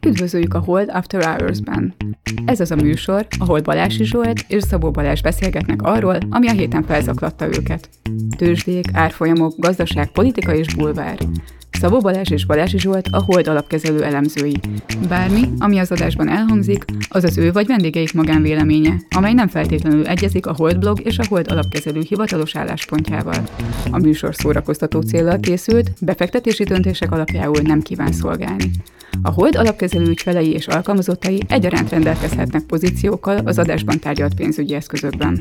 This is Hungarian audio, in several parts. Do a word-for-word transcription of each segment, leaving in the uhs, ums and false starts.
Üdvözöljük a Hold After Hours-ben! Ez az a műsor, ahol Balási Zsolt és Szabó Balázs beszélgetnek arról, ami a héten felzaklatta őket. Tőzsdék, árfolyamok, gazdaság, politika és bulvár. Szabó Balázs és Balási Zsolt a Hold alapkezelő elemzői. Bármi, ami az adásban elhangzik, az az ő vagy vendégeik magánvéleménye, amely nem feltétlenül egyezik a Hold blog és a Hold alapkezelő hivatalos álláspontjával. A műsor szórakoztató céllal készült, befektetési döntések alapjául nem kíván szolgálni. A Hold alapkezelő ügyfelei és alkalmazottai egyaránt rendelkezhetnek pozíciókkal az adásban tárgyalt pénzügyi eszközökben.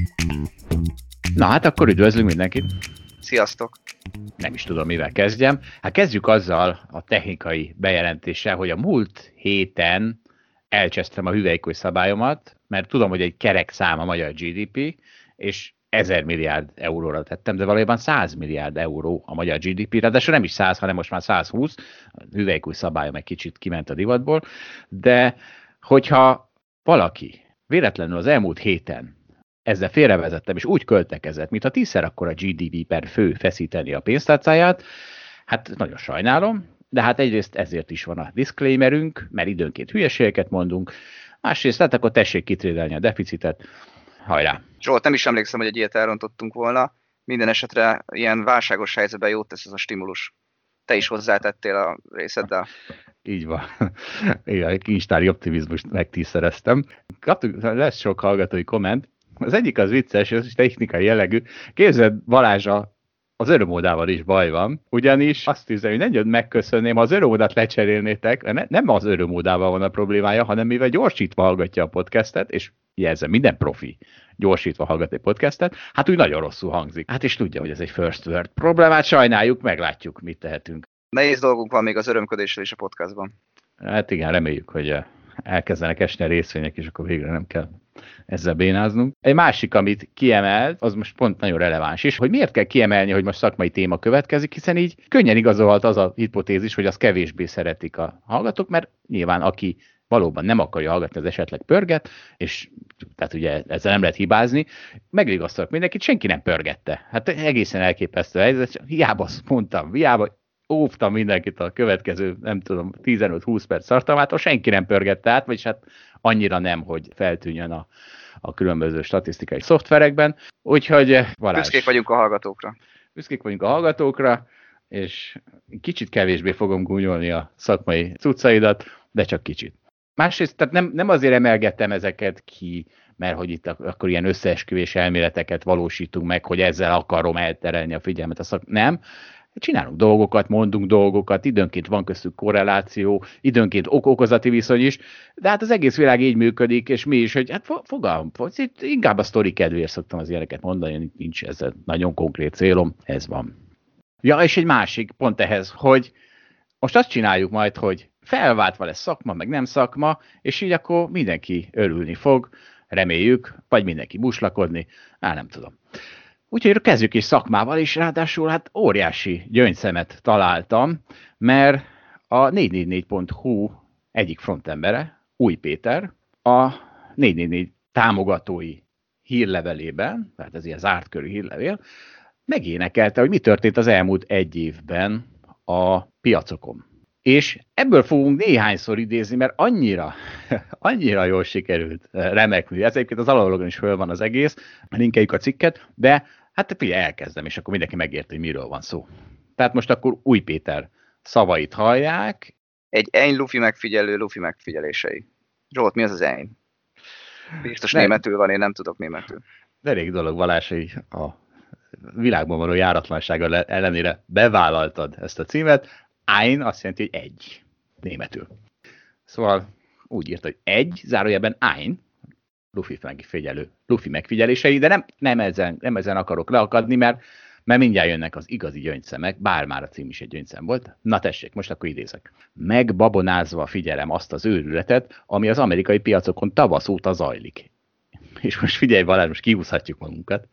Na hát akkor üdvözlünk mindenkit! Sziasztok! Nem is tudom, mivel kezdjem. Hát kezdjük azzal a technikai bejelentéssel, hogy a múlt héten elcsesztem a hüvelykúj szabályomat, mert tudom, hogy egy kerek szám a magyar gé dé pé, és ezer milliárd euróra tettem, de valójában száz milliárd euró a magyar gé dé pé, ráadásul nem is száz, hanem most már száz húsz, a hüvelykúj szabályom egy kicsit kiment a divatból, de hogyha valaki véletlenül az elmúlt héten ezzel félrevezettem, és úgy költekezett, mintha tízszer akkor a gé dé pé per fő feszíteni a pénztárcáját, hát nagyon sajnálom, de hát egyrészt ezért is van a disclaimerünk, mert időnként hülyeségeket mondunk, másrészt hát akkor tessék kitrédelni a deficitet, hajrá! Zsolt, nem is emlékszem, hogy egy ilyet elrontottunk volna, minden esetre ilyen válságos helyzetben jót tesz ez a stimulus. Te is hozzátettél a részeddel. Így van. Igen, a kincstári optimizmust megtízszereztem. Kaptuk, lesz sok hallgatói komment. Az egyik az vicces, és technikai jellegű. Képzeld, Balázsa, az örömódával is baj van, ugyanis azt hiszem, hogy nagyon megköszönném, ha az örömódát lecserélnétek, ne, nem az örömódával van a problémája, hanem mivel gyorsítva hallgatja a podcastet, és jelzem, minden profi gyorsítva hallgat egy podcastet, hát úgy nagyon rosszul hangzik. Hát és tudja, hogy ez egy first world problémát, sajnáljuk, meglátjuk, mit tehetünk. Nehéz dolgunk van még az örömködéssel is a podcastban. Hát igen, reméljük, hogy elkezdenek esni a részvények, és akkor végre nem kell ezzel bénáznunk. Egy másik, amit kiemelt, az most pont nagyon releváns is, hogy miért kell kiemelni, hogy most szakmai téma következik, hiszen így könnyen igazolhat az a hipotézis, hogy az kevésbé szeretik a hallgatók, mert nyilván aki valóban nem akarja hallgatni, az esetleg pörget, és tehát ugye ezzel nem lehet hibázni. Megvigasztalok mindenkit, senki nem pörgette. Hát egészen elképesztő helyzet, hiába mondtam, hiába óvtam mindenkit a következő, nem tudom, tizenöt-húsz perc tartalmától, senki nem pörgette át, vagyis hát annyira nem, hogy feltűnjön a, a különböző statisztikai szoftverekben. Úgyhogy Balázs. Büszkék vagyunk a hallgatókra. Büszkék vagyunk a hallgatókra, és kicsit kevésbé fogom gúnyolni a szakmai cuccaidat, de csak kicsit. Másrészt, tehát nem, nem azért emelgettem ezeket ki, mert hogy itt akkor ilyen összeesküvés elméleteket valósítunk meg, hogy ezzel akarom elterelni a figyelmet a szak... Nem. Csinálunk dolgokat, mondunk dolgokat, időnként van köztük korreláció, időnként ok-okozati viszony is, de hát az egész világ így működik, és mi is, hogy hát fogalm, inkább a sztori kedvéért szoktam az ilyeneket mondani, nincs ezzel nagyon konkrét célom, ez van. Ja, és egy másik pont ehhez, hogy most azt csináljuk majd, hogy felváltva lesz szakma, meg nem szakma, és így akkor mindenki örülni fog, reméljük, vagy mindenki buslakodni, á, nem tudom. Úgyhogy kezdjük is szakmával, és ráadásul hát óriási gyöngyszemet találtam, mert a négy négy négy pont hu egyik frontembere, Új Péter, a négy négy négy támogatói hírlevelében, tehát ez ilyen zárt körű hírlevél, megénekelte, hogy mi történt az elmúlt egy évben a piacokon. És ebből fogunk néhányszor idézni, mert annyira, annyira jól sikerült remekül. Ez egyébként az alalógon is föl van az egész, linkeljük a cikket, de hát figyelj, elkezdem, és akkor mindenki megérti, hogy miről van szó. Tehát most akkor Új Péter szavait hallják. Egy ein lufi megfigyelő, lufi megfigyelései. Zsolt, mi az az ein? Biztos de, németül van, én nem tudok németül. De elég dolog, Balázs, hogy a világban való járatlansága ellenére bevállaltad ezt a címet. Ein azt jelenti, hogy egy németül. Szóval úgy írt, hogy egy, zárójelben ein, lufi megfigyelő, lufi megfigyelései, de nem, nem, ezen, nem ezen akarok leakadni, mert, mert mindjárt jönnek az igazi gyöngyszemek, bár már a cím is egy gyöngyszem volt. Na tessék, most akkor idézek. Megbabonázva figyelem azt az őrületet, ami az amerikai piacokon tavasz óta zajlik. És most figyelj Balázs, most kihúzhatjuk magunkat.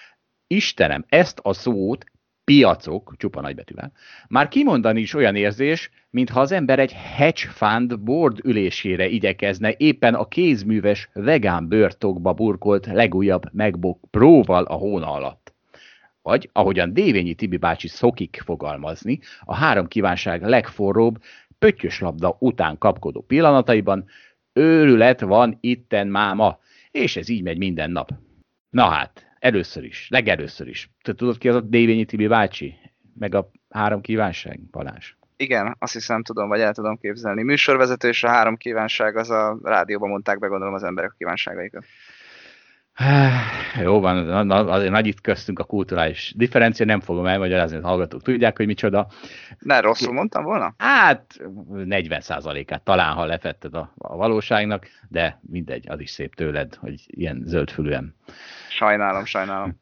Istenem, ezt a szót piacok, csupa nagybetűvel, már kimondani is olyan érzés, mintha az ember egy hedge fund board ülésére igyekezne éppen a kézműves vegán bőrtokba burkolt legújabb MacBook Pro-val a hóna alatt. Vagy, ahogyan Dévényi Tibi bácsi szokik fogalmazni, a három kívánság legforróbb pöttyös labda után kapkodó pillanataiban őrület van itten máma, és ez így megy minden nap. Na hát, először is, legelőször is. Te tudod ki az a Dévényi Tibi bácsi? Meg a három kívánság, Balázs? Igen, azt hiszem tudom, vagy el tudom képzelni. Műsorvezető és a három kívánság, az a rádióban mondták be, gondolom, az emberek kívánságaikat. Jó van, azért nagy itt köztünk a kulturális differencia, nem fogom elmagyarázni, hogy hallgatók tudják, hogy micsoda. Ne, rosszul mondtam volna? Hát negyven százalékát talán, ha lefetted a, a valóságnak, de mindegy, az is szép tőled, hogy ilyen zöldfülűen. Sajnálom, sajnálom.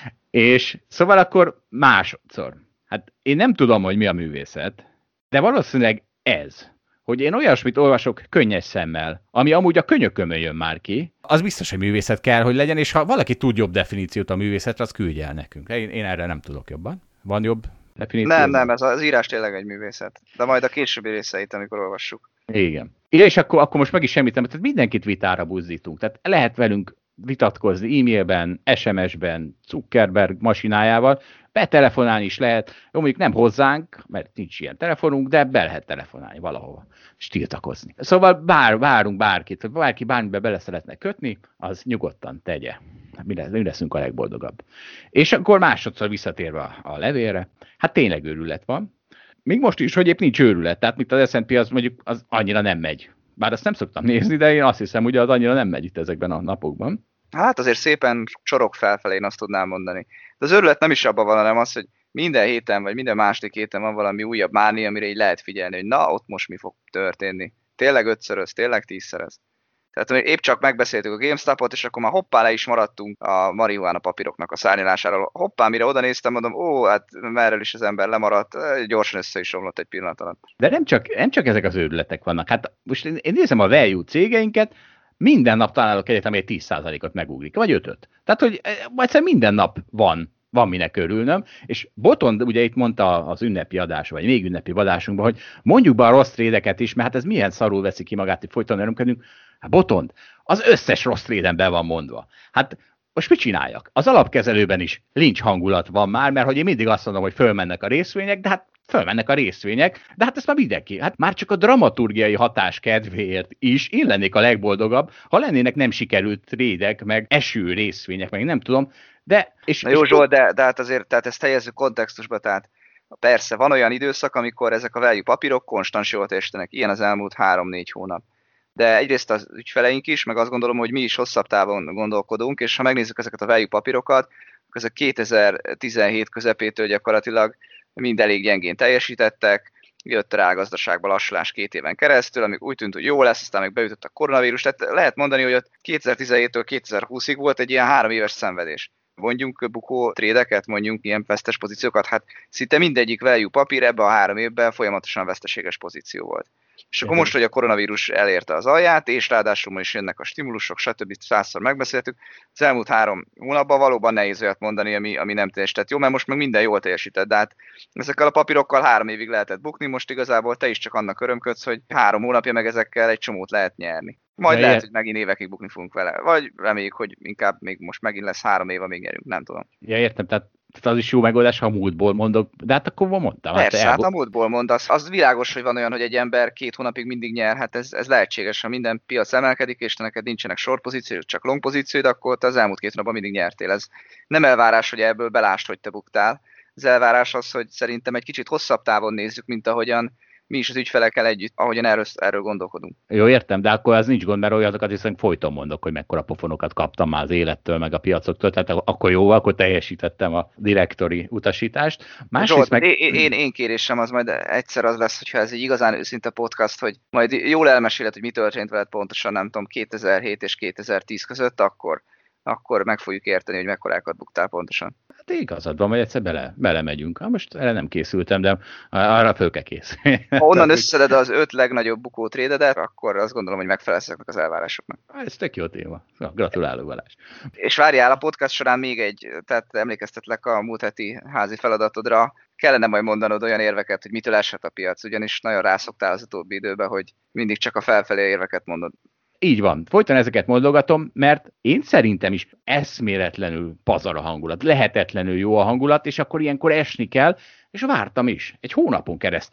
És szóval akkor másodszor. Hát én nem tudom, hogy mi a művészet, de valószínűleg ez, hogy én olyasmit olvasok könnyes szemmel, ami amúgy a könyökömön jön már ki, az biztos, hogy művészet kell, hogy legyen, és ha valaki tud jobb definíciót a művészetre, az küldje el nekünk. Én, én erre nem tudok jobban. Van jobb definíció? Nem, nem, ez az írás tényleg egy művészet. De majd a későbbi részeit, amikor olvassuk. Igen. És akkor, akkor most meg is semmit nem, tehát mindenkit vitára buzdítunk. Tehát lehet velünk vitatkozni e-mailben, es em es-ben, Zuckerberg masinájával, betelefonálni is lehet, jó, mondjuk nem hozzánk, mert nincs ilyen telefonunk, de be lehet telefonálni valahova, és tiltakozni. Szóval bár, várunk bárkit, vagy bárki bármibe bele szeretne kötni, az nyugodtan tegye. Mi, lesz, mi leszünk a legboldogabb. És akkor másodszor visszatérve a, a levélre, hát tényleg őrület van. Még most is, hogy épp nincs őrület, tehát mint az es and pé az mondjuk az annyira nem megy. Bár azt nem szoktam nézni, de én azt hiszem, hogy az annyira nem megy itt ezekben a napokban. Hát azért szépen csorog felfelé, én azt tudnám mondani. De az örület nem is abban van, hanem az, hogy minden héten, vagy minden második héten van valami újabb mánia, amire így lehet figyelni, hogy na, ott most mi fog történni. Tényleg ötszöröz, tényleg tízszerez. Tehát épp csak megbeszéltük a GameStopot, és akkor már hoppá le is maradtunk a marihuána papíroknak a szárnyalásáról. Hoppá, mire oda néztem, mondom, ó, hát merről is az ember lemaradt, gyorsan össze is romlott egy pillanat alatt. De nem csak, nem csak ezek az őrületek vannak. Hát most én, én nézem a value cégeinket, minden nap találok egyet, amely tíz százalékot megugrik, vagy ötöt. Tehát, hogy egyszerűen minden nap van, van minek örülnöm, és Botond ugye itt mondta az ünnepi adás, vagy még ünnepi adásunkban, hogy mondjuk be a rossz trédeket is, mert hát ez milyen szarul veszi ki magát, hogy folyton örömködünk. Hát Botond, az összes rossz tréden be van mondva. Hát most mit csináljak? Az alapkezelőben is lincs hangulat van már, mert hogy én mindig azt mondom, hogy fölmennek a részvények, de hát fölmennek a részvények, de hát ezt már mindenki. Hát már csak a dramaturgiai hatás kedvéért is én lennék a legboldogabb, ha lennének nem sikerült trédek, meg eső részvények, meg nem tudom, de... És, Na jó, és Zsolt, de, de hát azért tehát ezt helyezzük kontextusba, tehát persze van olyan időszak, amikor ezek a value papírok konstans jól teljesítenek, ilyen az elmúlt három-négy hónap. De egyrészt az ügyfeleink is, meg azt gondolom, hogy mi is hosszabb távon gondolkodunk, és ha megnézzük ezeket a value papírokat, akkor ezek kétezer-tizenhét közepétől gyakorlatilag mind elég gyengén teljesítettek, jött a reálgazdaságba lassulás két éven keresztül, amíg úgy tűnt, hogy jó lesz, aztán még beütött a koronavírus, tehát lehet mondani, hogy ott kétezer-tizenhéttől kétezer-húszig volt egy ilyen három éves szenvedés. Mondjunk bukó trédeket, mondjunk ilyen vesztes pozíciókat, hát szinte mindegyik value papír ebben a három évben folyamatosan veszteséges pozíció volt. És akkor most, hogy a koronavírus elérte az alját, és ráadásul ma is jönnek a stimulusok, stb. Százszor megbeszéltük, az elmúlt három hónapban valóban nehéz olyat mondani, ami, ami nem teljesített jó, mert most meg minden jól teljesített, de hát ezekkel a papírokkal három évig lehetett bukni, most igazából te is csak annak örömködsz, hogy három hónapja meg ezekkel egy csomót lehet nyerni. Majd ja, lehet, hogy megint évekig bukni fogunk vele, vagy reméljük, hogy inkább még most megint lesz három év, amíg nyerünk, nem tudom. Ja, értem, tehát Tehát az is jó megoldás, ha a múltból mondok, de hát akkor mondtam. Persze, hát, hát a múltból mondasz. Az világos, hogy van olyan, hogy egy ember két hónapig mindig nyer, hát ez, ez lehetséges, ha minden piac emelkedik, és te neked nincsenek short pozícióid, csak long pozícióid, akkor te az elmúlt két hónapban mindig nyertél. Ez nem elvárás, hogy ebből belást, hogy te buktál. Az elvárás az, hogy szerintem egy kicsit hosszabb távon nézzük, mint ahogyan mi is az ügyfelekkel együtt, ahogyan erről, erről gondolkodunk. Jó, értem, de akkor az nincs gond, mert olyanokat viszont folyton mondok, hogy mekkora pofonokat kaptam már az élettől, meg a piacoktól, tehát akkor jó, akkor teljesítettem a direktori utasítást. Másrészt meg... Én, én, én kérésem az majd egyszer az lesz, hogyha ez egy igazán őszinte podcast, hogy majd jól elmeséled, hogy mi történt veled pontosan, nem tudom, kétezer-hét és kétezer-tíz között, akkor, akkor meg fogjuk érteni, hogy mekkorákat buktál pontosan. Hát igazad van, hogy egyszer bele, belemegyünk. Ha most erre nem készültem, de arra föl kell készülni. Ha onnan összeded az öt legnagyobb bukó trédedet, akkor azt gondolom, hogy megfelelsz ezeknek az elvárásoknak. Ez tök jó téma. Gratulálok, Balázs. És várjál, a podcast során még egy, tehát emlékeztetlek a múlt heti házi feladatodra, kellene majd mondanod olyan érveket, hogy mitől esett a piac, ugyanis nagyon rászoktál az utóbbi időben, hogy mindig csak a felfelé érveket mondod. Így van. Folyton ezeket mondogatom, mert én szerintem is eszméletlenül pazar a hangulat, lehetetlenül jó a hangulat, és akkor ilyenkor esni kell, és vártam is. Egy hónapon keresztül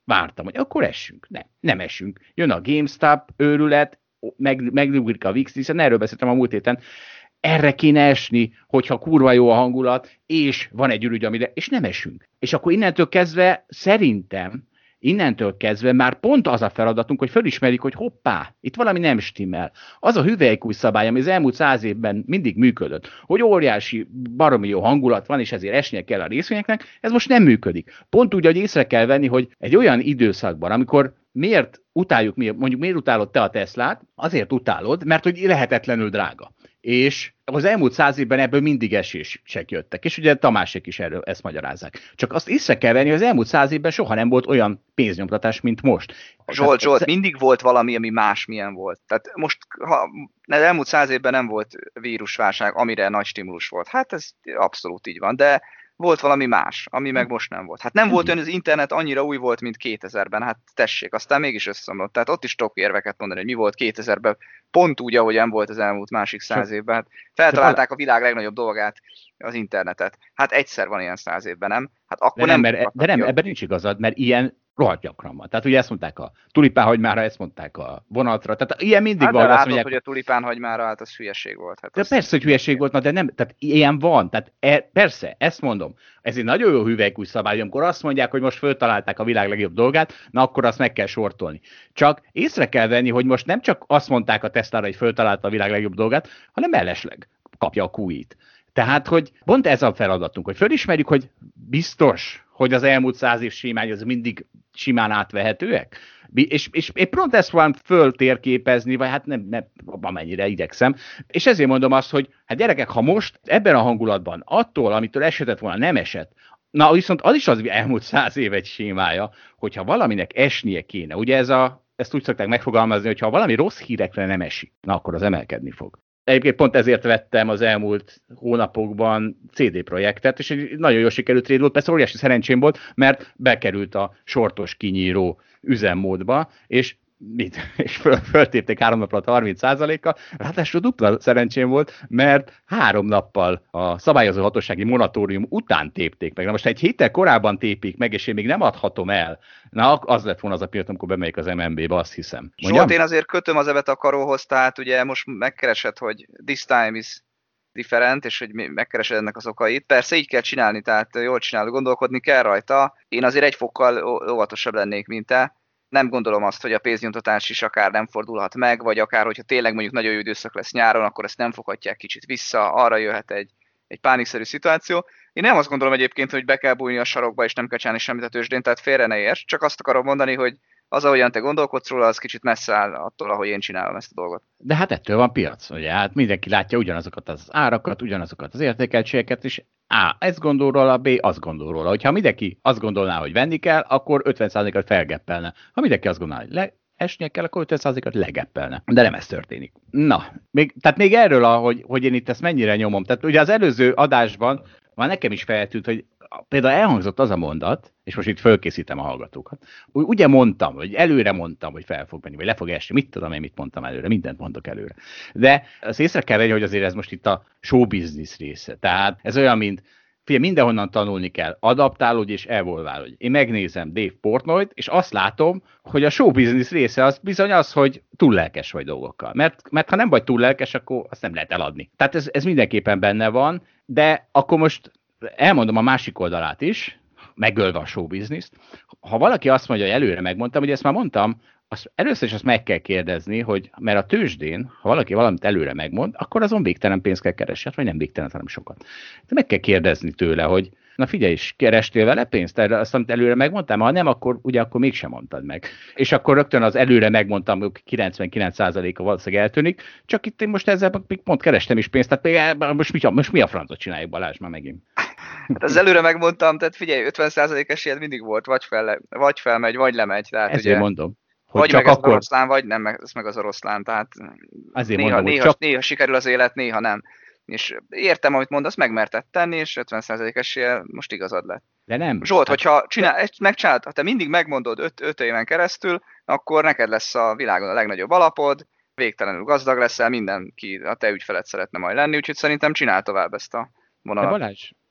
vártam, hogy akkor essünk. Nem, nem essünk. Jön a GameStop őrület, meg, meglugrik a vé i iksz, hiszen erről beszéltem a múlt héten, erre kéne esni, hogyha kurva jó a hangulat, és van egy ürügy, amire, és nem esünk. És akkor innentől kezdve szerintem, innentől kezdve már pont az a feladatunk, hogy fölismerjük, hogy hoppá, itt valami nem stimmel. Az a hüvelykúj szabály, ami az elmúlt száz évben mindig működött, hogy óriási, baromi jó hangulat van, és ezért esnie kell a részvényeknek, ez most nem működik. Pont úgy, hogy észre kell venni, hogy egy olyan időszakban, amikor miért utáljuk, mondjuk miért utálod te a Teslát, azért utálod, mert hogy lehetetlenül drága. És az elmúlt száz évben ebből mindig esések jöttek, és ugye Tamásék is erről ezt magyarázzák. Csak azt észre kell venni, hogy az elmúlt száz évben soha nem volt olyan pénznyomtatás, mint most. Zsolt, Zsolt, ez... mindig volt valami, ami másmilyen volt. Tehát most, ha az elmúlt száz évben nem volt vírusválság, amire nagy stimulus volt. Hát ez abszolút így van, de volt valami más, ami meg most nem volt. Hát nem volt olyan, az internet annyira új volt, mint kétezerben, hát tessék, aztán mégis összeomlott. Tehát ott is tudok érveket mondani, hogy mi volt kétezerben, pont úgy, ahogyan volt az elmúlt másik száz évben. Hát feltalálták a világ legnagyobb dolgát, az internetet. Hát egyszer van ilyen száz évben, nem? Hát akkor de nem, nem, mert, de nem, ebben nincs igazad, mert ilyen rohadt gyakran van. Tehát ugye ezt mondták a tulipánhagymára, ezt mondták a vonatra, tehát ilyen mindig hát van. De látod, mondják, hogy a tulipánhagymára, hát az hülyeség volt. Hát de azt persze, hogy hülyeség volt, na, de nem, tehát ilyen van. Tehát e, persze, ezt mondom. Ez egy nagyon jó hüvelykúj szabály, amikor azt mondják, hogy most föltalálták a világ legjobb dolgát, na akkor azt meg kell sortolni. Csak észre kell venni, hogy most nem csak azt mondták a Teslára, hogy föltalálta a világ legjobb dolgát, hanem mellesleg kapja a kúit. Tehát, hogy pont ez a feladatunk, hogy fölismerjük, hogy biztos, hogy az elmúlt száz év sémány az mindig simán átvehetőek. És, és én pont ezt van föltérképezni, vagy hát nem, nem amennyire igyekszem. És ezért mondom azt, hogy hát gyerekek, ha most ebben a hangulatban attól, amitől esetett volna, nem esett, na viszont az is az elmúlt száz év egy sémája, hogyha valaminek esnie kéne. Ugye ez a, ezt úgy szokták megfogalmazni, hogy ha valami rossz hírekre nem esik, na akkor az emelkedni fog. Egyébként pont ezért vettem az elmúlt hónapokban cé dé Projektet, és egy nagyon jól sikerült trade volt, persze óriási szerencsém volt, mert bekerült a sortos kinyíró üzemmódba, és mit? És föl, föltépték három nap alatt harminc százalékkal, ráadásul dupla szerencsém volt, mert három nappal a szabályozó hatósági moratórium után tépték meg. Na most egy héttel korábban tépik meg, és én még nem adhatom el. Na, az lett volna az a pillanat, amikor bemegyek az em en bé-be, azt hiszem. Zsolt, én azért kötöm az evet a karóhoz, tehát ugye most megkeresed, hogy this time is different, és hogy megkeresed ennek az okait. Persze így kell csinálni, tehát jól csinálni, gondolkodni kell rajta. Én azért egy fokkal óvatosabb lennék, mint te. Nem gondolom azt, hogy a pénznyomtatás is akár nem fordulhat meg, vagy akár, hogyha tényleg mondjuk nagyon jó időszak lesz nyáron, akkor ezt nem foghatják kicsit vissza, arra jöhet egy, egy pánikszerű szituáció. Én nem azt gondolom egyébként, hogy be kell bújni a sarokba, és nem kell csinálni semmit a tőzsdén, tehát félre ne érts, csak azt akarom mondani, hogy az, ahogyan te gondolkodsz róla, az kicsit messze áll attól, ahogy én csinálom ezt a dolgot. De hát ettől van piac, ugye? Hát mindenki látja ugyanazokat az árakat, ugyanazokat az értékeltségeket, és A, ezt gondol róla, B, azt gondol róla. Hogyha mindenki azt gondolná, hogy venni kell, akkor ötven százalékot felgeppelne. Ha mindenki azt gondolná, hogy le, esnie kell, akkor ötven százalékot legeppelne. De nem ez történik. Na, még, tehát még erről, hogy, hogy én itt ezt mennyire nyomom. Tehát ugye az előző adásban már nekem is feltűnt, hogy például elhangzott az a mondat, és most itt fölkészítem a hallgatókat. Ugye mondtam, hogy előre mondtam, hogy fel fog menni, vagy le fog esni, mit tudom én, mit mondtam előre, mindent mondok előre. De azt észre kell venni, hogy azért ez most itt a show business része. Tehát ez olyan, mint figyelj, mindenhonnan tanulni kell, adaptálódj és evolválódj. Én megnézem Dave Portnoyt, és azt látom, hogy a show business része az bizony az, hogy túl lelkes vagy dolgokkal. Mert, mert ha nem vagy túl lelkes, akkor azt nem lehet eladni. Tehát ez, ez mindenképpen benne van, de akkor most elmondom a másik oldalát is, megölve a show business-t. Ha valaki azt mondja, hogy előre megmondtam, ugye ezt már mondtam, azt, először is azt meg kell kérdezni, hogy mert a tőzsdén, ha valaki valamit előre megmond, akkor azon végtelen pénzt kell keresni, vagy nem végtelen, hanem sokat. De meg kell kérdezni tőle, hogy na figyelj is, kerestél vele pénzt erre, azt, amit előre megmondtam? Ha nem, akkor ugye akkor mégsem mondtad meg. És akkor rögtön az előre megmondtam, hogy kilencvenkilenc százaléka valószínűleg eltűnik, csak itt én most ezzel pont kerestem is pénzt, tehát most mi, most mi a francot csináljuk, Balázs, már megint? Hát az előre megmondtam, tehát figyelj, ötven százalék esélyed mindig volt, vagy, fel, vagy felmegy, vagy lemegy. Tehát ezért ugye, mondom. Hogy vagy csak meg ez akkor... az oroszlán, vagy nem, meg, ez meg az oroszlán, tehát azért néha, mondom, néha, csak... néha sikerül az élet, néha nem. És értem, amit mondasz, megmerted tenni, és ötven százalék esélye most igazad lett. De nem. Zsolt, hát... hogyha csinál, ezt megcsinálod, ha te mindig megmondod öt éven keresztül, akkor neked lesz a világon a legnagyobb alapod, végtelenül gazdag leszel, mindenki a te ügyfeled szeretne majd lenni, úgyhogy szerintem csinál tovább ezt a vonalat. De Balázs,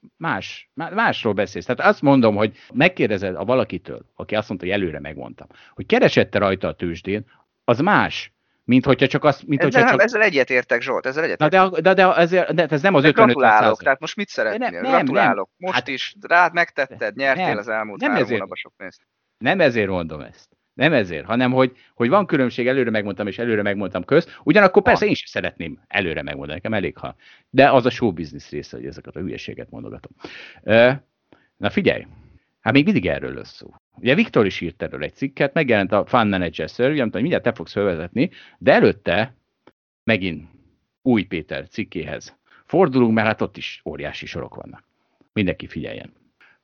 más, másról beszélsz. Tehát azt mondom, hogy megkérdezed a valakitől, aki azt mondta, hogy előre megmondtam, hogy keresette rajta a tőzsdén, az más, mint hogyha csak azt... Mint ezzel, hogyha nem, csak... ezzel egyetértek, Zsolt, ezzel egyetértek. Na de, de, de, ezért, de ez nem az ötvenöt Gratulálok, tehát most mit szeretnél? nem, nem, Gratulálok. Nem. Most hát, is rád megtetted, nyertél nem, az elmúlt nem három ezért, hónapban sok pénzt. Nem ezért mondom ezt. Nem ezért, hanem hogy, hogy van különbség, előre megmondtam, és előre megmondtam közt. Ugyanakkor persze van. Én is szeretném előre megmondani, nekem elég, ha. De az a show business része, hogy ezeket a hülyeséget mondogatom. Na figyelj, hát még mindig erről lesz szó. Ugye Viktor is írt erről egy cikket, megjelent a Fund Manager Survey, amit mindjárt te fogsz felvezetni, de előtte megint Új Péter cikkéhez fordulunk, mert hát ott is óriási sorok vannak. Mindenki figyeljen.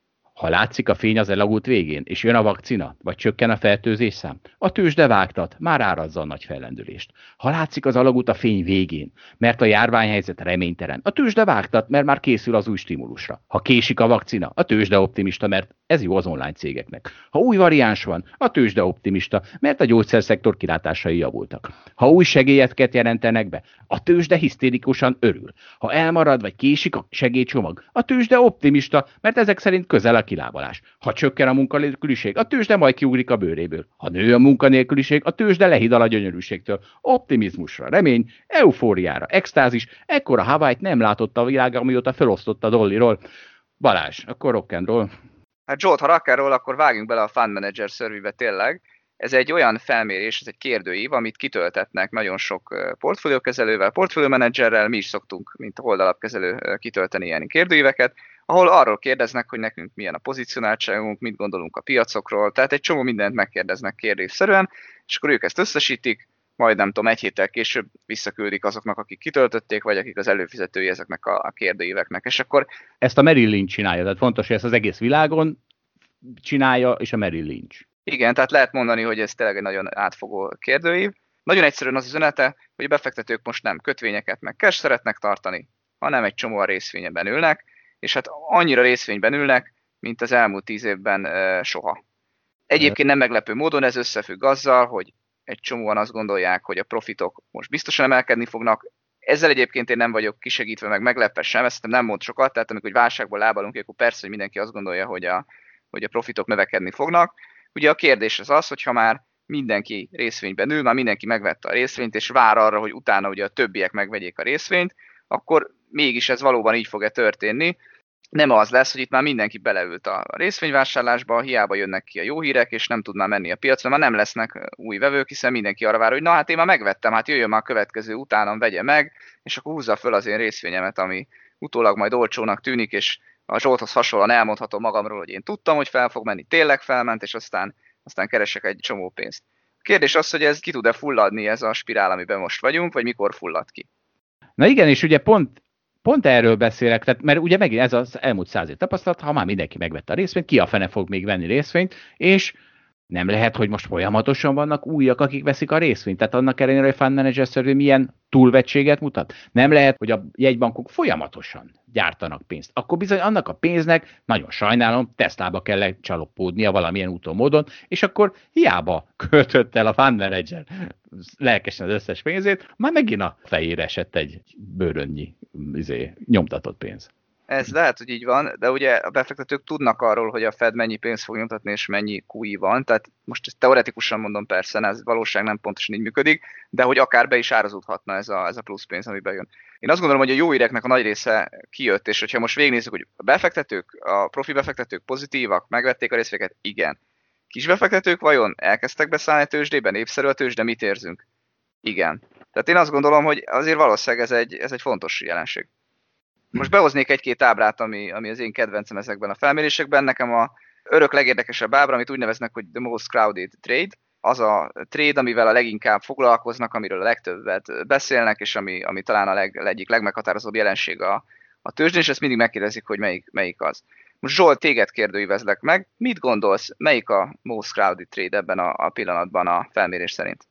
Ha látszik a fény az elagút végén, és jön a vakcina, vagy csökken a fertőzés szám, a tőzsde vágtat, már árazza a nagy fellendülést. Ha látszik az alagút a fény végén, mert a járványhelyzet reménytelen, a tőzsde vágtat, mert már készül az új stimulusra. Ha késik a vakcina, a tőzsde optimista, mert ez jó az online cégeknek. Ha új variáns van, a tőzsde optimista, mert a gyógyszerszektor kilátásai javultak. Ha új segélyeket jelentenek be, a tőzsde hisztérikusan örül. Ha elmarad vagy késik a segélycsomag, a tőzsde optimista, mert ezek szerint közel a kilábalás. Ha csökken a munkanélküliség, a tőzsde majd kiugrik a bőréből. Ha nő a munkanélküliség, a tőzsde lehidal a gyönyörűségtől. Optimizmusra, remény, eufóriára, extázis, ekkora Hawaii-t nem látott a világ, amióta felosztott a dolliról. Balázs, akkor rock and roll. Hát Zsolt, ha rock and roll, akkor vágjunk bele a Fund Manager Survey-be tényleg. Ez egy olyan felmérés, ez egy kérdőív, amit kitöltetnek nagyon sok portfóliókezelővel, portfóliómenedzserrel, mi is szoktunk, mint a holdalapkezelő kitölteni ilyen kérdőíveket, ahol arról kérdeznek, hogy nekünk milyen a pozicionáltságunk, mit gondolunk a piacokról, tehát egy csomó mindent megkérdeznek kérdésszerűen, és akkor ők ezt összesítik, majd nem tudom, egy héttel később visszaküldik azoknak, akik kitöltötték, vagy akik az előfizetői ezeknek a kérdőíveknek. És akkor... Ezt a Merrill Lynch csinálja, tehát fontos, hogy ezt az egész világon csinálja, és a Merrill Lynch. Igen, tehát lehet mondani, hogy ez tényleg egy nagyon átfogó kérdőív. Nagyon egyszerűen az üzenete, hogy a befektetők most nem kötvényeket meg cash szeretnek tartani, hanem egy csomó részvényben ülnek, és hát annyira részvényben ülnek, mint az elmúlt tíz évben e, soha. Egyébként nem meglepő módon ez összefügg azzal, hogy egy csomóan azt gondolják, hogy a profitok most biztosan emelkedni fognak. Ezzel egyébként én nem vagyok kisegítve, meg meglepve sem, ezt nem mond sokat, tehát amikor válságból lábalunk, akkor persze, hogy mindenki azt gondolja, hogy a, hogy a profitok növekedni fognak. Ugye a kérdés az az, hogy ha már mindenki részvényben ül, már mindenki megvette a részvényt, és vár arra, hogy utána ugye a többiek megvegyék a részvényt, akkor mégis ez valóban így fog-e történni. Nem az lesz, hogy itt már mindenki beleült a részvényvásárlásba, hiába jönnek ki a jó hírek, és nem tud már menni a piacra, már nem lesznek új vevők, hiszen mindenki arra vár, hogy na hát én már megvettem, hát jöjjön már a következő utánam, vegye meg, és akkor húzza föl az én részvényemet, ami utólag majd olcsónak tűnik, és a Zsolthoz hasonlóan elmondhatom magamról, hogy én tudtam, hogy fel fog menni, tényleg felment, és aztán, aztán keresek egy csomó pénzt. A kérdés az, hogy ez ki tud-e fulladni ez a spirál, amiben most vagyunk, vagy mikor fullad ki. Na igen, és ugye pont, pont erről beszélek, tehát, mert ugye megint ez az elmúlt száz év tapasztalat, ha már mindenki megvette a részvényt, ki a fene fog még venni részvényt, és nem lehet, hogy most folyamatosan vannak újak, akik veszik a részvényt. Tehát annak ellenére, hogy a Fund Manager Survey milyen túlvettséget mutat. Nem lehet, hogy a jegybankok folyamatosan gyártanak pénzt. Akkor bizony annak a pénznek, nagyon sajnálom, Teslába kell lecsalopódnia valamilyen úton, módon, és akkor hiába költött el a Fund Manager lelkesen az összes pénzét, már megint a fejére esett egy bőrönnyi izé, nyomtatott pénz. Ez lehet, hogy így van, de ugye a befektetők tudnak arról, hogy a Fed mennyi pénzt fog nyomtatni, és mennyi kú i van, tehát most ezt teoretikusan mondom persze, ez valóság nem pontosan így működik, de hogy akár be is árazódhatna ez a, ez a plusz pénz, ami bejön. Én azt gondolom, hogy a jó híreknek a nagy része kijött, és hogyha most végignézzük, hogy a befektetők, a profi befektetők pozitívak, megvették a részvényeket, igen. Kis befektetők vajon elkezdtek beszállni a tőzsdében, népszerű a tőzsde, mit érzünk? Igen. Tehát én azt gondolom, hogy azért valószínűleg ez egy, ez egy fontos jelenség. Most behoznék egy-két ábrát, ami, ami az én kedvencem ezekben a felmérésekben. Nekem a örök legérdekesebb ábra, amit úgy neveznek, hogy the most crowded trade, az a trade, amivel a leginkább foglalkoznak, amiről a legtöbbet beszélnek, és ami, ami talán a leg, egyik legmeghatározóbb jelenség a, a tőzsdén, és ezt mindig megkérdezik, hogy melyik, melyik az. Most Zsolt, téged kérdőívezlek meg, mit gondolsz, melyik a most crowded trade ebben a, a pillanatban a felmérés szerint?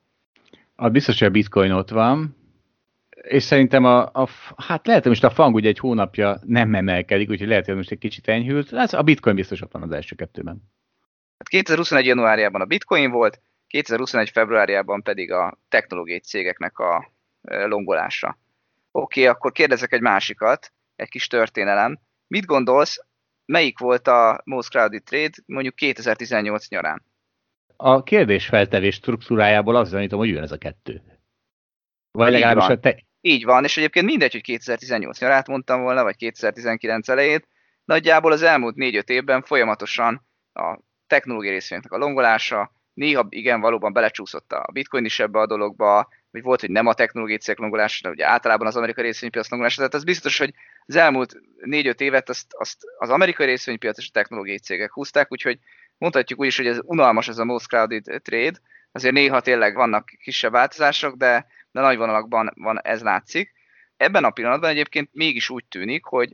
A biztos, hogy a bitcoin ott van, és szerintem a, a, hát lehet, hogy most a fang ugye egy hónapja nem emelkedik, úgyhogy lehet, hogy most egy kicsit enyhült. A bitcoin biztos ott van az első kettőben. kétezer-huszonegy januárjában a bitcoin volt, kétezer-huszonegy februárjában pedig a technológiai cégeknek a longolása. Oké, okay, akkor kérdezek egy másikat, egy kis történelem. Mit gondolsz, melyik volt a most crowded trade mondjuk kétezer-tizennyolc nyarán? A kérdésfeltevés struktúrájából azt gyanítom, hogy jön ez a kettő. Vagy legalábbis a te... Így van, és egyébként mindegy, hogy kétezer-tizennyolc nyarát mondtam volna, vagy kétezer-tizenkilenc elejét, nagyjából az elmúlt négy-öt évben folyamatosan a technológiai részvényeknek a longolása, néha igen, valóban belecsúszott a bitcoin is ebbe a dologba, vagy volt, hogy nem a technológiai cégek longolása, de ugye általában az amerikai részvénypiac longolása, tehát az biztos, hogy az elmúlt négy-öt évet azt, azt az amerikai részvénypiac és a technológiai cégek húzták, úgyhogy mondhatjuk úgy is, hogy ez unalmas ez a most crowded trade, azért néha tényleg vannak kisebb változások, de, de nagy vonalakban van, ez látszik. Ebben a pillanatban egyébként mégis úgy tűnik, hogy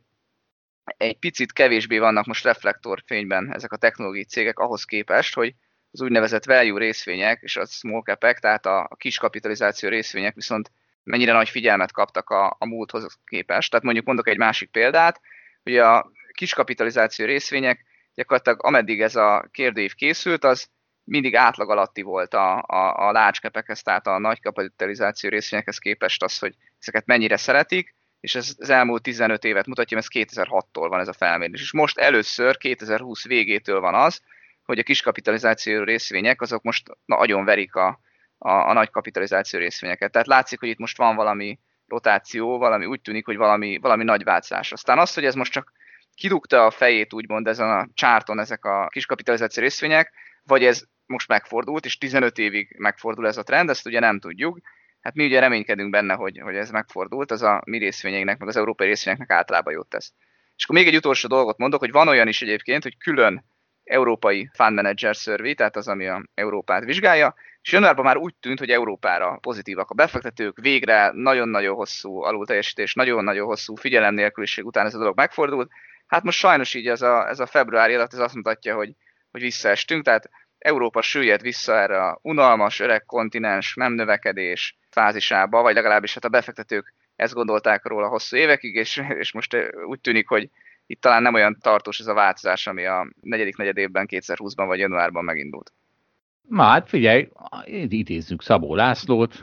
egy picit kevésbé vannak most reflektorfényben ezek a technológiai cégek ahhoz képest, hogy az úgynevezett value részvények és a small cap-ek, tehát a kis kapitalizáció részvények viszont mennyire nagy figyelmet kaptak a, a múlthoz képest. Tehát mondjuk mondok egy másik példát, hogy a kis kapitalizáció részvények gyakorlatilag ameddig ez a kérdőív készült, az mindig átlag alatti volt a, a, a large cap-ekhez, tehát a nagy kapitalizáció részvényekhez képest az, hogy ezeket mennyire szeretik, és ez az elmúlt tizenöt évet mutatja, ez kétezer-hattól van ez a felmérés. És most először kétezer-húsz végétől van az, hogy a kis kapitalizáció részvények azok most na, agyon verik a, a, a nagy kapitalizáció részvényeket. Tehát látszik, hogy itt most van valami rotáció, valami úgy tűnik, hogy valami, valami nagy változás. Aztán az, hogy ez most csak kidugta a fejét úgymond ezen a csárton ezek a kis kapitalizáció részvények, vagy ez most megfordult, és tizenöt évig megfordul ez a trend, ezt ugye nem tudjuk. Hát mi ugye reménykedünk benne, hogy, hogy ez megfordult, az a mi részvényeinknek, meg az európai részvényeknek általában jót tesz. És akkor még egy utolsó dolgot mondok, hogy van olyan is egyébként, hogy külön európai fund manager survey, tehát az, ami a Európát vizsgálja, és januárban már úgy tűnt, hogy Európára pozitívak a befektetők, végre nagyon-nagyon hosszú alulteljesítés, nagyon-nagyon hosszú figyelem nélküliség után ez a dolog megfordult. Hát most sajnos így ez a, ez a februári adat, ez azt mutatja, hogy, hogy visszaestünk, tehát Európa süllyed vissza erre a unalmas, öreg kontinens, nem növekedés fázisába, vagy legalábbis hát a befektetők ezt gondolták róla hosszú évekig, és, és most úgy tűnik, hogy itt talán nem olyan tartós ez a változás, ami a negyedik negyed évben, kétezer-húszban vagy januárban megindult. Na hát figyelj, idézzük Szabó Lászlót,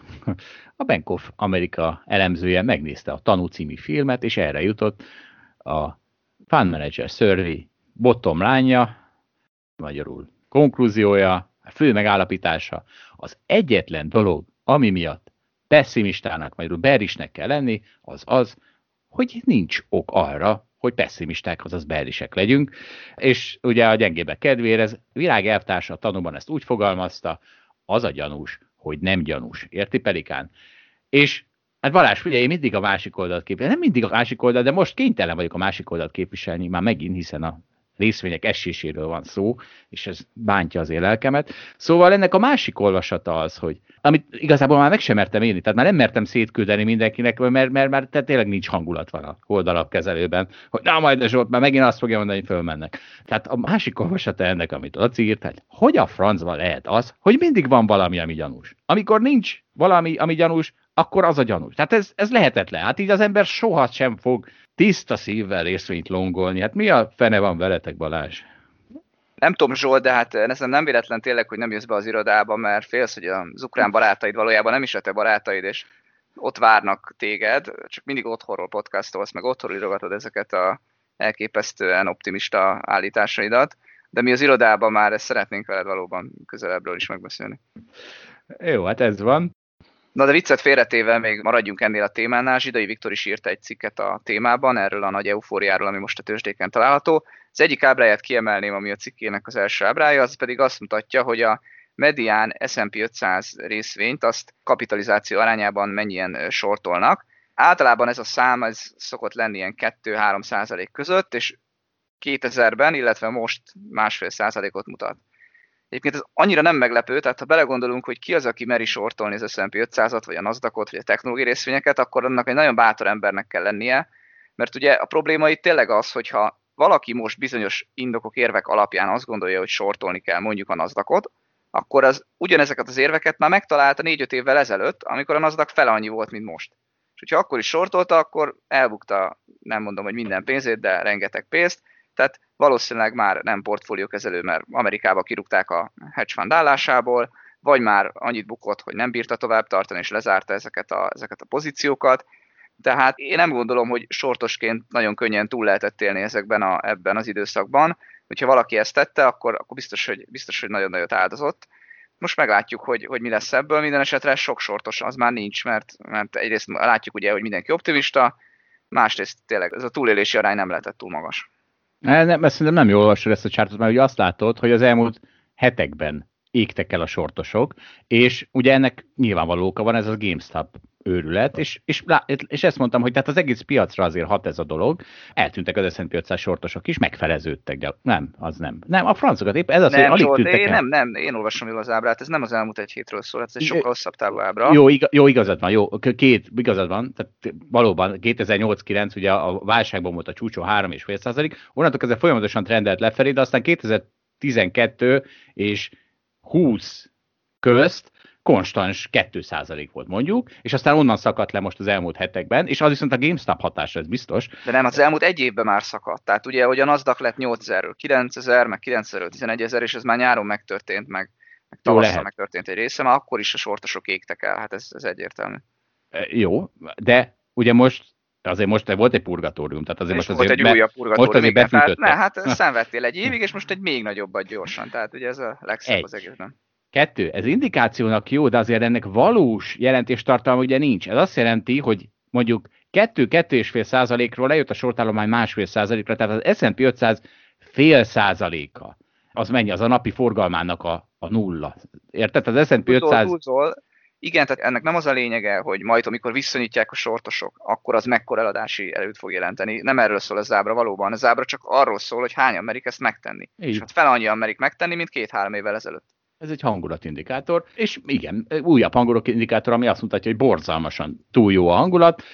a Bank of America elemzője megnézte a Tanú című filmet, és erre jutott a Fund Manager Survey bottom line-ja, magyarul konklúziója, a fő megállapítása, az egyetlen dolog, ami miatt pessimistának, magyarul bearisnek kell lenni, az az, hogy nincs ok arra, hogy pessimisták, azaz bearisek legyünk, és ugye a gyengébbek kedvére, ez Virág elvtársa a Tanúban ezt úgy fogalmazta, az a gyanús, hogy nem gyanús. Érti, Pelikán? És hát Balázs, figyelj, én mindig a másik oldalt képviselni, nem mindig a másik oldalt, de most kénytelen vagyok a másik oldalt képviselni, már megint, hiszen a részvények eséséről van szó, és ez bántja az én lelkemet. Szóval ennek a másik olvasata az, hogy amit igazából már meg sem mertem írni, tehát már nem mertem szétküldeni mindenkinek, mert, mert már tehát tényleg nincs hangulat van a oldalapkezelőben, hogy na majd Zsolt, már megint azt fogja mondani, hogy fölmennek. Tehát a másik olvasata ennek, amit Laci írt, hogy hogy a francban lehet az, hogy mindig van valami, ami gyanús. Amikor nincs valami, ami gyanús, akkor az a gyanús. Tehát ez, ez lehetetlen. Hát így az ember soha sem fog tiszta szívvel részvényt longolni. Hát mi a fene van veletek, Balázs? Nem tudom, Zsolt, de hát ez nem véletlen tényleg, hogy nem jössz be az irodába, mert félsz, hogy az ukrán barátaid valójában nem is a te barátaid, és ott várnak téged, csak mindig otthonról podcastolsz, meg otthonról írogatod ezeket a elképesztően optimista állításaidat, de mi az irodában már ezt szeretnénk veled valóban közelebbről is megbeszélni. Jó, hát ez van. Na de viccet félretéve még maradjunk ennél a témánál. Zsidai Viktor is írt egy cikket a témában, erről a nagy eufóriáról, ami most a tőzsdéken található. Az egyik ábráját kiemelném, ami a cikkének az első ábrája, az pedig azt mutatja, hogy a medián es and pé ötszáz részvényt azt kapitalizáció arányában mennyien sortolnak. Általában ez a szám ez szokott lenni ilyen kettő-három százalék között, és kétezerben, illetve most másfél százalékot mutat. Egyébként ez annyira nem meglepő, tehát ha belegondolunk, hogy ki az, aki meri sortolni az es and pé ötszázat, vagy a Nasdaqot, vagy a technológiai részvényeket, akkor annak egy nagyon bátor embernek kell lennie, mert ugye a probléma itt tényleg az, hogyha valaki most bizonyos indokok, érvek alapján azt gondolja, hogy sortolni kell mondjuk a Nasdaqot, akkor az ugyanezeket az érveket már megtalálta négy-öt évvel ezelőtt, amikor a Nasdaq fele annyi volt, mint most. És hogyha akkor is sortolta, akkor elbukta, nem mondom, hogy minden pénzét, de rengeteg pénzt, tehát valószínűleg már nem portfóliókezelő, mert Amerikába kirúgták a hedge fund állásából, vagy már annyit bukott, hogy nem bírta tovább tartani, és lezárta ezeket a, ezeket a pozíciókat. Tehát én nem gondolom, hogy sortosként nagyon könnyen túl lehetett élni ezekben a, ebben az időszakban. Hogyha valaki ezt tette, akkor, akkor biztos, hogy, biztos, hogy nagyon nagyot áldozott. Most meglátjuk, hogy, hogy mi lesz ebből. Minden esetre sok sortos az már nincs, mert, mert egyrészt látjuk ugye, hogy mindenki optimista, másrészt tényleg ez a túlélési arány nem lehetett túl magas. Ne, nem, ezt szerintem nem jól olvasod ezt a csártot, mert ugye azt látod, hogy az elmúlt hetekben égtek el a sortosok, és ugye ennek nyilvánvaló oka van, ez a GameStop őrület, és, és, és ezt mondtam, hogy tehát az egész piacra azért hat ez a dolog, eltűntek az es and pé ötszáz sortosok is, megfeleződtek, de nem, az nem. Nem, a francokat épp ez az, nem, hogy alig Zsolt, tűntek én, el. Nem, nem, én olvasom jól az ábrát, ez nem az elmúlt egy hétről szól, ez egy sokkal hosszabb távú ábra. Jó, igaz, jó, igazad van, jó, két igazad van, tehát valóban kétezer-nyolc kilenc ugye a válságban volt a csúcson három egész öt százalék, onnantól kezdve folyamatosan trendelt lefelé, de aztán kétezer-tizenkettő és húsz közt konstans két százalék volt mondjuk, és aztán onnan szakadt le most az elmúlt hetekben, és az viszont a GameStop hatása, ez biztos. De nem, az elmúlt egy évben már szakadt. Tehát ugye, hogy a NASDAQ lett nyolcezerről kilencezer, meg kilencezerről tizenegyezer, és ez már nyáron megtörtént, meg, meg tavasszal megtörtént egy része, már akkor is a sortosok égtek el, hát ez, ez egyértelmű. Jó, de ugye most azért most volt egy purgatórium, tehát azért és most volt azért egy be, újabb purgatórium. Most azért befűtöttek. Ne, hát szenvedtél egy évig, és most egy még nagyobbat gyorsan, tehát ugye ez a legszebb egy. Az egészben. Kettő, ez indikációnak jó, de azért ennek valós jelentéstartalma ugye nincs. Ez azt jelenti, hogy mondjuk kettő-kettő egész öt százalékról lejött a sortállomány másfél százalékra, tehát az es and pé ötszáz fél százaléka. Az mennyi? Az a napi forgalmának a, a nulla. Érted? Az es and pé ötszáz... Túlzol, igen, tehát ennek nem az a lényege, hogy majd amikor visszanyitják a sortosok, akkor az mekkora eladási előtt fog jelenteni. Nem erről szól az ábra valóban. Az ábra csak arról szól, hogy hányan merik ezt megtenni. Így. És hát fel annyian merik megtenni, mint két-három évvel ezelőtt. Ez egy hangulatindikátor, és igen, újabb hangulatindikátor, ami azt mutatja, hogy borzalmasan túl jó a hangulat,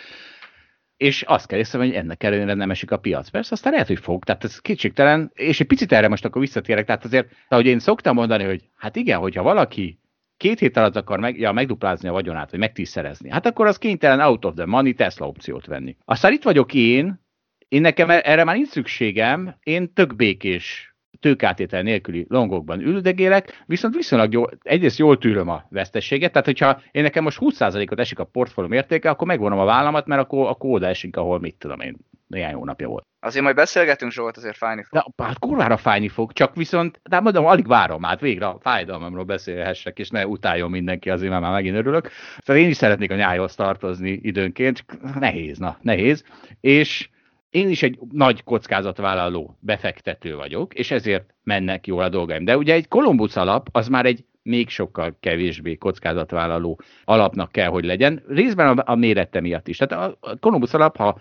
és azt kell észrevenni, hogy ennek ellenére nem esik a piac. Persze, aztán lehet, hogy fog, tehát ez kétségtelen, és egy picit erre most akkor visszatérek, tehát azért, ahogy én szoktam mondani, hogy hát igen, hogyha valaki két hét alatt akar meg, ja, megduplázni a vagyonát, vagy megtízszerezni, hát akkor az kénytelen out of the money Tesla opciót venni. Aztán itt vagyok én, én nekem erre már nincs szükségem, én tök békés tőkeáttétel nélküli longokban üldögélek, viszont viszonylag jól, egyrészt jól tűröm a veszteséget, tehát hogyha én nekem most húsz százalékot esik a portfólióm értéke, akkor megvonom a vállamat, mert akkor, akkor oda esik, ahol mit tudom én, néhány hónapja volt. Azért majd beszélgetünk, Zsolt, azért fájni fog. De, hát kurvára fájni fog, csak viszont, de mondom, alig várom át, végre a fájdalmamról beszélhessek, és ne utáljon mindenki, azért már megint örülök. Tehát én is szeretnék a nyájhoz tartozni időnként, csak nehéz, na, nehéz, és én is egy nagy kockázatvállaló befektető vagyok, és ezért mennek jól a dolgaim. De ugye egy Columbus alap, az már egy még sokkal kevésbé kockázatvállaló alapnak kell, hogy legyen. Részben a, a mérete miatt is. Tehát a Columbus alap, ha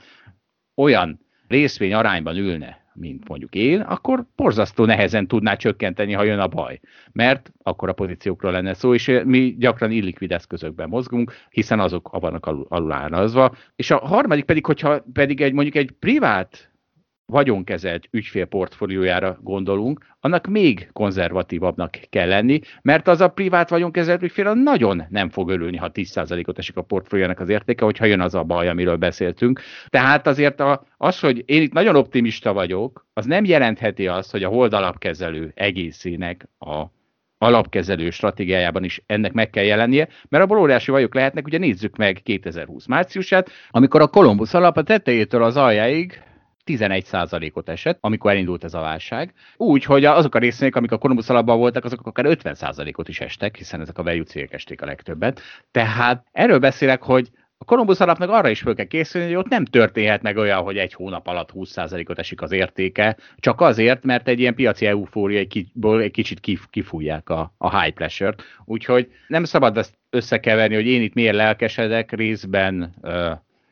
olyan részvény arányban ülne, mint mondjuk én, akkor borzasztó nehezen tudná csökkenteni, ha jön a baj. Mert akkor a pozíciókról lenne szó, és mi gyakran illikvid eszközökben mozgunk, hiszen azok vannak alul, alulárazva. És a harmadik pedig, hogyha pedig egy, mondjuk egy privát vagyonkezelt ügyfél portfóliójára gondolunk, annak még konzervatívabbnak kell lenni, mert az a privát vagyonkezelt ügyfél nagyon nem fog örülni, ha tíz százalékot esik a portfóliójának az értéke, hogyha jön az a baj, amiről beszéltünk. Tehát azért a, az, hogy én itt nagyon optimista vagyok, az nem jelentheti azt, hogy a hold alapkezelő egészének a alapkezelő stratégiájában is ennek meg kell jelennie, mert abból óriási bajok lehetnek, ugye nézzük meg kétezer-húsz márciusát, amikor a Columbus alap a tetejétől az aljáig tizenegy százalékot esett, amikor elindult ez a válság. Úgy, hogy azok a részvények, amik a Columbus alapban voltak, azok akár ötven százalékot is estek, hiszen ezek a value cégek esték a legtöbbet. Tehát erről beszélek, hogy a Columbus alapnak arra is fel kell készülni, hogy ott nem történhet meg olyan, hogy egy hónap alatt húsz százalékot esik az értéke, csak azért, mert egy ilyen piaci eufória egy kicsit kifújják a, a high pressure-t. Úgyhogy nem szabad ezt összekeverni, hogy én itt miért lelkesedek, részben uh,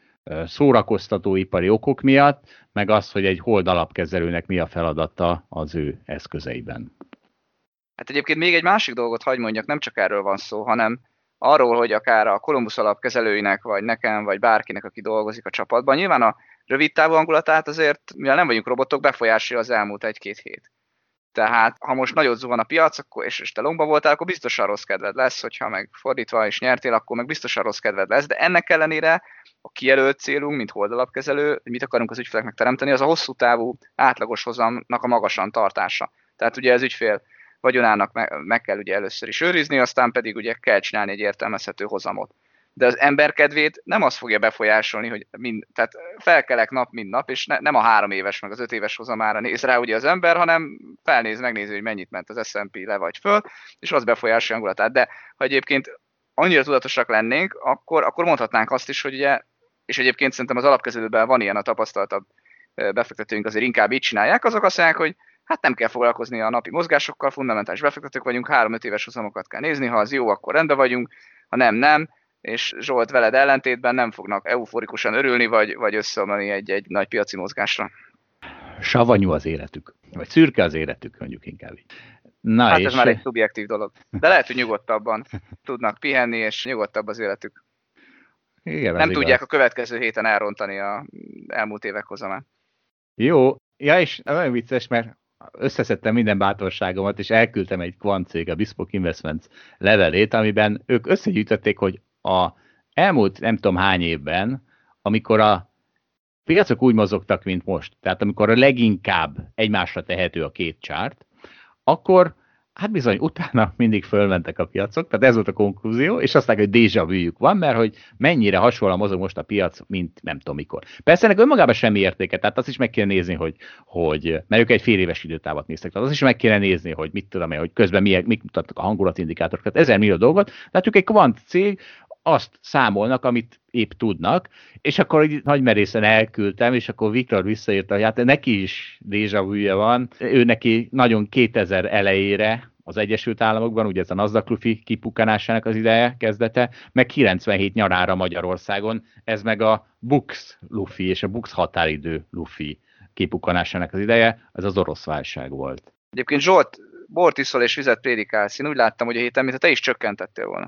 szórakoztatóipari okok miatt, meg az, hogy egy hold alapkezelőnek mi a feladata az ő eszközeiben. Hát egyébként még egy másik dolgot hadd mondjak, nem csak erről van szó, hanem arról, hogy akár a Columbus alapkezelőinek, vagy nekem, vagy bárkinek, aki dolgozik a csapatban, nyilván a rövid távú hangulatát azért, mivel nem vagyunk robotok, befolyásolja az elmúlt egy-két hét. Tehát, ha most nagyot zuhan a piac, akkor, és, és te longba voltál, akkor biztosan rossz kedved lesz, hogyha meg fordítva is nyertél, akkor meg biztosan rossz kedved lesz. De ennek ellenére a kijelölt célunk, mint holdalapkezelő, hogy mit akarunk az ügyfeleknek teremteni, az a hosszú távú átlagos hozamnak a magasan tartása. Tehát ugye az ügyfél vagyonának meg, meg kell ugye először is őrizni, aztán pedig ugye kell csinálni egy értelmezhető hozamot. de az ember kedvét nem az fogja befolyásolni, hogy mind, tehát felkelek nap, mint nap, és ne, nem a három éves, meg az öt éves hozamára néz rá ugye az ember, hanem felnéz, megnézi, hogy mennyit ment az es and pé le vagy föl, és az befolyásolja hangulatát. De ha egyébként annyira tudatosak lennénk, akkor, akkor mondhatnánk azt is, hogy ugye, és egyébként szerintem az alapkezelőben van ilyen, a tapasztaltabb befektetőink azért inkább így csinálják, azok azt mondják, hogy hát nem kell foglalkozni a napi mozgásokkal, fundamentális befektetők vagyunk, három-öt éves hozamokat kell nézni, ha az jó, akkor rendben vagyunk, ha nem, nem, és Zsolt veled ellentétben nem fognak euforikusan örülni, vagy, vagy összeomlani egy, egy nagy piaci mozgásra. Savanyú az életük, vagy szürke az életük, mondjuk inkább így. Na hát és... ez már egy szubjektív dolog. De lehet, hogy nyugodtabban tudnak pihenni, és nyugodtabb az életük. Igen, nem igaz. tudják a következő héten elrontani a elmúlt évek hozamát. Jó, ja, és nagyon vicces, mert összeszedtem minden bátorságomat, és elküldtem egy quant cég, a Bespoke Investments levelét, amiben ők összegyűjtötték, hogy a elmúlt nem tudom hány évben, amikor a piacok úgy mozogtak, mint most, tehát amikor a leginkább egymásra tehető a két csárt, akkor hát bizony utána mindig fölmentek a piacok, tehát ez volt a konklúzió, és aztán, hogy déjà vu-jük van, mert hogy mennyire hasonlóan mozog most a piac, mint nem tudom mikor. Persze ennek önmagában semmi értéke, tehát azt is meg kéne nézni, hogy, hogy mert ők egy fél éves időtávot néztek, tehát azt is meg kéne nézni, hogy mit tudom én, hogy közben mik, mik mutatnak a hangulatindikátorok, tehát ezer millió dolgot, tehát ők egy kvant cég, azt számolnak, amit épp tudnak, és akkor így nagy merészen elküldtem, és akkor Viktor visszaírta, hogy hát neki is déjà vu-ja van, ő neki nagyon kétezer elejére az Egyesült Államokban, ugye ez a Nasdaq lufi kipukkanásának az ideje, kezdete, meg kilencvenhét nyarára Magyarországon, ez meg a Bux lufi és a Bux határidő lufi kipukkanásának az ideje, ez az orosz válság volt. Egyébként Zsolt, bort iszol és vizet prédikálsz, én úgy láttam, hogy a héten, mintha te is csökkentettél volna.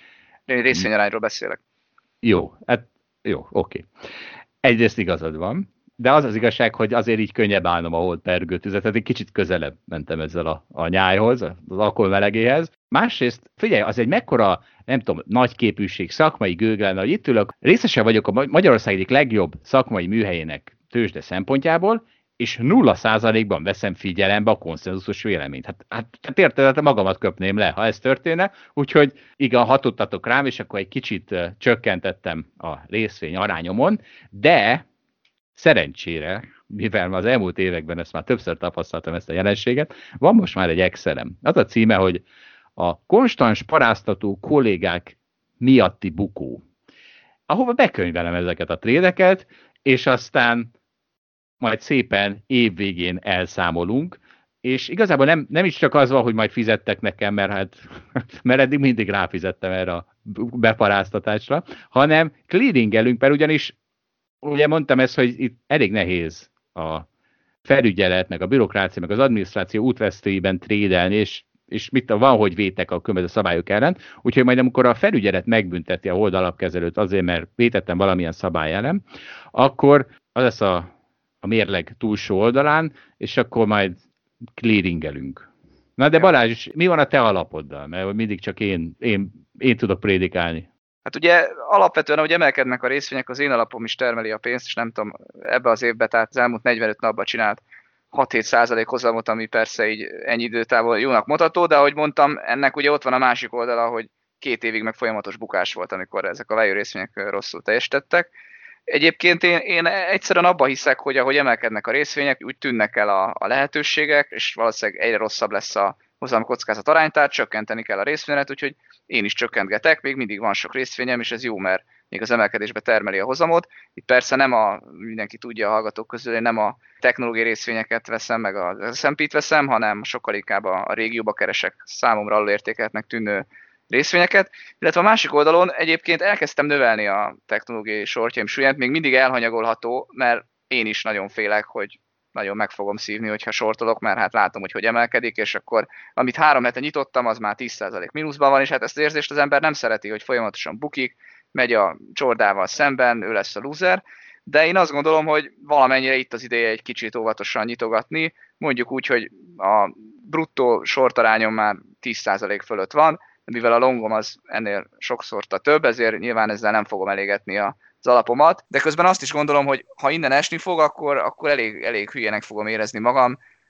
Én részvényarányról beszélek. Jó, hát jó, oké. Egyrészt igazad van, de az az igazság, hogy azért így könnyebb állnom a holdpergőtüzet, tehát egy kicsit közelebb mentem ezzel a, a nyájhoz, az alkohol melegéhez. Másrészt, figyelj, az egy mekkora, nem tudom, nagy képűség, szakmai gőg lenne, hogy itt ülök, részese vagyok a Magyarország egyik legjobb szakmai műhelyének tőzsde szempontjából, és nulla százalékban veszem figyelembe a konszenzusos véleményt. Hát, hát, hát érted, hát magamat köpném le, ha ez történne. Úgyhogy igen, hatottatok rám, és akkor egy kicsit uh, csökkentettem a részvény arányomon, de szerencsére, mivel az elmúlt években ezt már többször tapasztaltam ezt a jelenséget, van most már egy Excelem. Az a címe, hogy a konstans paráztató kollégák miatti bukó, ahova bekönyvelem ezeket a trédeket, és aztán majd szépen évvégén elszámolunk, és igazából nem, nem is csak az van, hogy majd fizettek nekem, mert, hát, mert eddig mindig ráfizettem erre a beparáztatásra, hanem clearingelünk, mert ugyanis, ugye mondtam ezt, hogy itt elég nehéz a felügyelet, meg a bürokrácia, meg az adminisztráció útvesztőiben trédelni, és, és mit van, hogy vétek a különböző szabályok ellen, úgyhogy majd amikor a felügyelet megbünteti a holdalapkezelőt azért, mert vétettem valamilyen szabály ellen, akkor az lesz a a mérleg túlsó oldalán, és akkor majd clearingelünk. Na de Balázs, mi van a te alapoddal? Mert mindig csak én, én, én tudok prédikálni. Hát ugye alapvetően, ahogy emelkednek a részvények, az én alapom is termeli a pénzt, és nem tudom, ebbe az évben, tehát az elmúlt negyvenöt napban csinált hat-hét százalék hozamot, ami persze így ennyi időtávol jónak mutató, de ahogy mondtam, ennek ugye ott van a másik oldala, hogy két évig meg folyamatos bukás volt, amikor ezek a value részvények rosszul teljesítettek. Egyébként én, én egyszerűen abba hiszek, hogy ahogy emelkednek a részvények, úgy tűnnek el a, a lehetőségek, és valószínűleg egyre rosszabb lesz a hozam kockázat arány, tehát csökkenteni kell a részvényet, úgyhogy én is csökkentgetek, még mindig van sok részvényem, és ez jó, mert még az emelkedésbe termeli a hozamot. Itt persze nem a, mindenki tudja a hallgatók közül, én nem a technológiai részvényeket veszem, meg az es and pét veszem, hanem sokkal inkább a, a régióba keresek számomra alulértékeltnek tűnő részvényeket, illetve a másik oldalon egyébként elkezdtem növelni a technológiai sortjaim súlyát, még mindig elhanyagolható, mert én is nagyon félek, hogy nagyon meg fogom szívni, hogyha sortolok, mert hát látom, hogy hogy emelkedik, és akkor amit három hete nyitottam, az már tíz százalék mínuszban van, és hát ezt az érzést az ember nem szereti, hogy folyamatosan bukik, megy a csordával szemben, ő lesz a loser, de én azt gondolom, hogy valamennyire itt az ideje egy kicsit óvatosan nyitogatni, mondjuk úgy, hogy a bruttó sortarányom már tíz százalék fölött van, mivel a longom az ennél sokszor több, ezért nyilván ezzel nem fogom elégetni az alapomat, de közben azt is gondolom, hogy ha innen esni fog, akkor, akkor elég, elég hülyének fogom érezni magam,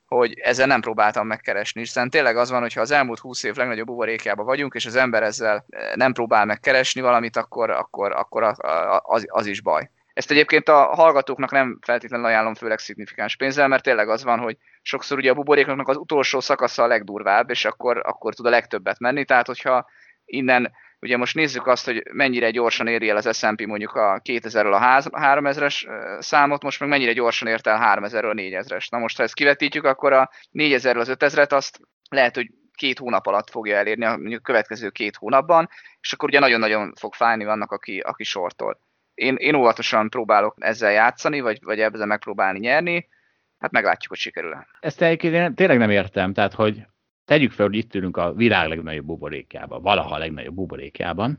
hogy ezzel nem próbáltam megkeresni, hiszen tényleg az van, hogyha az elmúlt húsz év legnagyobb buborékjában vagyunk, és az ember ezzel nem próbál megkeresni valamit, akkor, akkor, akkor az, az is baj. Ezt egyébként a hallgatóknak nem feltétlenül ajánlom, főleg szignifikáns pénzzel, mert tényleg az van, hogy sokszor ugye a buboréknak az utolsó szakasza a legdurvább, és akkor, akkor tud a legtöbbet menni, tehát hogyha innen, ugye most nézzük azt, hogy mennyire gyorsan éri el az es and pé mondjuk a kétezerről a háromezres számot, most meg mennyire gyorsan ért el háromezerről a négyezres. Na most, ha ezt kivetítjük, akkor a négyezerről az ötezret azt lehet, hogy két hónap alatt fogja elérni, mondjuk a következő két hónapban, és akkor ugye nagyon-nagyon fog fájni vannak, aki, aki sortol. Én, én óvatosan próbálok ezzel játszani, vagy, vagy ezzel megpróbálni nyerni, hát meglátjuk, hogy sikerül. Ezt tényleg nem értem, tehát hogy tegyük fel, hogy itt ülünk a világ legnagyobb buborékjában, valaha a legnagyobb buborékjában,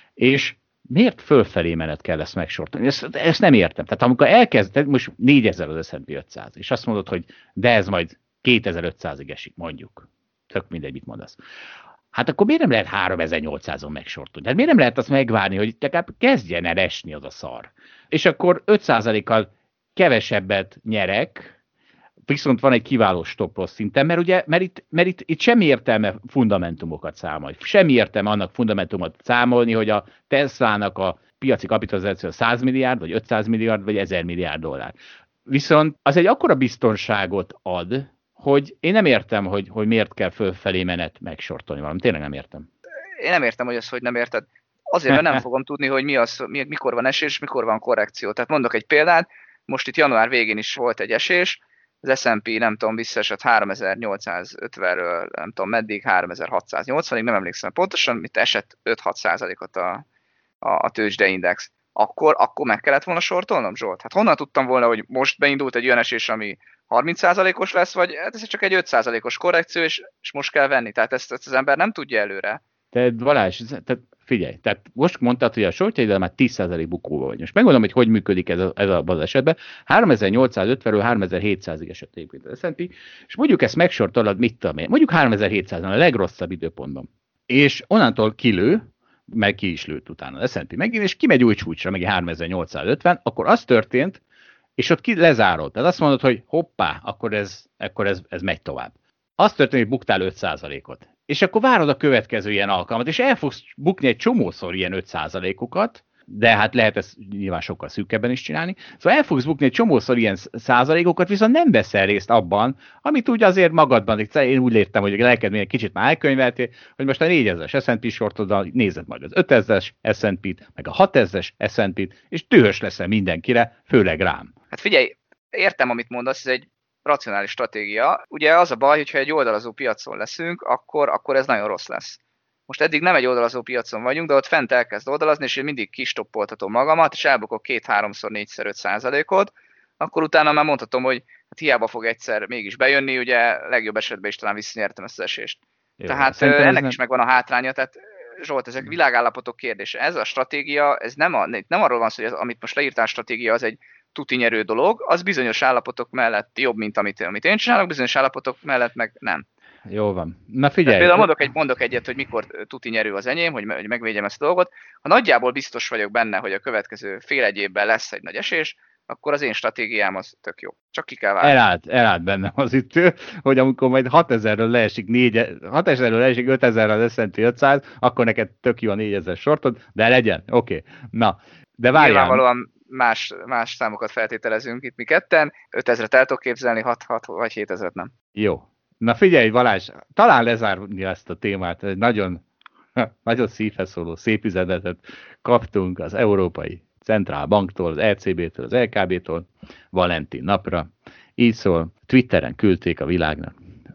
és miért fölfelé menet kell ezt megsortolni? Ezt, ezt nem értem. Tehát amikor elkezded, most négyezer az es and pé ötszáz, és azt mondod, hogy de ez majd kétezer-ötszázig esik, mondjuk. Tök mindegy, mit mondasz. Hát akkor miért nem lehet háromezer-nyolcszázon megsortolni? Hát miért nem lehet azt megvárni, hogy legalább kezdjen el esni az a szar? És akkor öt százalékkal kevesebbet nyerek, viszont van egy kiváló stop-loss szinten, mert ugye, mert itt, mert itt, itt semmi értelme fundamentumokat számolni. Semmi értelme annak fundamentumot számolni, hogy a Teslának a piaci kapitalizáció száz milliárd, vagy ötszáz milliárd, vagy ezer milliárd dollár. Viszont az egy akkora biztonságot ad, hogy én nem értem, hogy, hogy miért kell fölfelé menet megsortolni valamit. Tényleg nem értem. Én nem értem, hogy az, hogy nem érted. Azért, mert nem fogom tudni, hogy mi az, mikor van esés, mikor van korrekció. Tehát mondok egy példát, most itt január végén is volt egy esés, az es and pé, nem tudom, visszaesett háromezer-nyolcszázötvenről, nem tudom meddig, háromezer-hatszáznyolcvanig, nem emlékszem pontosan, itt esett öt-hat százalékot a, a, a tőzsdeindex. Akkor, akkor meg kellett volna sortolnom, Zsolt? Hát honnan tudtam volna, hogy most beindult egy olyan esés, ami harminc százalékos lesz, vagy hát ez csak egy öt százalékos korrekció, és, és most kell venni. Tehát ezt, ezt az ember nem tudja előre. Te Balázs, tehát figyelj, tehát most mondtad, hogy a sortjaidal már tíz százalék bukóba vagy. Most megmondom, hogy hogy működik ez, a, ez a, az esetben. háromezer-nyolcszázötvenről háromezer-hétszázig esett épít az es and pé, és mondjuk ezt megsortolod, mit tudom én, mondjuk háromezer-hétszázon, a legrosszabb időpontban. És onnantól kilő, meg ki is lőtt utána az es and pé megint, és kimegy új csúcsra, meg háromezer-nyolcszázötven, akkor az történt, és ott ki lezárod. Tehát azt mondod, hogy hoppá, akkor ez, akkor ez, ez megy tovább. Az történt, hogy buktál öt százalékot. És akkor várod a következő ilyen alkalmat, és el fogsz bukni egy csomószor ilyen öt százalékokat, de hát lehet ezt nyilván sokkal szűkebben is csinálni. Szóval el fogsz bukni egy csomószor ilyen százalékokat, viszont nem veszel részt abban, amit úgy azért magadban, én úgy értem, hogy lelked még egy kicsit már elkönyveltél, hogy most a négyezres es and pé sortoddal nézed majd az ötezres es and pét, meg a hatezres es and pét, és dühös leszel mindenkire, főleg rám. Hát figyelj, értem, amit mondasz, ez egy racionális stratégia. Ugye az a baj, hogyha egy oldalazó piacon leszünk, akkor, akkor ez nagyon rossz lesz. Most eddig nem egy oldalazó piacon vagyunk, de ott fent elkezd oldalazni, és én mindig kistoppoltatom magamat, és elbukok két-háromszor, négyszer öt százalékot, akkor utána már mondhatom, hogy hát hiába fog egyszer mégis bejönni, ugye legjobb esetben is talán visszanyertem ezt az esést. Jó, tehát ennek nem... is megvan a hátránya, tehát Zsolt, ezek világállapotok kérdése. Ez a stratégia, ez nem, a, nem arról van szó, hogy ez, amit most leírtál, stratégia, az egy tuti nyerő dolog, az bizonyos állapotok mellett jobb, mint amit, amit én csinálok, bizonyos állapotok mellett meg nem. Jó van. Na figyelj. Például mondok, egy, mondok egyet, hogy mikor tuti nyerő az enyém, hogy, hogy megvédjem ezt a dolgot. Ha nagyjából biztos vagyok benne, hogy a következő fél egy évben lesz egy nagy esés, akkor az én stratégiám az tök jó. Csak ki kell várni. Elállt, elállt bennem az itt, hogy amikor majd hatezerről leesik, hatezerről leesik ötezerre az es and pé ötszáz, akkor neked tök jó a négyezer sortod, de legyen, oké. Okay. Na, de várjál. Nyilvánvalóan más, más számokat feltételezünk itt mi ketten, ötezret el tudok képzelni, hat, hat vagy hétezret nem. Jó. Na figyelj Balázs, talán lezárni ezt a témát, egy nagyon, nagyon szívhez szóló szép üzenetet kaptunk az Európai Centrálbanktól, az é cé bé-től, az el ká bé-től Valentin napra. Így szól, Twitteren küldték a világnak.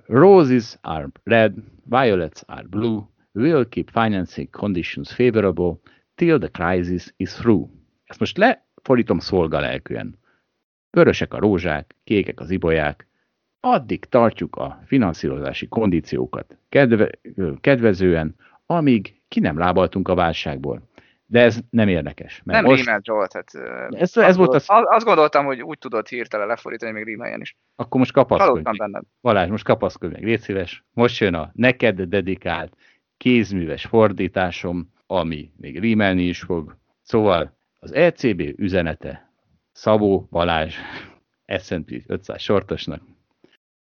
Roses are red, violets are blue, we'll keep financing conditions favorable till the crisis is through. Ezt most lefordítom szolgalelkűen. Vörösek a rózsák, kékek az ibolyák, addig tartjuk a finanszírozási kondíciókat kedve, kedvezően, amíg ki nem lábaltunk a válságból. De ez nem érdekes. Mert nem most... rímel, Zsolt. Hát, ez, ez volt az... Azt gondoltam, hogy úgy tudod hirtelen lefordítani, még rímeljen is. Akkor most kapaszkodj. Balázs, most kapaszkodj meg, légy szíves. Most jön a neked dedikált kézműves fordításom, ami még rímelni is fog. Szóval az é cé bé üzenete Szabó Balázs es and pé ötszáz sortosnak.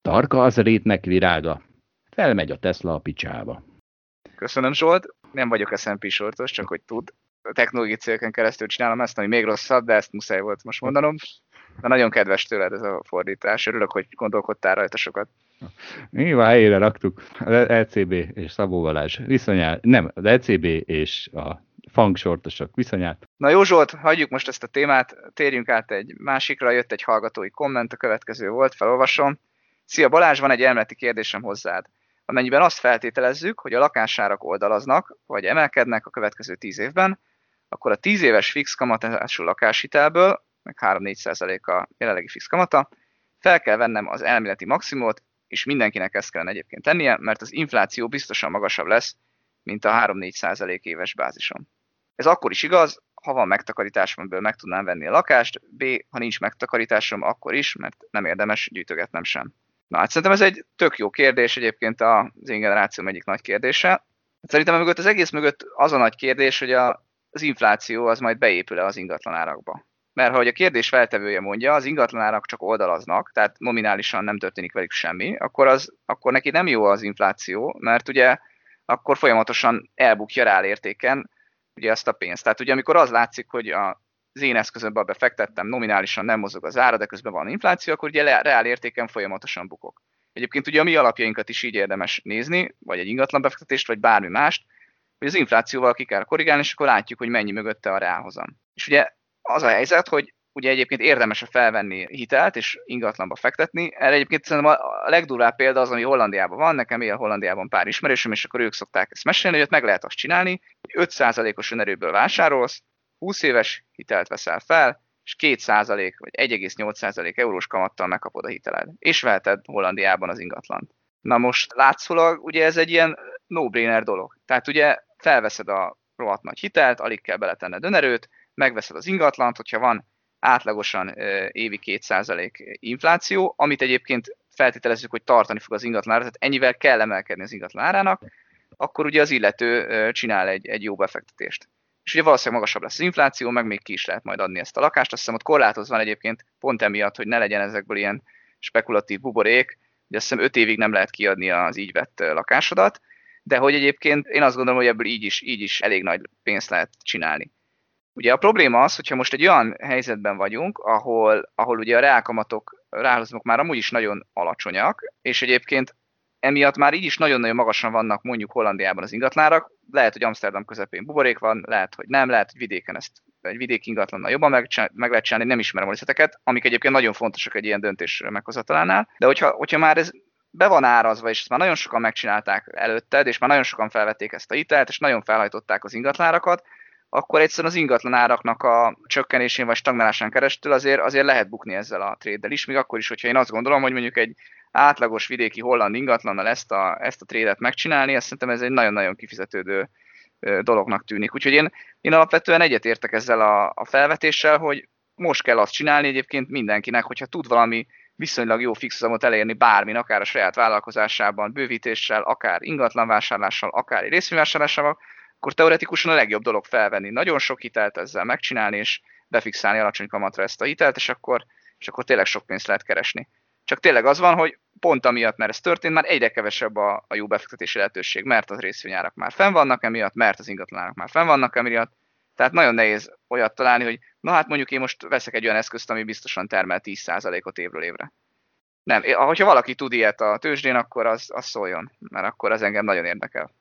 Tarka az rétnek virága. Felmegy a Tesla a picsába. Köszönöm, Zsolt. Nem vagyok es and pé sortos, csak hogy tud. A technológiai célken keresztül csinálom ezt, ami még rosszabb, de ezt muszáj volt most mondanom. De nagyon kedves tőled ez a fordítás. Örülök, hogy gondolkodtál rajta sokat. Nyilván helyére raktuk az é cé bé és Szabó Balázs viszonyát, nem, az é cé bé és a fang sortosok viszonyát. Na jó, Zsolt, hagyjuk most ezt a témát, térjünk át egy másikra, jött egy hallgatói komment, a következő volt, felolvasom. Szia Balázs, van egy elméleti kérdésem hozzád. Amennyiben azt feltételezzük, hogy a lakásárak oldalaznak, vagy emelkednek a következő tíz évben, akkor a tíz éves fix kamatozású lakáshitelből, meg három-négy százalék a jelenlegi fix kamata, fel kell vennem az elméleti maximumot, és mindenkinek ezt kellene egyébként tennie, mert az infláció biztosan magasabb lesz, mint a három-négy százalék éves bázison. Ez akkor is igaz, ha van megtakarításom, amiből meg tudnám venni a lakást, B, ha nincs megtakarításom, akkor is, mert nem érdemes gyűjtögetnem sem. Na hát szerintem ez egy tök jó kérdés, egyébként az én generációm egyik nagy kérdése. Szerintem mögött az egész mögött az a nagy kérdés, hogy a, az infláció az majd beépül-e az ingatlanárakba. Mert ahogy a kérdés feltevője mondja, az ingatlanárak csak oldalaznak, tehát nominálisan nem történik velük semmi, akkor, az, akkor neki nem jó az infláció, mert ugye akkor folyamatosan elbukja reálértéken ugye azt a pénzt. Tehát ugye amikor az látszik, hogy a, az én eszközömbe befektettem, nominálisan nem mozog az ára, de közben van infláció, akkor ugye reálértéken folyamatosan bukok. Egyébként ugye a mi alapjainkat is így érdemes nézni, vagy egy ingatlan befektetést, vagy bármi mást, hogy az inflációval ki kell korrigálni, és akkor látjuk, hogy mennyi mögötte a reálhozam. És ugye az a helyzet, hogy ugye egyébként érdemes felvenni hitelt és ingatlanba fektetni. Erre egyébként szerintem a legdurvább példa az, ami Hollandiában van, nekem él Hollandiában pár ismerősöm, és akkor ők szokták ezt mesélni, hogy ott meg lehet azt csinálni, hogy öt százalékos önerőből vásárolsz, húsz éves hitelt veszel fel, és két százalék vagy egy egész nyolc százalék eurós kamattal megkapod a hiteled. És veheted Hollandiában az ingatlant. Na most látszólag ugye ez egy ilyen no-brainer dolog. Tehát ugye felveszed a rohadt nagy hitelt, alig kell beletenned önerőt, megveszed az ingatlant, hogyha van átlagosan évi két százalék infláció, amit egyébként feltételezzük, hogy tartani fog az ingatlan ára, tehát ennyivel kell emelkedni az ingatlan árának, akkor ugye az illető csinál egy, egy jó befektetést. És ugye valószínűleg magasabb lesz az infláció, meg még ki is lehet majd adni ezt a lakást. Azt hiszem, ott korlátozva van egyébként pont emiatt, hogy ne legyen ezekből ilyen spekulatív buborék, hogy azt hiszem öt évig nem lehet kiadni az így vett lakásodat, de hogy egyébként én azt gondolom, hogy ebből így is, így is elég nagy pénzt lehet csinálni. Ugye a probléma az, hogyha most egy olyan helyzetben vagyunk, ahol, ahol ugye a reálkamatok, reálhozamok már amúgy is nagyon alacsonyak, és egyébként emiatt már így is nagyon-nagyon magasan vannak mondjuk Hollandiában az ingatlárak, lehet, hogy Amsterdam közepén buborék van, lehet, hogy nem, lehet, hogy vidéken ezt egy vidéki ingatlannal jobban meg, meg lehet csinálni, nem ismerem a részleteket, amik egyébként nagyon fontosak egy ilyen döntés meghozatalánál, de hogyha, hogyha már ez be van árazva, és ezt már nagyon sokan megcsinálták előtted, és már nagyon sokan felvették ezt a hitelt, és nagyon felhajtották az ingatlárakat, akkor egyszerűen az ingatlan áraknak a csökkenésén vagy stagnálásán keresztül azért, azért lehet bukni ezzel a tréddel is, még akkor is, hogyha én azt gondolom, hogy mondjuk egy átlagos vidéki holland ingatlannal ezt a, ezt a trédet megcsinálni, azt szerintem ez egy nagyon-nagyon kifizetődő dolognak tűnik. Úgyhogy én, én alapvetően egyetértek ezzel a, a felvetéssel, hogy most kell azt csinálni egyébként mindenkinek, hogyha tud valami viszonylag jó fixhozamot elérni bármin, akár a saját vállalkozásában, bővítéssel, akár ingatlanvásárlással, akár részvényvásárlással, akkor teoretikusan a legjobb dolog felvenni. Nagyon sok hitelt ezzel megcsinálni, és befixálni alacsony kamatra ezt a hitelt, és akkor, és akkor tényleg sok pénzt lehet keresni. Csak tényleg az van, hogy pont amiatt, mert ez történt, már egyre kevesebb a, a jó befektetési lehetőség, mert az részvényárak már fenn vannak emiatt, mert az ingatlanárak már fenn vannak emiatt. Tehát nagyon nehéz olyat találni, hogy na hát mondjuk én most veszek egy olyan eszközt, ami biztosan termel tíz százalékot évről évre. Nem, hogyha valaki tud ilyet a tőzsdén, akkor az, az szóljon, mert akkor az engem nagyon érdekel.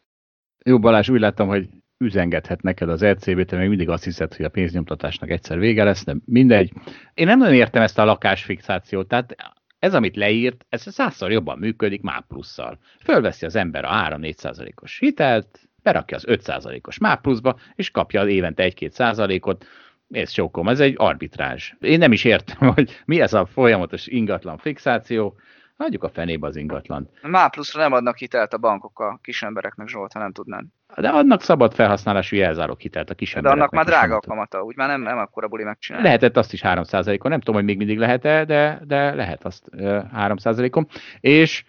Jó Balázs, úgy láttam, hogy üzengethet neked az er cé bé, te még mindig azt hiszed, hogy a pénznyomtatásnak egyszer vége lesz, de mindegy. Én nem nagyon értem ezt a lakásfixációt, tehát ez, amit leírt, ez százszor jobban működik MÁV plusszal. Fölveszi az ember a három-négy százalékos hitelt, berakja az öt százalékos MÁV pluszba, és kapja évente egy-két százalékot. Ez sokom, ez egy arbitrázs. Én nem is értem, hogy mi ez a folyamatos ingatlan fixáció. Hagyjuk a fenébe az ingatlant. MÁV pluszra nem adnak hitelt a bankok a kis embereknek, Zsolt, ha nem tudnád. De adnak szabad felhasználású jelzálog hitelt a kis de embereknek. De annak már drága a kamata, úgy már nem, nem akkora buli megcsinálni. Lehetett azt is három százalékon, nem tudom, hogy még mindig lehet-e, de, de lehet azt három százalékon. És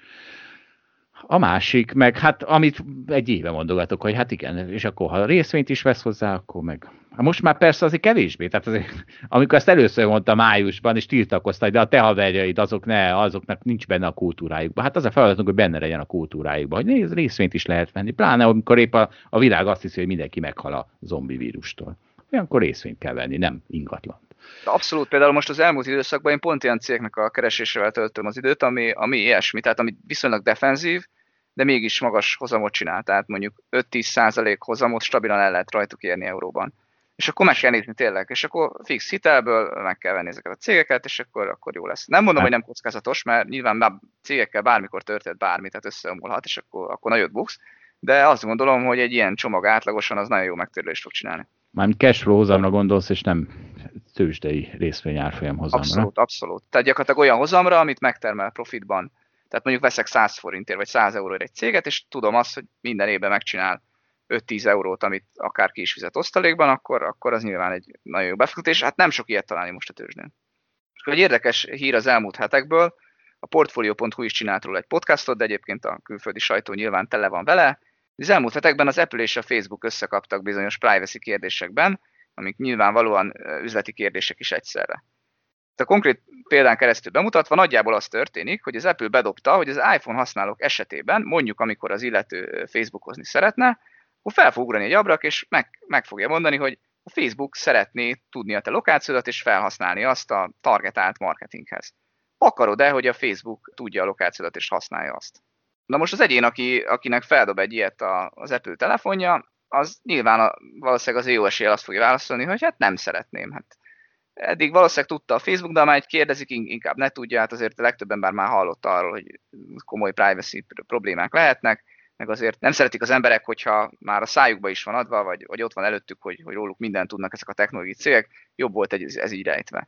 a másik, meg hát amit egy éve mondogatok, hogy hát igen, és akkor ha részvényt is vesz hozzá, akkor meg Most már persze azért kevésbé, tehát azért, amikor ezt először mondta májusban, és tiltakozta, de a te haverjaid, azok ne, azoknak nincs benne a kultúrájukban. Hát az a feladatunk, hogy benne legyen a kultúrájukban, hogy nézd, részvényt is lehet venni. Pláne, amikor épp a, a világ azt hiszi, hogy mindenki meghal a zombi vírustól. Olyankor részvényt kell venni, nem ingatlan. Abszolút, például most az elmúlt időszakban én pont ilyen cégeknek a keresésével töltöm az időt, ami, ami ilyesmi, tehát ami viszonylag defenzív, de mégis magas hozamot csinál, tehát mondjuk öt-tíz százalék hozamot stabilan el lehet rajtuk érni euróban. És akkor meg kell nézni tényleg, és akkor fix hitelből meg kell venni ezeket a cégeket, és akkor, akkor jó lesz. Nem mondom, hogy nem kockázatos, mert nyilván már cégekkel bármikor történt bármi, tehát összeomolhat, és akkor, akkor nagyot buksz, de azt gondolom, hogy egy ilyen csomag átlagosan az nagyon jó megtérülést fog csinálni. Mármint cashflow hozamra gondolsz, és nem tőzsdei részvény árfolyam hozamra. Abszolút, abszolút. Tehát gyakorlatilag olyan hozamra, amit megtermel profitban. Tehát mondjuk veszek száz forintért, vagy száz euróért egy céget, és tudom azt, hogy minden évben megcsinál öt-tíz eurót, amit akár ki is fizet osztalékban, akkor, akkor az nyilván egy nagyon jó befektetés. Hát nem sok ilyet találni most a tőzsdén. És egy érdekes hír az elmúlt hetekből, a Portfolio pont hu is csinált róla egy podcastot, de egyébként a külföldi sajtó nyilván tele van vele. Az elmúlt hetekben az Apple és a Facebook összekaptak bizonyos privacy kérdésekben, amik nyilvánvalóan üzleti kérdések is egyszerre. A konkrét példán keresztül bemutatva nagyjából az történik, hogy az Apple bedobta, hogy az iPhone használók esetében, mondjuk amikor az illető Facebookozni szeretne, akkor fel fog ugrani egy abrak, és meg, meg fogja mondani, hogy a Facebook szeretné tudni a te lokációdat, és felhasználni azt a targetált marketinghez. Akarod-e, hogy a Facebook tudja a lokációdat, és használja azt? Na most az egyén, aki, akinek feldob egy ilyet a, az Apple telefonja, az nyilván a, valószínűleg az iOS-jel azt fogja válaszolni, hogy hát nem szeretném. Hát eddig valószínűleg tudta a Facebook, de már egy kérdezik, inkább ne tudja, hát azért a legtöbb ember már hallott arról, hogy komoly privacy problémák lehetnek, meg azért nem szeretik az emberek, hogyha már a szájukba is van adva, vagy, vagy ott van előttük, hogy, hogy róluk mindent tudnak ezek a technológiai cégek, jobb volt ez, ez így rejtve.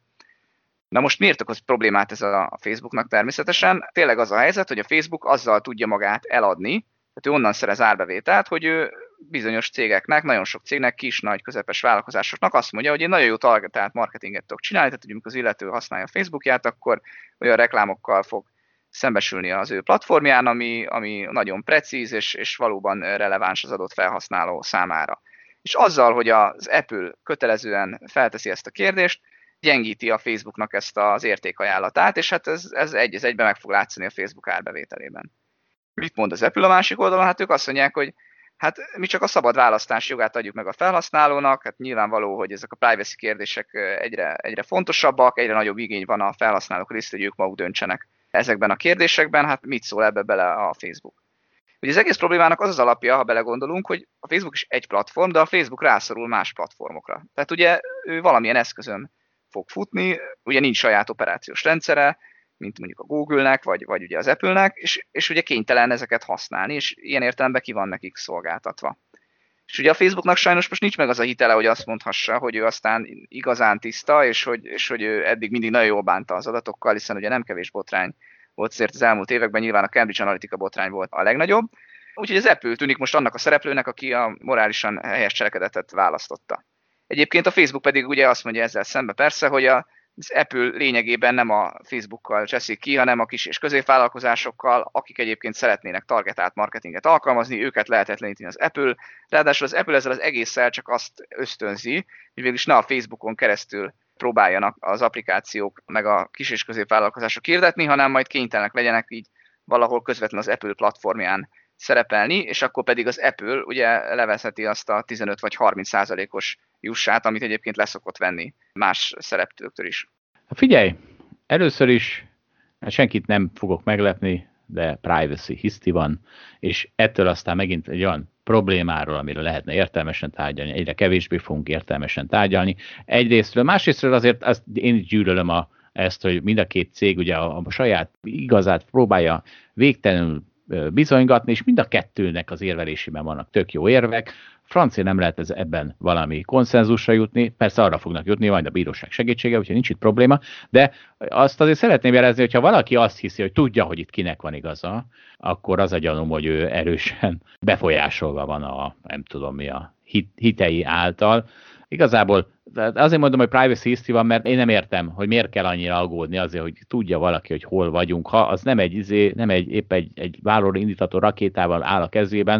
Na most miért okoz problémát ez a Facebooknak természetesen? Tényleg az a helyzet, hogy a Facebook azzal tudja magát eladni, tehát ő onnan szerez árbevételt, hogy ő bizonyos cégeknek, nagyon sok cégnek, kis, nagy, közepes vállalkozásoknak azt mondja, hogy én nagyon jó targetált marketinget tudok csinálni, tehát hogy amikor az illető használja a Facebookját, akkor olyan reklámokkal fog szembesülni az ő platformján, ami, ami nagyon precíz és, és valóban releváns az adott felhasználó számára. És azzal, hogy az Apple kötelezően felteszi ezt a kérdést, gyengíti a Facebooknak ezt az értékajánlatát, és hát ez, ez egy az egyben meg fog látszani a Facebook árbevételében. Mit mond az Apple a másik oldalon? Hát ők azt mondják, hogy hát mi csak a szabad választás jogát adjuk meg a felhasználónak, hát nyilvánvaló, hogy ezek a privacy kérdések egyre, egyre fontosabbak, egyre nagyobb igény van a felhasználók részt, hogy ők maguk döntsenek ezekben a kérdésekben, hát mit szól ebbe bele a Facebook? Ugye az egész problémának az az alapja, ha belegondolunk, hogy a Facebook is egy platform, de a Facebook rászorul más platformokra. Tehát ugye ő valamilyen eszközön fog futni, ugye nincs saját operációs rendszere, mint mondjuk a Google-nek, vagy, vagy ugye az Apple-nek, és, és ugye kénytelen ezeket használni, és ilyen értelemben ki van nekik szolgáltatva. És ugye a Facebooknak sajnos most nincs meg az a hitele, hogy azt mondhassa, hogy ő aztán igazán tiszta, és hogy, és hogy ő eddig mindig nagyon jól bánta az adatokkal, hiszen ugye nem kevés botrány volt azért az elmúlt években, nyilván a Cambridge Analytica botrány volt a legnagyobb. Úgyhogy az Apple tűnik most annak a szereplőnek, aki a morálisan helyes cselekedetet választotta. Egyébként a Facebook pedig ugye azt mondja ezzel szembe persze, hogy a az Apple lényegében nem a Facebookkal cseszik ki, hanem a kis és középvállalkozásokkal, akik egyébként szeretnének targetált marketinget alkalmazni, őket lehetetleníteni az Apple. Ráadásul az Apple ezzel az egésszel csak azt ösztönzi, hogy végülis ne a Facebookon keresztül próbáljanak az applikációk meg a kis és középvállalkozások hirdetni, hanem majd kénytelenek legyenek így valahol közvetlenül az Apple platformján szerepelni, és akkor pedig az Apple ugye levezheti azt a tizenöt vagy harminc százalékos jussát, amit egyébként leszokott venni más szereplőktől is. Figyelj, először is senkit nem fogok meglepni, de privacy hiszti van, és ettől aztán megint egy olyan problémáról, amiről lehetne értelmesen tárgyalni, egyre kevésbé fogunk értelmesen tárgyalni. Egyrésztről, másrésztről azért azt én is gyűlölöm a, ezt, hogy mind a két cég ugye a, a saját igazát próbálja végtelenül bizonygatni, és mind a kettőnek az érvelésében vannak tök jó érvek. Francia nem lehet ez ebben valami konszenzusra jutni, persze arra fognak jutni, majd a bíróság segítsége, úgyhogy nincs itt probléma, de azt azért szeretném jelezni, hogyha valaki azt hiszi, hogy tudja, hogy itt kinek van igaza, akkor az a gyanúm, hogy ő erősen befolyásolva van a, nem tudom mi, a hit, hitei által. Igazából azért mondom, hogy privacy history van, mert én nem értem, hogy miért kell annyira aggódni azért, hogy tudja valaki, hogy hol vagyunk. Ha az nem egy, izé, nem egy épp egy, egy vállóra indítató rakétával áll a kezében,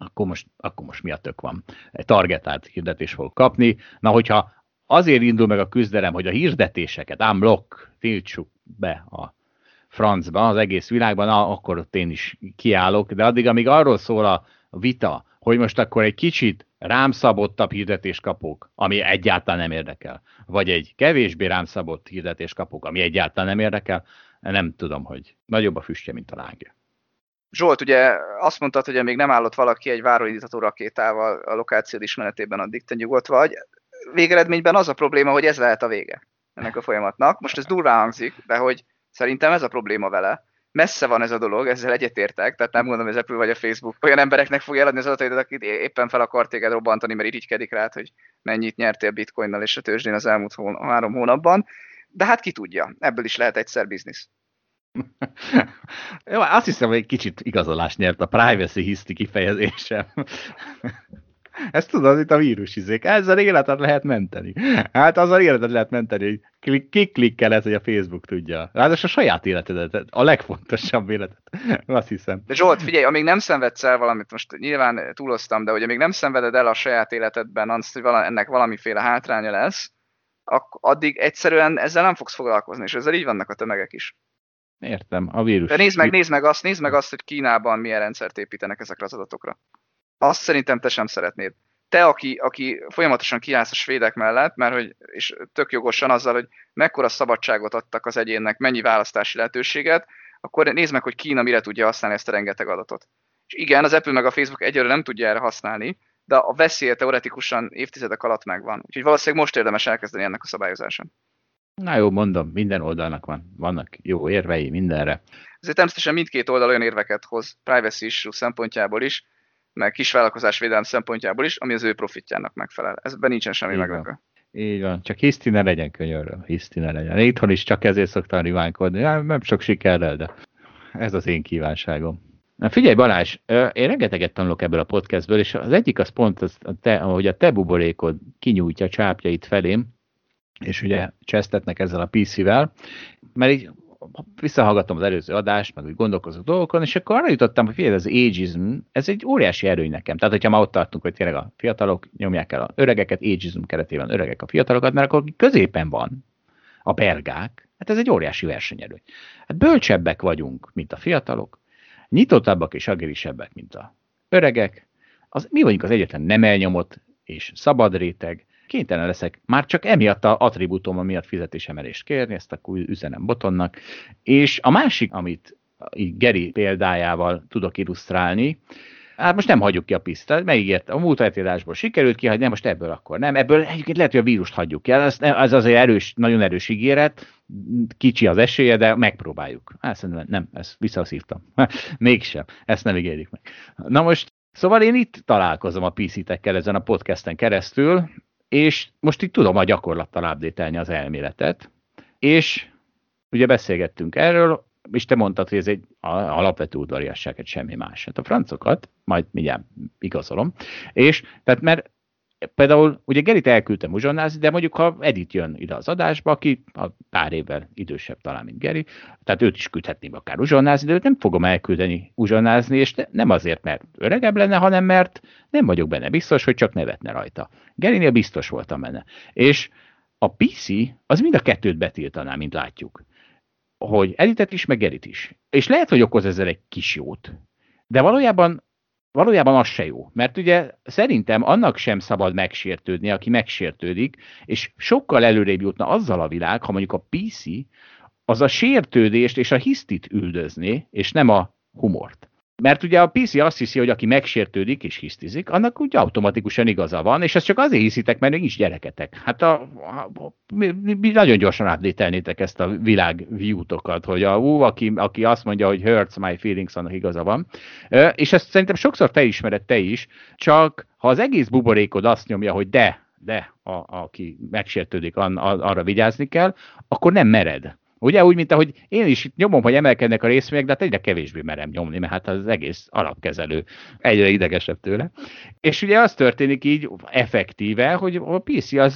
akkor most, akkor most mi a tök van? Egy targetált hirdetés fog kapni. Na, hogyha azért indul meg a küzdelem, hogy a hirdetéseket unblock tiltsuk be a francba, az egész világban, na, akkor ott én is kiállok, de addig, amíg arról szól a vita, hogy most akkor egy kicsit rám szabottabb hirdetést kapok, ami egyáltalán nem érdekel, vagy egy kevésbé rám szabott hirdetést kapok, ami egyáltalán nem érdekel, nem tudom, hogy nagyobb a füstje, mint a lángja. Zsolt, ugye azt mondtad, hogy még nem állott valaki egy váróindítató rakétával a lokációd ismeretében, addig te nyugodt vagy. Végeredményben az a probléma, hogy ez lehet a vége ennek a folyamatnak. Most ez durván hangzik, de hogy szerintem ez a probléma vele. Messze van ez a dolog, ezzel egyetértek, tehát nem gondolom, hogy az Apple vagy a Facebook olyan embereknek fogja eladni az adataidat, akit éppen fel akar téged robbantani, mert irigykedik rád, hogy mennyit nyertél bitcoinnal és a tőzsdén az elmúlt hón- három hónapban. De hát ki tudja, ebből is lehet egyszer biznisz. Jó, azt hiszem, hogy egy kicsit igazolást nyert a privacy history kifejezésem. Ezt tudod, itt a vírusizék. Ezzel életet lehet menteni. Hát azzal életet lehet menteni, hogy ki klikkeled, hogy a Facebook tudja. Ráadásul a saját életedet, a legfontosabb életet. Azt hiszem. De Zsolt, figyelj, amíg nem szenvedsz el valamit, most nyilván túloztam, de hogy amíg nem szenveded el a saját életedben azt, hogy ennek valamiféle hátránya lesz, addig egyszerűen ezzel nem fogsz foglalkozni, és ezzel így vannak a tömegek is. Értem, a vírus. De nézd meg, nézd meg azt, nézd meg azt, hogy Kínában milyen rendszert építenek ezekre az adatokra. Azt szerintem te sem szeretnéd. Te, aki, aki folyamatosan kiállsz a svédek mellett, mert hogy, és tök jogosan azzal, hogy mekkora szabadságot adtak az egyénnek, mennyi választási lehetőséget, akkor nézd meg, hogy Kína mire tudja használni ezt a rengeteg adatot. És igen, az Apple meg a Facebook egyelőre nem tudja erre használni, de a veszélye teoretikusan évtizedek alatt megvan. Úgyhogy valószínűleg most érdemes elkezdeni ennek a szabályozásán. Na jó, mondom, minden oldalnak van. Vannak jó érvei mindenre. Ezért természetesen mindkét oldal olyan érveket hoz, privacy issue szempontjából is, meg kisvállalkozás védelem szempontjából is, ami az ő profitjának megfelel. Ezben nincsen semmi meglepő. Így van, csak hiszti ne legyen könyörről, hiszti ne legyen. Itthon is csak ezért szoktam rivánkodni, nem sok sikerrel, de ez az én kívánságom. Na figyelj Balázs, én rengeteget tanulok ebből a podcastből, és az egyik az pont, az, te, ahogy a te buborékod kinyújtja csápjait felém, és ugye csesztetnek ezzel a pé cével, mert így visszahallgattam az előző adást, meg úgy gondolkozok dolgokon, és akkor arra jutottam, hogy figyelj, az ageism, ez egy óriási erő nekem. Tehát, hogyha ma ott tartunk, hogy tényleg a fiatalok nyomják el a öregeket, ageism keretében öregek a fiatalokat, mert akkor középen van a belgák, hát ez egy óriási versenyerő. Hát bölcsebbek vagyunk, mint a fiatalok, nyitottabbak és agilisebbek, mint a öregek, az, mi vagyunk az egyetlen nem elnyomott és szabad réteg, kénytelen leszek már csak emiatt az attribútum miatt fizetésemelést kérni, ezt akkor üzenem Botonnak. És a másik, amit Geri példájával tudok illusztrálni, hát most nem hagyjuk ki a pisztát, megígérte, a múlt eltélásból sikerült kihagyni, most ebből akkor nem. Ebből egyébként lehet, hogy a vírust hagyjuk ki. Ez, ez azért erős, nagyon erős ígéret, kicsi az esélye, de megpróbáljuk. Hát szerintem nem, ezt visszaszívtam. Mégsem, ezt nem ígérjük meg. Na most, szóval én itt találkozom a pé cé-tekkel ezen a podcasten keresztül, és most itt tudom a gyakorlattal update-elni az elméletet, és ugye beszélgettünk erről, és te mondtad, hogy ez egy alapvető udvariasság, egy semmi más. Hát a francokat, majd mindjárt igazolom, és tehát mert például ugye Gerit elküldtem uzsonnázni, de mondjuk ha Edith jön ide az adásba, aki a pár évvel idősebb talán, mint Geri, tehát őt is küldhetném akár uzsonnázni, de őt nem fogom elküldeni uzsonnázni, és nem azért, mert öregebb lenne, hanem mert nem vagyok benne biztos, hogy csak nevetne rajta. Gerinél biztos voltam benne. És a pé cé az mind a kettőt betiltaná, mint látjuk. Hogy Edithet is, meg Gerit is. És lehet, hogy okoz ezzel egy kis jót. De valójában Valójában az se jó, mert ugye szerintem annak sem szabad megsértődni, aki megsértődik, és sokkal előrébb jutna azzal a világ, ha mondjuk a pé cé az a sértődést és a hisztit üldözni, és nem a humort. Mert ugye a pé cé azt hiszi, hogy aki megsértődik és hisztizik, annak úgy automatikusan igaza van, és ezt csak azért hiszitek, mert nincs gyereketek. Hát a, a, a, mi, mi nagyon gyorsan update-elnétek ezt a világ view-tokat, hogy a, ú, aki, aki azt mondja, hogy hurts my feelings, annak igaza van. És ezt szerintem sokszor felismered te is, csak ha az egész buborékod azt nyomja, hogy de, de, a, aki megsértődik, an, arra vigyázni kell, akkor nem mered. Ugye úgy, mint ahogy én is nyomom, hogy emelkednek a részvények, de hát egyre kevésbé merem nyomni, mert hát az egész alapkezelő egyre idegesebb tőle. És ugye az történik így effektíve, hogy a pé cé az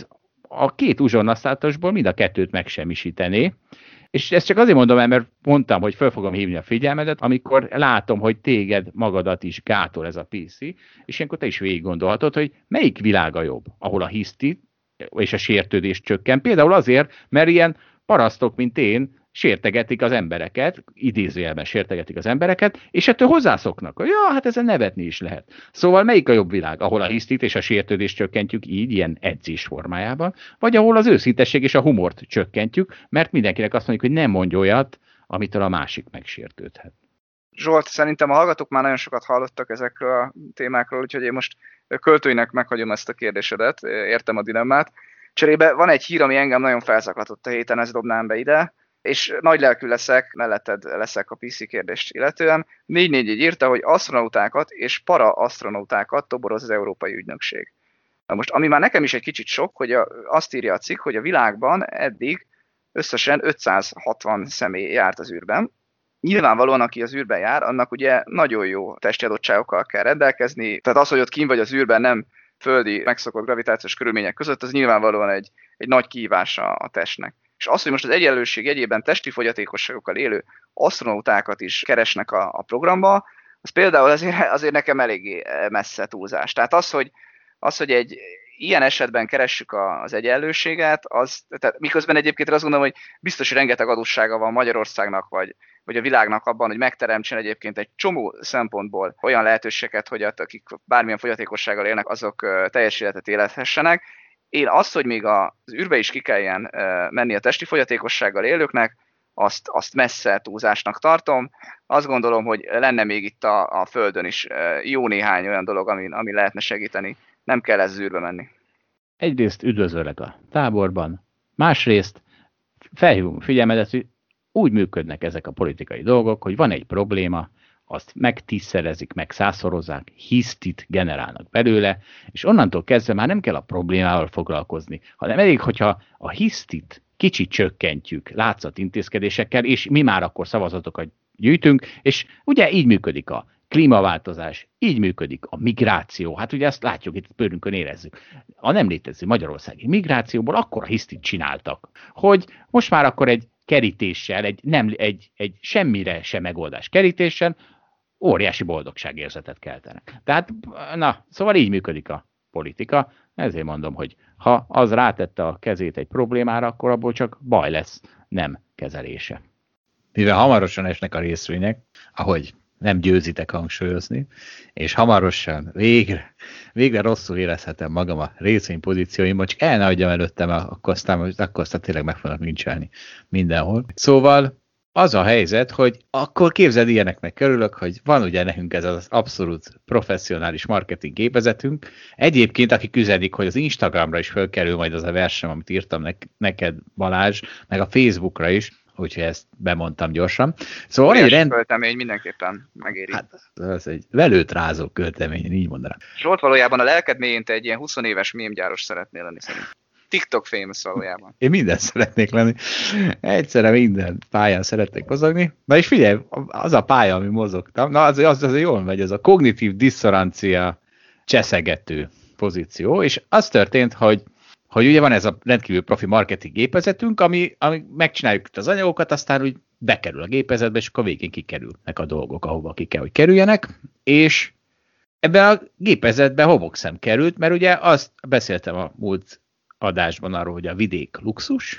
a két uzsonnaszátosból mind a kettőt megsemmisítené. És ezt csak azért mondom el, mert mondtam, hogy föl fogom hívni a figyelmedet, amikor látom, hogy téged magadat is gátol ez a pé cé, és ilyenkor te is végig gondolhatod, hogy melyik világa jobb, ahol a hiszti és a sértődés csökken. Például azért, mert ilyen parasztok, mint én, sértegetik az embereket, idézőjelben sértegetik az embereket, és ettől hozzászoknak, hogy ja, hát ezen nevetni is lehet. Szóval melyik a jobb világ, ahol a hisztit és a sértődést csökkentjük így, ilyen edzés formájában, vagy ahol az őszintesség és a humort csökkentjük, mert mindenkinek azt mondjuk, hogy nem mondj olyat, amitől a másik megsértődhet. Zsolt, szerintem a hallgatók már nagyon sokat hallottak ezekről a témákról, úgyhogy én most költőinek meghagyom ezt a kérdésedet, értem a dilemmát. Cserébe van egy hír, ami engem nagyon felzaklatott a héten, ezt dobnám be ide, és nagy lelkű leszek, melletted leszek a pé cé kérdést illetően. négy négy négy írta, hogy asztronautákat és para-asztronautákat toboroz az Európai Ügynökség. Na most, ami már nekem is egy kicsit sok, hogy a, azt írja a cikk, hogy a világban eddig összesen ötszázhatvan személy járt az űrben. Nyilvánvalóan, aki az űrben jár, annak ugye nagyon jó testi adottságokkal kell rendelkezni. Tehát az, hogy ott kint vagy az űrben, nem földi megszokott gravitációs körülmények között, az nyilvánvalóan egy, egy nagy kihívása a testnek. És az, hogy most az egyenlőség jegyében testi fogyatékosságokkal élő asztronautákat is keresnek a, a programba, az például azért, azért nekem eléggé messze túlzás. Tehát az, hogy, az, hogy egy ilyen esetben keressük a, az egyenlőséget, az, tehát miközben egyébként azt gondolom, hogy biztos, hogy rengeteg adóssága van Magyarországnak, vagy, vagy a világnak abban, hogy megteremtsen egyébként egy csomó szempontból olyan lehetőséget, hogy akik bármilyen fogyatékossággal élnek, azok teljes életet élethessenek. Én azt, hogy még az űrbe is ki kelljen menni a testi fogyatékossággal élőknek, azt, azt messze túlzásnak tartom. Azt gondolom, hogy lenne még itt a, a Földön is jó néhány olyan dolog, ami, ami lehetne segíteni. Nem kell ez az űrbe menni. Egyrészt üdvözöllek a táborban, másrészt felhívom figyelmedet, hogy úgy működnek ezek a politikai dolgok, hogy van egy probléma, azt megtízszerezik, meg százszorozzák, hisztit generálnak belőle, és onnantól kezdve már nem kell a problémával foglalkozni, hanem elég, hogyha a hisztit kicsit csökkentjük látszat intézkedésekkel, és mi már akkor szavazatokat gyűjtünk, és ugye így működik a klímaváltozás, így működik a migráció. Hát ugye ezt látjuk, itt bőrünkön érezzük. A nem létező magyarországi migrációból akkor a hisztit csináltak, hogy most már akkor egy kerítéssel, egy, nem, egy, egy semmire sem megoldás kerítéssel óriási boldogságérzetet keltenek. Tehát, na, szóval így működik a politika. Ezért mondom, hogy ha az rátette a kezét egy problémára, akkor abból csak baj lesz, nem kezelése. Mivel hamarosan esnek a részvények, ahogy nem győzitek hangsúlyozni, és hamarosan végre, végre rosszul érezhetem magam a részvénypozícióimban, csak el ne adjam előttem, akkor aztán, akkor aztán tényleg meg fognak nincselni mindenhol. Szóval az a helyzet, hogy akkor képzeld, ilyeneknek körülök, hogy van ugye nekünk ez az abszolút professzionális marketing gépezetünk. Egyébként, akik üzenik, hogy az Instagramra is fölkerül majd az a verseny, amit írtam neked, Balázs, meg a Facebookra is, úgyhogy ezt bemondtam gyorsan. Szóval van egy rend... költemény mindenképpen megéri. Hát, ez egy velőt rázó költemény, így mondanám. Zsolt, valójában a lelked mélyén te egy ilyen húsz éves mémgyáros szeretnél lenni szerintem. TikTok famous valójában. Én minden szeretnék lenni. Egyszerre minden pályán szeretnék mozogni. Na és figyelj, az a pálya, ami mozogtam, na az, az, az jól megy, ez a kognitív disszonancia cseszegető pozíció, és az történt, hogy hogy ugye van ez a rendkívül profi marketing gépezetünk, ami, ami megcsináljuk az anyagokat, aztán úgy bekerül a gépezetbe, és akkor végén kikerülnek a dolgok, ahova ki kell, hogy kerüljenek, és ebben a gépezetben homokszem került, mert ugye azt beszéltem a múlt adásban arról, hogy a vidék luxus,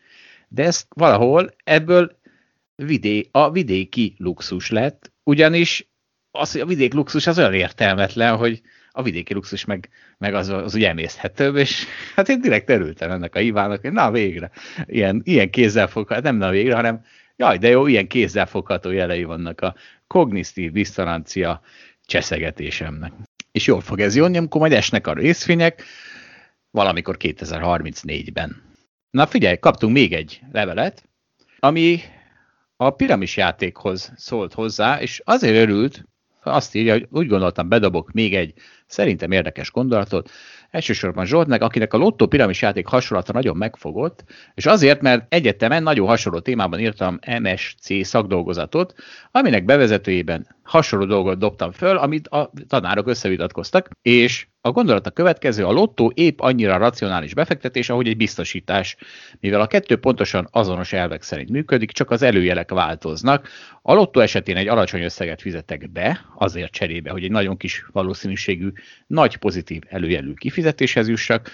de ezt valahol ebből vidé, a vidéki luxus lett, ugyanis az, hogy a vidék luxus az olyan értelmetlen, hogy a vidéki luxus meg, meg az, az ugye emészhetőbb, és hát én direkt örültem ennek a hívának, hogy na végre, ilyen, ilyen kézzelfogható, nem na végre, hanem jaj, de jó, ilyen kézzelfogható jelei vannak a kognitív disszonancia cseszegetésemnek. És jól fog ez jönni, amikor majd esnek a részvények, valamikor kétezer-harmincnégyben. Na figyelj, kaptunk még egy levelet, ami a piramis játékhoz szólt hozzá, és azért örült, azt írja, hogy úgy gondoltam, bedobok még egy szerintem érdekes gondolatot, elsősorban Zsoltnak, akinek a lottó piramis játék hasonlata nagyon megfogott, és azért, mert egyetemen nagyon hasonló témában írtam em es cé szakdolgozatot, aminek bevezetőjében hasonló dolgot dobtam föl, amit a tanárok összevitatkoztak, és A gondolat a következő, a lottó épp annyira racionális befektetés, ahogy egy biztosítás, mivel a kettő pontosan azonos elvek szerint működik, csak az előjelek változnak. A lottó esetén egy alacsony összeget fizetek be, azért cserébe, hogy egy nagyon kis valószínűségű, nagy pozitív előjelű kifizetéshez jussak.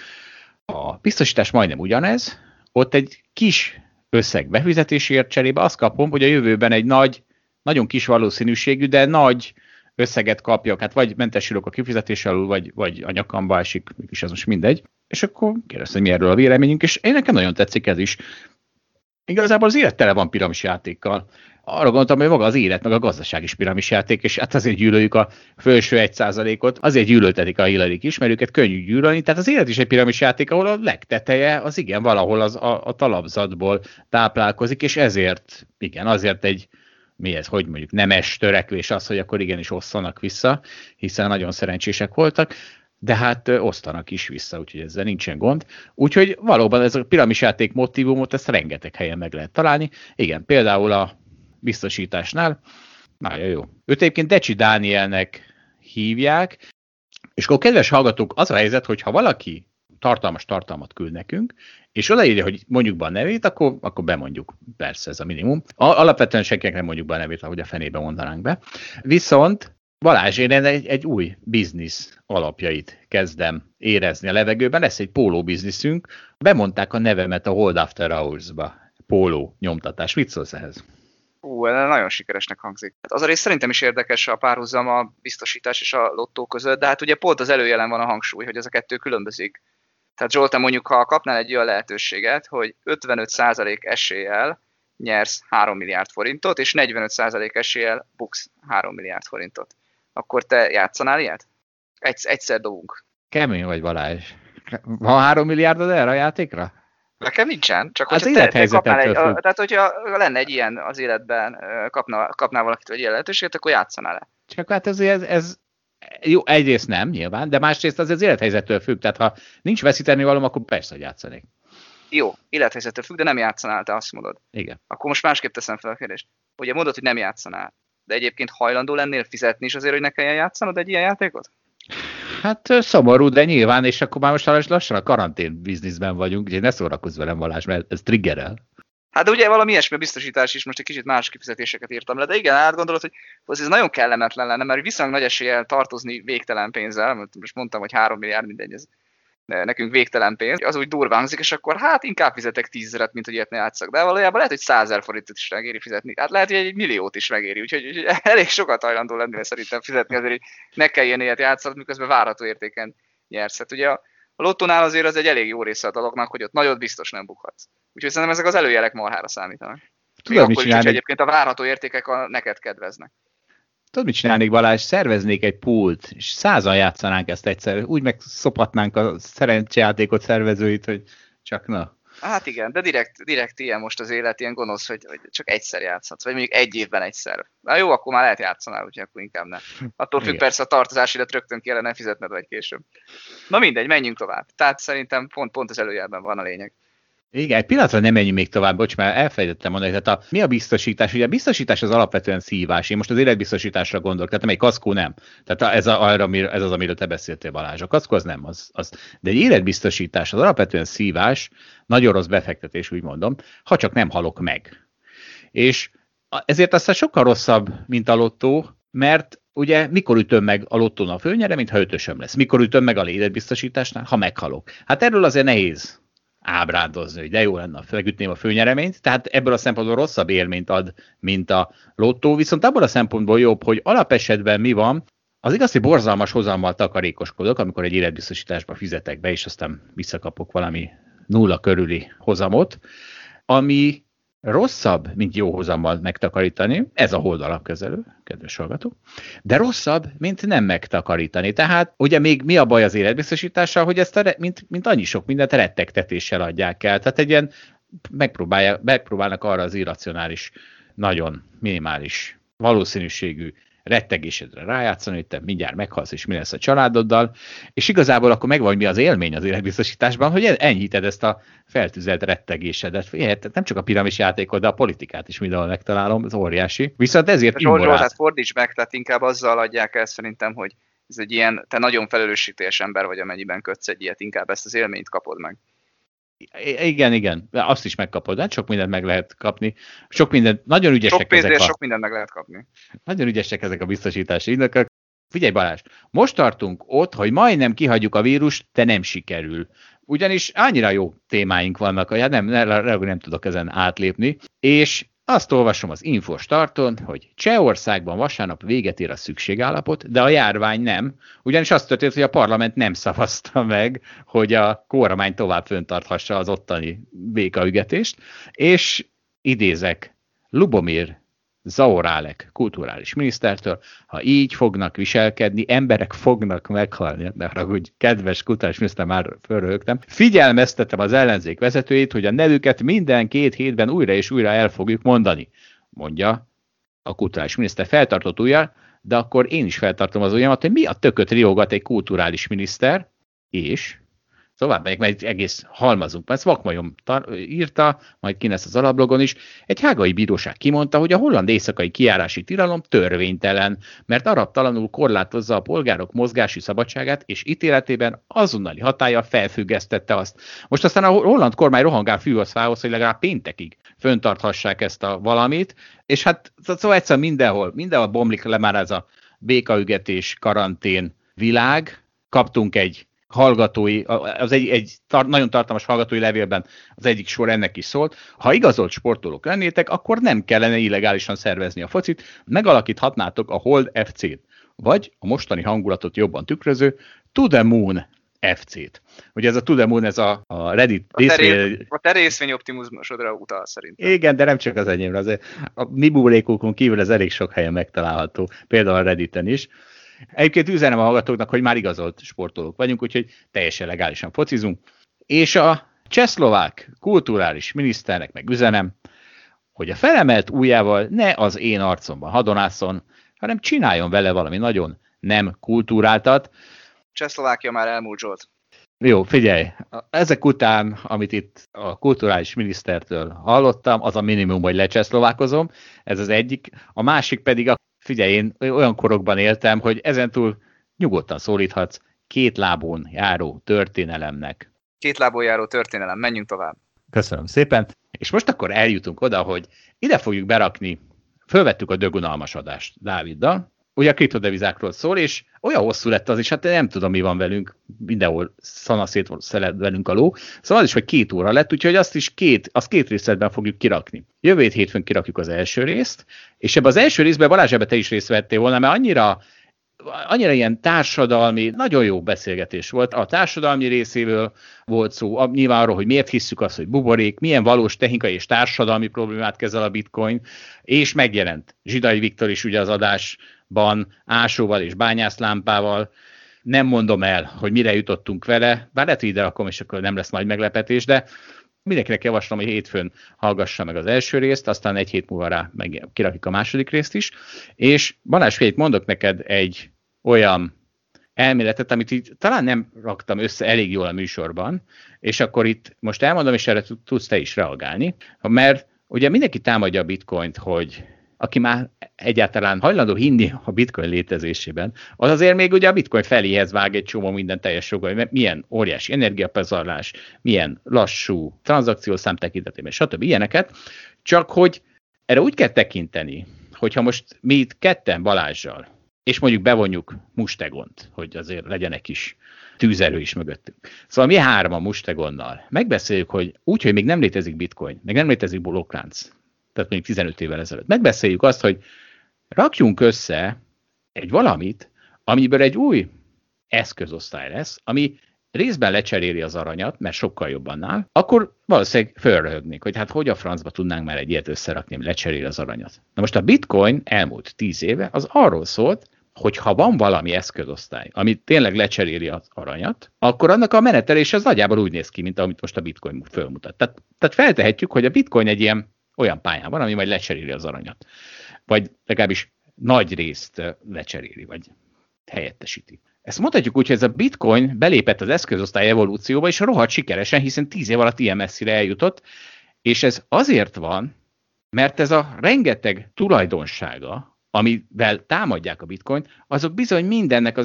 A biztosítás majdnem ugyanez, ott egy kis összeg befizetésért cserébe azt kapom, hogy a jövőben egy nagy, nagyon kis valószínűségű, de nagy összeget kapjak, hát vagy mentesülök a kifizetés alul, vagy, vagy a nyakamba esik, mégis ez most mindegy. És akkor kérdeztem, hogy mi erről a véleményünk, és én nekem nagyon tetszik ez is. Igazából az élet tele van piramisjátékkal. Arra gondoltam, hogy maga az élet, meg a gazdaság is piramisjáték, és hát azért gyűlöljük a felső egy százalékot, azért gyűlöltetik a Hillary ismerőket, könnyű gyűlölni, tehát az élet is egy piramisjáték, ahol a legteteje az igen valahol az a, a talapzatból táplálkozik, és ezért, igen, azért egy mi ez, hogy mondjuk nemes törekvés az, hogy akkor igenis osszanak vissza, hiszen nagyon szerencsések voltak, de hát osztanak is vissza, úgyhogy ezzel nincsen gond. Úgyhogy valóban ez a piramisjáték motívumot, ezt rengeteg helyen meg lehet találni. Igen, például a biztosításnál, nagyon jó. Őt egyébként Decsi Dánielnek hívják, és akkor kedves hallgatók, az a helyzet, hogy ha valaki tartalmas tartalmat küld nekünk, és odaírja, hogy mondjuk be a nevét, akkor, akkor bemondjuk. Persze, ez a minimum. Alapvetően senkinek nem mondjuk be a nevét, ahogy a fenébe mondanánk be. Viszont Balázs, én egy, egy új biznisz alapjait kezdem érezni a levegőben. Lesz egy póló bizniszünk. Bemondták a nevemet a Hold After Hours-ba. Póló nyomtatás. Mit szólsz ehhez? Ú, ez nagyon sikeresnek hangzik. Az a rész szerintem is érdekes a párhuzam a biztosítás és a lottó között, de hát ugye pont az előjelen van a hangsúly, hogy ez a kettő különbözik. Tehát Zsolt, te mondjuk, ha kapnál egy olyan lehetőséget, hogy ötvenöt százalék eséllyel nyersz három milliárd forintot, és negyvenöt százalék eséllyel buksz három milliárd forintot, akkor te játszanál ilyet? Egy, egyszer dobunk. Kemény vagy, Balázs. Van három milliárdod erre a játékra? Nekem nincsen, csak az hogyha te, te kapnál egy, a, tehát hogyha lenne egy ilyen az életben, kapnál, kapnál valakit egy ilyen lehetőséget, akkor játszanál-e? Csak hát ez, ez, ez jó, egyrészt nem, nyilván, de másrészt az az élethelyzettől függ, tehát ha nincs veszíteni valóm, akkor persze, hogy játszanék. Jó, élethelyzettől függ, de nem játszanál, te azt mondod. Igen. Akkor most másképp teszem fel a kérdést. Ugye mondod, hogy nem játszanál, de egyébként hajlandó lennél fizetni is azért, hogy ne kelljen játszanod egy ilyen játékot? Hát szomorú, de nyilván, és akkor már most lassan a karantén bizniszben vagyunk, úgyhogy ne szórakozz velem, Balázs, mert ez triggerel. Hát de ugye valami ilyesmi biztosítás is, most egy kicsit más kifizetéseket írtam le, de igen, átgondolod, hogy ez nagyon kellemetlen lenne, mert viszonylag nagy eséllyel tartozni végtelen pénzzel, mert most mondtam, hogy három milliárd, mindegy, ez nekünk végtelen pénz, az úgy durván hangzik, és akkor hát inkább fizetek tízezret, mint hogy ilyet ne játszak. De valójában lehet, hogy százezer forintot is megéri fizetni. Hát lehet, hogy egy milliót is megéri, úgyhogy, úgyhogy elég sokat hajlandó lenni, szerintem fizetni azért, hogy ne kelljen ilyet játszani, miközben várható értéken nyersz. Hát ugye a lottónál azért az egy elég jó része a dolognak, hogy ott nagyon biztos nem bukhatsz. Úgyhogy szerintem ezek az előjelek marhára számítanak. Tudom, akkor is, hogy egyébként a várható értékek a neked kedveznek. Tudod, mit csinálnék, Balázs? Szerveznék egy pult, és százan játszanánk ezt egyszer. Úgy megszopatnánk a szerencsejátékot szervezőit, hogy csak na. Hát igen, de direkt, direkt ilyen most az élet, ilyen gonosz, hogy, hogy csak egyszer játszhatsz, vagy mondjuk egy évben egyszer. Na jó, akkor már lehet játszanál, úgyhogy akkor inkább ne. Attól függ, igen. Persze a tartozásidat rögtön kellene fizetned vagy később. Na mindegy, menjünk tovább. Tehát szerintem pont, pont az előjelben van a lényeg. Igen, egy pillanatra nem menjünk még tovább, bocs, mert elfelejtettem mondani, tehát a, mi a biztosítás? Ugye a biztosítás az alapvetően szívás, én most az életbiztosításra gondolok, tehát nem egy kaszkó nem. Tehát ez, a, ez az, amiről te beszéltél, Balázs. A kaszkó az nem, az, az. De egy életbiztosítás az alapvetően szívás, nagyon rossz befektetés, úgy mondom, ha csak nem halok meg. És ezért aztán sokkal rosszabb, mint a lottó, mert ugye mikor ütöm meg a lottón a főnyere, mint ha ötösöm lesz. Mikor ütöm meg a életbiztosításnál, ha meghalok. Hát erről azért nehéz ábrándozni, hogy de jó lenne, megütném a főnyereményt, tehát ebből a szempontból rosszabb élményt ad, mint a lottó, viszont abból a szempontból jobb, hogy alapesetben mi van, az igaz, hogy borzalmas hozammal takarékoskodok, amikor egy életbiztosításba fizetek be, és aztán visszakapok valami nulla körüli hozamot, ami rosszabb, mint jó hozammal megtakarítani, ez a Hold alapkezelő, kedves hallgató, de rosszabb, mint nem megtakarítani. Tehát ugye még mi a baj az életbiztosítással, hogy ezt a, mint, mint annyi sok mindent rettegtetéssel adják el. Tehát egy ilyen megpróbálnak arra az irracionális, nagyon minimális valószínűségű rettegésedre rájátszani, hogy te mindjárt meghalsz, és mi lesz a családoddal, és igazából akkor megvan, mi az élmény az életbiztosításban, hogy enyhíted ezt a feltűzelt rettegésedet. Tehát nem csak a piramis játékot, de a politikát is mindenhol megtalálom, ez óriási. Viszont ezért immorális. Tehát fordíts meg, tehát inkább azzal adják el szerintem, hogy Ez egy ilyen, te nagyon felelősségteljes ember vagy, amennyiben kötsz egy ilyet, inkább ezt az élményt kapod meg. Igen, igen, azt is megkapod, hát sok mindent meg lehet kapni. Sok mindent, nagyon ügyesek sok pénzért ezek a... sok mindent meg lehet kapni. Nagyon ügyesek ezek a biztosítási ügynökök. Figyelj Balázs, most tartunk ott, hogy majdnem kihagyjuk a vírust, de nem sikerül. Ugyanis annyira jó témáink vannak, hogy hát nem, nem, nem tudok ezen átlépni, és azt olvasom az Infostarton, hogy Csehországban vasárnap véget ér a szükségállapot, de a járvány nem, ugyanis azt történt, hogy a parlament nem szavazta meg, hogy a kormány tovább föntarthassa az ottani békaügetést, és idézek Lubomir Zaorálek kulturális minisztertől, ha így fognak viselkedni, emberek fognak meghalni, de hogy kedves kulturális miniszter, már fölröhögtem. Figyelmeztetem az ellenzék vezetőjét, hogy a nevüket minden két hétben újra és újra el fogjuk mondani, mondja a kulturális miniszter feltartott ujjal, de akkor én is feltartom az ujjamat, hogy mi a tököt riogat egy kulturális miniszter, és tovább megyek, mert egész halmazunk. Ezt Vakmajom írta, majd ki lesz az alablogon is. Egy hágai bíróság kimondta, hogy a holland éjszakai kijárási tilalom törvénytelen, mert arabtalanul korlátozza a polgárok mozgási szabadságát, és ítéletében azonnali hatállyal felfüggesztette azt. Most aztán a holland kormány rohangál fűhoz fához, hogy legalább péntekig föntarthassák ezt a valamit, és hát szóval egyszer mindenhol, mindenhol bomlik le már ez a békaügetés, karantén világ. Kaptunk egy hallgatói, az egy, egy tar- nagyon tartalmas hallgatói levélben az egyik sor ennek is szólt, ha igazolt sportolók lennétek, akkor nem kellene illegálisan szervezni a focit, megalakíthatnátok a Hold ef cét, vagy a mostani hangulatot jobban tükröző To The Moon ef cét. Ugye ez a To The Moon, ez a, a Reddit a részvény... A te részvény optimizmusodra utal szerintem. Igen, de nem csak az enyémre, azért a mi buborékokon kívül ez elég sok helyen megtalálható, például a Redditen is. Egyébként üzenem a hallgatóknak, hogy már igazolt sportolók vagyunk, úgyhogy teljesen legálisan focizunk. És a csehszlovák kulturális miniszternek meg üzenem, hogy a felemelt ujjával ne az én arcomban hadonászon, hanem csináljon vele valami nagyon nem kultúráltat. Csehszlovákia már elmúlt, Zsolt. Jó, figyelj, ezek után, amit itt a kulturális minisztertől hallottam, az a minimum, hogy lecsehszlovákozom, ez az egyik. A másik pedig a figyelj, én olyan korokban éltem, hogy ezentúl nyugodtan szólíthatsz két lábon járó történelemnek. Két lábon járó történelem, menjünk tovább. Köszönöm szépen. És most akkor eljutunk oda, hogy ide fogjuk berakni, fölvettük a dögunalmas adást Dáviddal, ugye a kriptodevizákról szól, és olyan hosszú lett az is, hát nem tudom, mi van velünk, mindenhol szanaszét szeled velünk a ló, szóval az is, hogy két óra lett, úgyhogy azt is két, azt két részletben fogjuk kirakni. Jövő hétfőn kirakjuk az első részt, és ebben az első részben Balázs, ebbe te is részt vettél volna, mert annyira, annyira ilyen társadalmi, nagyon jó beszélgetés volt. A társadalmi részéről volt szó, nyilván arról, hogy miért hisszük azt, hogy buborék, milyen valós technikai és társadalmi problémát kezel a bitcoin, és megjelent Zsidai Viktor is ugye az adásban ásóval és bányászlámpával. Nem mondom el, hogy mire jutottunk vele, bár lehet, hogy ide rakom, és akkor nem lesz nagy meglepetés, de mindenkinek javaslom, hogy hétfőn hallgassa meg az első részt, aztán egy hét múlva rá meg kirakjuk a második részt is. És Balázs, figyelj, mondok neked egy olyan elméletet, amit így talán nem raktam össze elég jól a műsorban, és akkor itt most elmondom, és erre tudsz te is reagálni, mert ugye mindenki támadja a bitcoint, hogy aki már egyáltalán hajlandó hinni a bitcoin létezésében, az azért még ugye a bitcoin feléhez vág egy csomó minden teljes joga, mert milyen óriási energiapazarlás, milyen lassú tranzakciószám tekintetében, stb. Ilyeneket, csak hogy erre úgy kell tekinteni, hogyha most mi itt ketten Balázssal, és mondjuk bevonjuk Mustegont, hogy azért legyen egy kis tűzerő is mögöttünk. Szóval mi hárman Mustegonnal megbeszéljük, hogy úgy, hogy még nem létezik bitcoin, meg nem létezik blokklánc, tehát mondjuk tizenöt évvel ezelőtt. Megbeszéljük azt, hogy rakjunk össze egy valamit, amiből egy új eszközosztály lesz, ami részben lecseréli az aranyat, mert sokkal jobban áll, akkor valószínűleg fölröhögnék, hogy hát hogy a francba tudnánk már egy ilyet összerakni, ami lecseréli az aranyat. Na most a bitcoin elmúlt tíz éve az arról szólt, hogy ha van valami eszközosztály, ami tényleg lecseréli az aranyat, akkor annak a menetelés az nagyjából úgy néz ki, mint amit most a bitcoin fölmutat. Tehát, tehát feltehetjük, hogy a bitcoin egy ilyen olyan pályán van, ami majd lecseréli az aranyat. Vagy legalábbis nagy részt lecseréli, vagy helyettesíti. Ezt mondhatjuk úgy, hogy ez a bitcoin belépett az eszközosztály evolúcióba, és rohadt sikeresen, hiszen tíz év alatt ilyen messzire eljutott, és ez azért van, mert ez a rengeteg tulajdonsága, amivel támadják a bitcoin, azok bizony mindennek az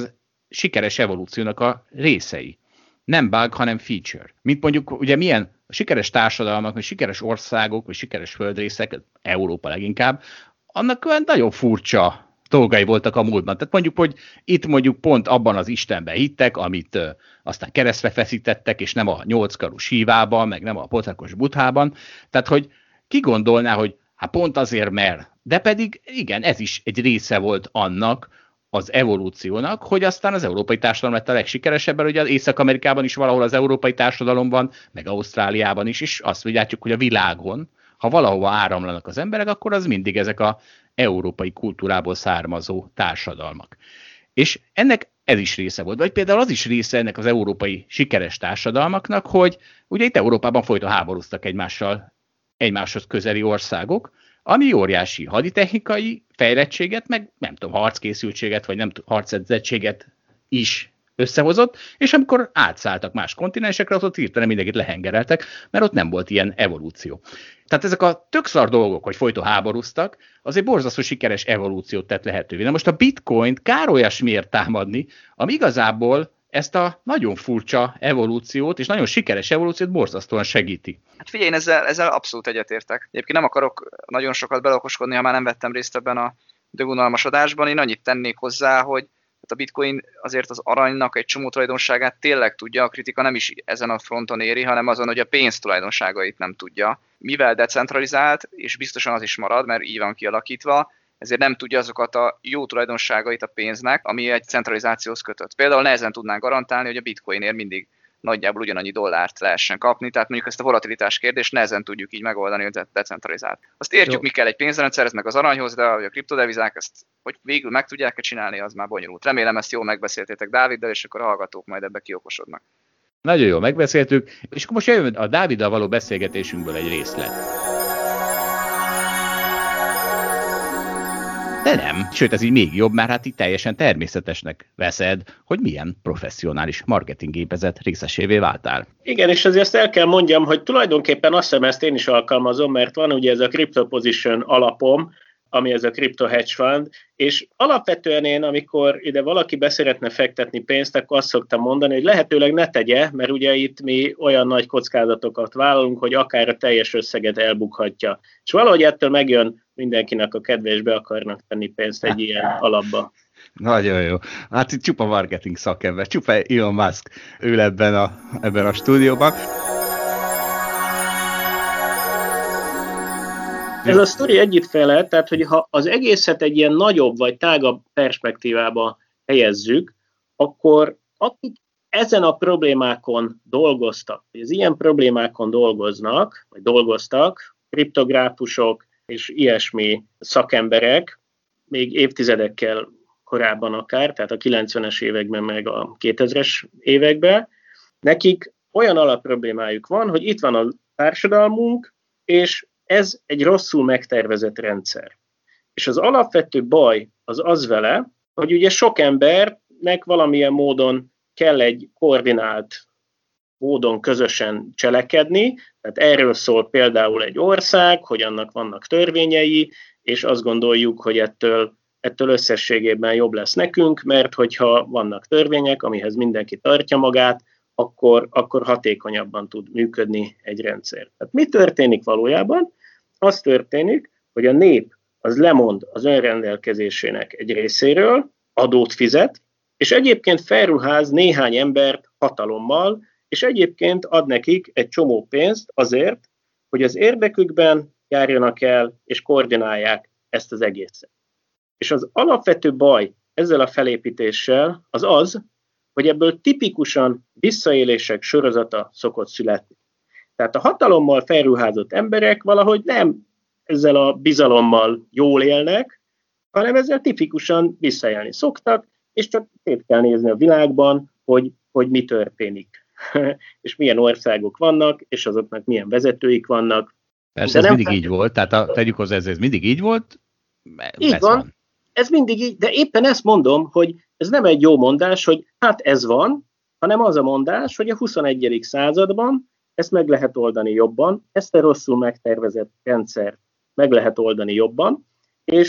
sikeres evolúciónak a részei. Nem bug, hanem feature. Mint mondjuk, ugye milyen a sikeres társadalmak, vagy sikeres országok, vagy sikeres földrészek, Európa leginkább, annak olyan nagyon furcsa dolgai voltak a múltban. Tehát mondjuk, hogy itt mondjuk pont abban az Istenben hittek, amit ö, aztán keresztre feszítettek, és nem a nyolckarú sívában, meg nem a pocakos buthában. Tehát, hogy ki gondolná, hogy hát pont azért, mert. De pedig igen, ez is egy része volt annak az evolúciónak, hogy aztán az európai társadalom lett a legsikeresebb, mert ugye Észak-Amerikában is valahol az európai társadalom van, meg Ausztráliában is, és azt látjuk, hogy a világon, ha valahova áramlanak az emberek, akkor az mindig ezek az európai kultúrából származó társadalmak. És ennek ez is része volt. Vagy például az is része ennek az európai sikeres társadalmaknak, hogy ugye itt Európában folyton háborúztak egymással, egymáshoz közeli országok, ami óriási haditechnikai fejlettséget, meg nem tudom, harckészültséget, vagy nem tudom, harcedzettséget is összehozott, és amikor átszálltak más kontinensekre, ott hirtelen mindenkit lehengereltek, mert ott nem volt ilyen evolúció. Tehát ezek a tök szar dolgok, hogy folyton háborúztak, azért borzasztó sikeres evolúciót tett lehetővé. Na most a bitcoint kár olyasmiért támadni, ami igazából ezt a nagyon furcsa evolúciót, és nagyon sikeres evolúciót borzasztóan segíti. Hát figyelj, én ezzel, ezzel abszolút egyetértek. Egyébként nem akarok nagyon sokat belokoskodni, ha már nem vettem részt ebben a dögunalmas adásban. Én annyit tennék hozzá, hogy a bitcoin azért az aranynak egy csomó tulajdonságát tényleg tudja, a kritika nem is ezen a fronton éri, hanem azon, hogy a pénz tulajdonságait nem tudja. Mivel decentralizált, és biztosan az is marad, mert így van kialakítva, ezért nem tudja azokat a jó tulajdonságait a pénznek, ami egy centralizációhoz kötött. Például nehezen tudnánk garantálni, hogy a bitcoinért mindig nagyjából ugyanannyi dollárt lehessen kapni, tehát mondjuk ezt a volatilitás kérdést nehezen tudjuk így megoldani, hogy decentralizált. Azt értjük, jó. Mi kell egy pénzrendszerhez, meg az aranyhoz, de a kriptodevizák ezt, hogy végül meg tudják-e csinálni, az már bonyolult. Remélem ezt jól megbeszéltétek Dáviddal, és akkor a hallgatók majd ebbe kiokosodnak. Nagyon jól megbeszéltük, és akkor most jön a Dáviddal való beszélgetésünkből egy részlet. De nem, sőt ez így még jobb, mert hát így teljesen természetesnek veszed, hogy milyen professzionális marketinggépezet részesévé váltál. Igen, és azért el kell mondjam, hogy tulajdonképpen azt hiszem, ezt én is alkalmazom, mert van ugye ez a Crypto Position alapom, ami ez a Crypto Hedge Fund, és alapvetően én, amikor ide valaki beszeretne fektetni pénzt, akkor azt szoktam mondani, hogy lehetőleg ne tegye, mert ugye itt mi olyan nagy kockázatokat vállalunk, hogy akár a teljes összeget elbukhatja. És valahogy ettől megjön mindenkinek a kedve, és be akarnak tenni pénzt egy ilyen alapba. Nagyon jó. Hát itt csupa marketing szakember, csupa Elon Musk ül ebben a, ebben a stúdióban. Ez a sztori együttfele, tehát hogy ha az egészet egy ilyen nagyobb vagy tágabb perspektívába helyezzük, akkor akik ezen a problémákon dolgoztak, vagy az ilyen problémákon dolgoznak, vagy dolgoztak, kriptográfusok és ilyesmi szakemberek, még évtizedekkel korábban akár, tehát a kilencvenes években meg a kétezres években, nekik olyan alapproblémájuk van, hogy itt van a társadalmunk, és ez egy rosszul megtervezett rendszer. És az alapvető baj az az vele, hogy ugye sok embernek valamilyen módon kell egy koordinált módon közösen cselekedni, tehát erről szól például egy ország, hogy annak vannak törvényei, és azt gondoljuk, hogy ettől, ettől összességében jobb lesz nekünk, mert hogyha vannak törvények, amihez mindenki tartja magát, akkor, akkor hatékonyabban tud működni egy rendszer. Tehát mi történik valójában? Az történik, hogy a nép az lemond az önrendelkezésének egy részéről, adót fizet, és egyébként felruház néhány embert hatalommal, és egyébként ad nekik egy csomó pénzt azért, hogy az érdekükben járjanak el, és koordinálják ezt az egészet. És az alapvető baj ezzel a felépítéssel az az, hogy ebből tipikusan visszaélések sorozata szokott születni. Tehát a hatalommal felruházott emberek valahogy nem ezzel a bizalommal jól élnek, hanem ezzel tipikusan visszaélni szoktak, és csak szét kell nézni a világban, hogy, hogy mi történik. És milyen országok vannak, és azoknak milyen vezetőik vannak. Persze ez mindig fel... így volt, tehát a, tegyük hozzá, ez, ez mindig így volt. Így van, van, ez mindig így, de éppen ezt mondom, hogy ez nem egy jó mondás, hogy hát ez van, hanem az a mondás, hogy a huszonegyedik században ezt meg lehet oldani jobban, ezt a rosszul megtervezett rendszert meg lehet oldani jobban, és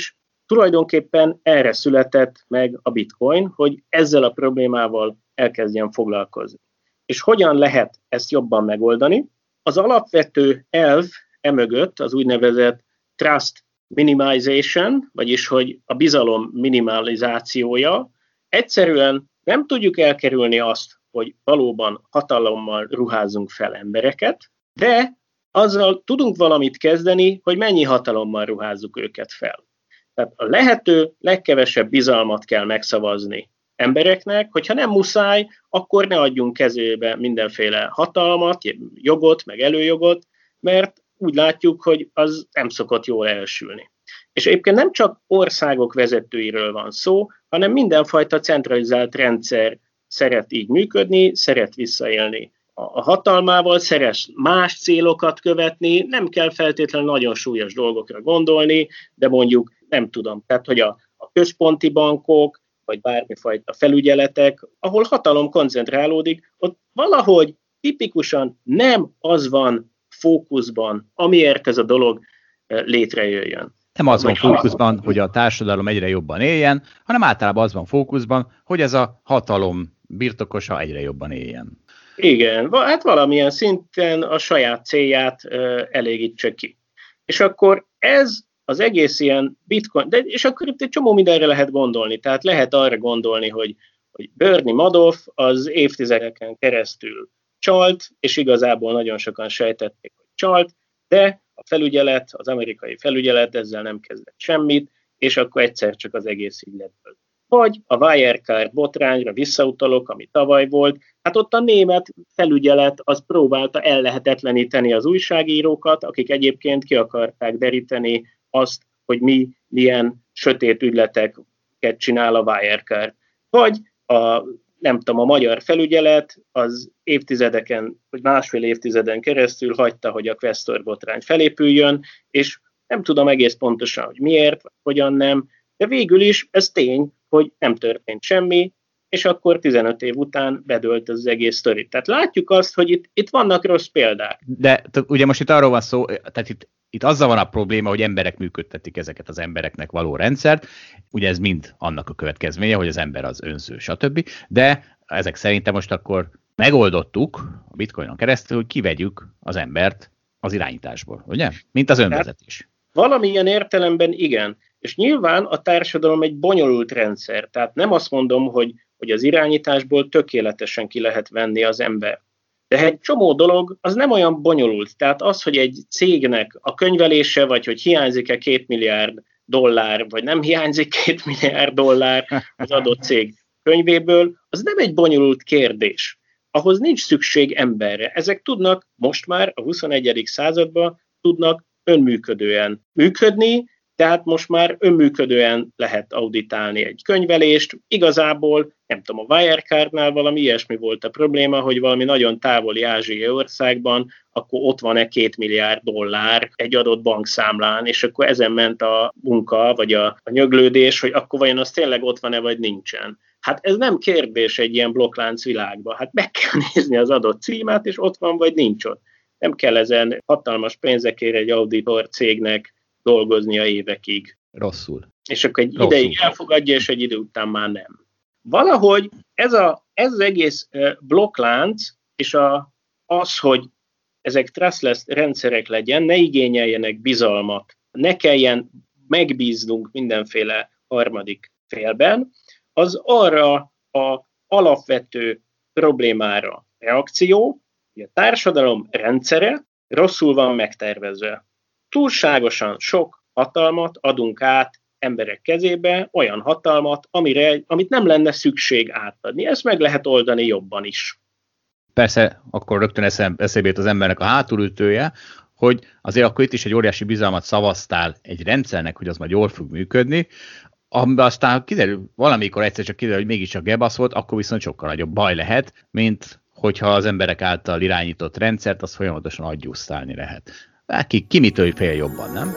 tulajdonképpen erre született meg a bitcoin, hogy ezzel a problémával elkezdjen foglalkozni. És hogyan lehet ezt jobban megoldani? Az alapvető elv emögött az úgynevezett trust minimization, vagyis hogy a bizalom minimalizációja, egyszerűen nem tudjuk elkerülni azt, hogy valóban hatalommal ruházzunk fel embereket, de azzal tudunk valamit kezdeni, hogy mennyi hatalommal ruházzuk őket fel. Tehát a lehető legkevesebb bizalmat kell megszavazni embereknek, hogyha nem muszáj, akkor ne adjunk kezébe mindenféle hatalmat, jogot, meg előjogot, mert úgy látjuk, hogy az nem szokott jól elsülni. És egyébként nem csak országok vezetőiről van szó, hanem mindenfajta centralizált rendszer szeret így működni, szeret visszaélni a hatalmával, szeret más célokat követni, nem kell feltétlenül nagyon súlyos dolgokra gondolni, de mondjuk nem tudom, tehát hogy a, a központi bankok, vagy bármifajta felügyeletek, ahol hatalom koncentrálódik, ott valahogy tipikusan nem az van fókuszban, amiért ez a dolog létrejöjjön. Nem az van fókuszban, hogy a társadalom egyre jobban éljen, hanem általában az van fókuszban, hogy ez a hatalom birtokosa egyre jobban éljen. Igen, hát valamilyen szinten a saját célját elégítse ki. És akkor ez az egész ilyen bitcoin, de és akkor itt egy csomó mindenre lehet gondolni, tehát lehet arra gondolni, hogy, hogy Bernie Madoff az évtizedeken keresztül csalt, és igazából nagyon sokan sejtették, hogy csalt, de a felügyelet, az amerikai felügyelet ezzel nem kezdett semmit, és akkor egyszer csak az egész így lett. Vagy a Wirecard botrányra visszautalok, ami tavaly volt, hát ott a német felügyelet az próbálta ellehetetleníteni az újságírókat, akik egyébként ki akarták deríteni azt, hogy mi milyen sötét ügyleteket csinál a Wirecard. Vagy a, nem tudom, a magyar felügyelet az évtizedeken, vagy másfél évtizeden keresztül hagyta, hogy a Questor botrány felépüljön, és nem tudom egész pontosan, hogy miért, vagy hogyan nem, de végül is ez tény, hogy nem történt semmi, és akkor tizenöt év után bedőlt az egész sztori. Tehát látjuk azt, hogy itt, itt vannak rossz példák. De ugye most itt arról van szó, tehát itt, itt azzal van a probléma, hogy emberek működtetik ezeket az embereknek való rendszert, ugye ez mind annak a következménye, hogy az ember az önző, stb. De ezek szerintem most akkor megoldottuk a bitcoinon keresztül, hogy kivegyük az embert az irányításból, ugye? Mint az önvezetés. Valamilyen értelemben igen. És nyilván a társadalom egy bonyolult rendszer, tehát nem azt mondom, hogy, hogy az irányításból tökéletesen ki lehet venni az ember. De egy csomó dolog az nem olyan bonyolult. Tehát az, hogy egy cégnek a könyvelése, vagy hogy hiányzik-e két milliárd dollár, vagy nem hiányzik két milliárd dollár az adott cég könyvéből, az nem egy bonyolult kérdés. Ahhoz nincs szükség emberre. Ezek tudnak most már a huszonegyedik században tudnak önműködően működni, tehát most már önműködően lehet auditálni egy könyvelést. Igazából, nem tudom, a Wirecardnál valami ilyesmi volt a probléma, hogy valami nagyon távoli ázsiai országban, akkor ott van-e két milliárd dollár egy adott bankszámlán, és akkor ezen ment a munka, vagy a, a nyöglődés, hogy akkor vajon az tényleg ott van-e, vagy nincsen. Hát ez nem kérdés egy ilyen blokklánc világban. Hát meg kell nézni az adott címát, és ott van, vagy nincs ott. Nem kell ezen hatalmas pénzekért egy auditor cégnek dolgoznia évekig. Rosszul. És akkor egy Rosszul. ideig elfogadja, és egy idő után már nem. Valahogy ez, a, ez az egész blokklánc, és a, az, hogy ezek trustless rendszerek legyen, ne igényeljenek bizalmat, ne kelljen megbíznunk mindenféle harmadik félben, az arra a alapvető problémára reakció, hogy a társadalom rendszere rosszul van megtervezve. Túlságosan sok hatalmat adunk át emberek kezébe, olyan hatalmat, amire, amit nem lenne szükség átadni. Ezt meg lehet oldani jobban is. Persze, akkor rögtön eszébe jut az embernek a hátulütője, hogy azért akkor itt is egy óriási bizalmat szavaztál egy rendszernek, hogy az majd jól fog működni, amiben aztán kiderül, valamikor egyszer csak kiderül, hogy mégiscsak gebasz volt, akkor viszont sokkal nagyobb baj lehet, mint hogyha az emberek által irányított rendszert, az folyamatosan agyusztálni lehet. Ki, ki mitől fél jobban, nem?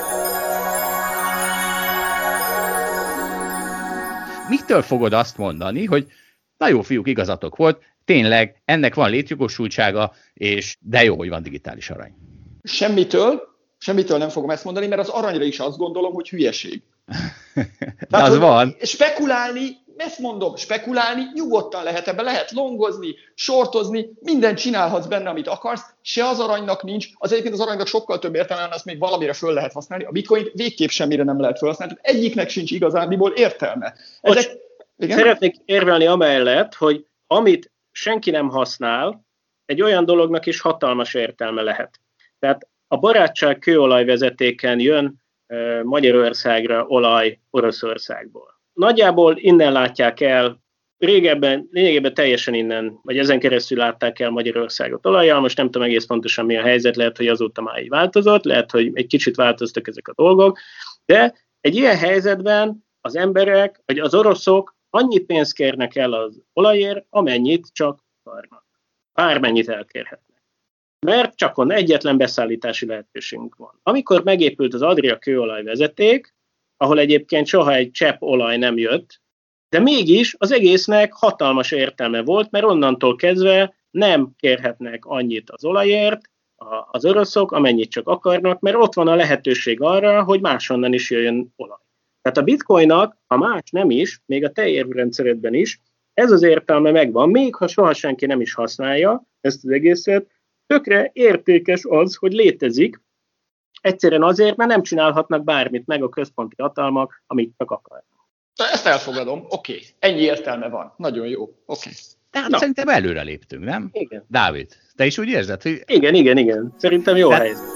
Mitől fogod azt mondani, hogy na jó fiúk, igazatok volt, tényleg ennek van létjogosultsága, és de jó, hogy van digitális arany. Semmitől, semmitől nem fogom ezt mondani, mert az aranyra is azt gondolom, hogy hülyeség. De Tehát, az van. Spekulálni, ezt mondom, spekulálni nyugodtan lehet, ebbe lehet longozni, sortozni, mindent csinálhatsz benne, amit akarsz, se az aranynak nincs, az egyébként az aranynak sokkal több értelme, azt még valamire föl lehet használni, a bitcoin végképp semmire nem lehet felhasználni, egyiknek sincs igazándiból értelme. Ezek, igen? Szeretnék érvelni amellett, hogy amit senki nem használ, egy olyan dolognak is hatalmas értelme lehet. Tehát a barátság kőolajvezetéken jön uh, Magyarországra olaj Oroszországból. Nagyjából innen látják el, régebben, lényegében teljesen innen, vagy ezen keresztül látták el Magyarországot olajjal, most nem tudom egész pontosan mi a helyzet, lehet, hogy azóta már így változott, lehet, hogy egy kicsit változtak ezek a dolgok, de egy ilyen helyzetben az emberek, vagy az oroszok annyi pénzt kérnek el az olajért, amennyit csak akarnak. Bármennyit elkérhetnek. Mert csak onnan egyetlen beszállítási lehetőségünk van. Amikor megépült az Adria kőolajvezeték, ahol egyébként soha egy csepp olaj nem jött, de mégis az egésznek hatalmas értelme volt, mert onnantól kezdve nem kérhetnek annyit az olajért az oroszok, amennyit csak akarnak, mert ott van a lehetőség arra, hogy máshonnan is jöjjön olaj. Tehát a bitcoinnak, ha más nem is, még a te érvrendszeredben is, ez az értelme megvan, még ha soha senki nem is használja ezt az egészet, tökre értékes az, hogy létezik, egyszerűen azért, mert nem csinálhatnak bármit meg a központi hatalmak, amit csak akarnak. Ezt elfogadom, oké, okay. Ennyi értelme van, nagyon jó, oké. Okay. Tehát Na. szerintem előre léptünk, nem? Igen. Dávid, te is úgy érzed, hogy... Igen, igen, igen, szerintem jó De... helyzet.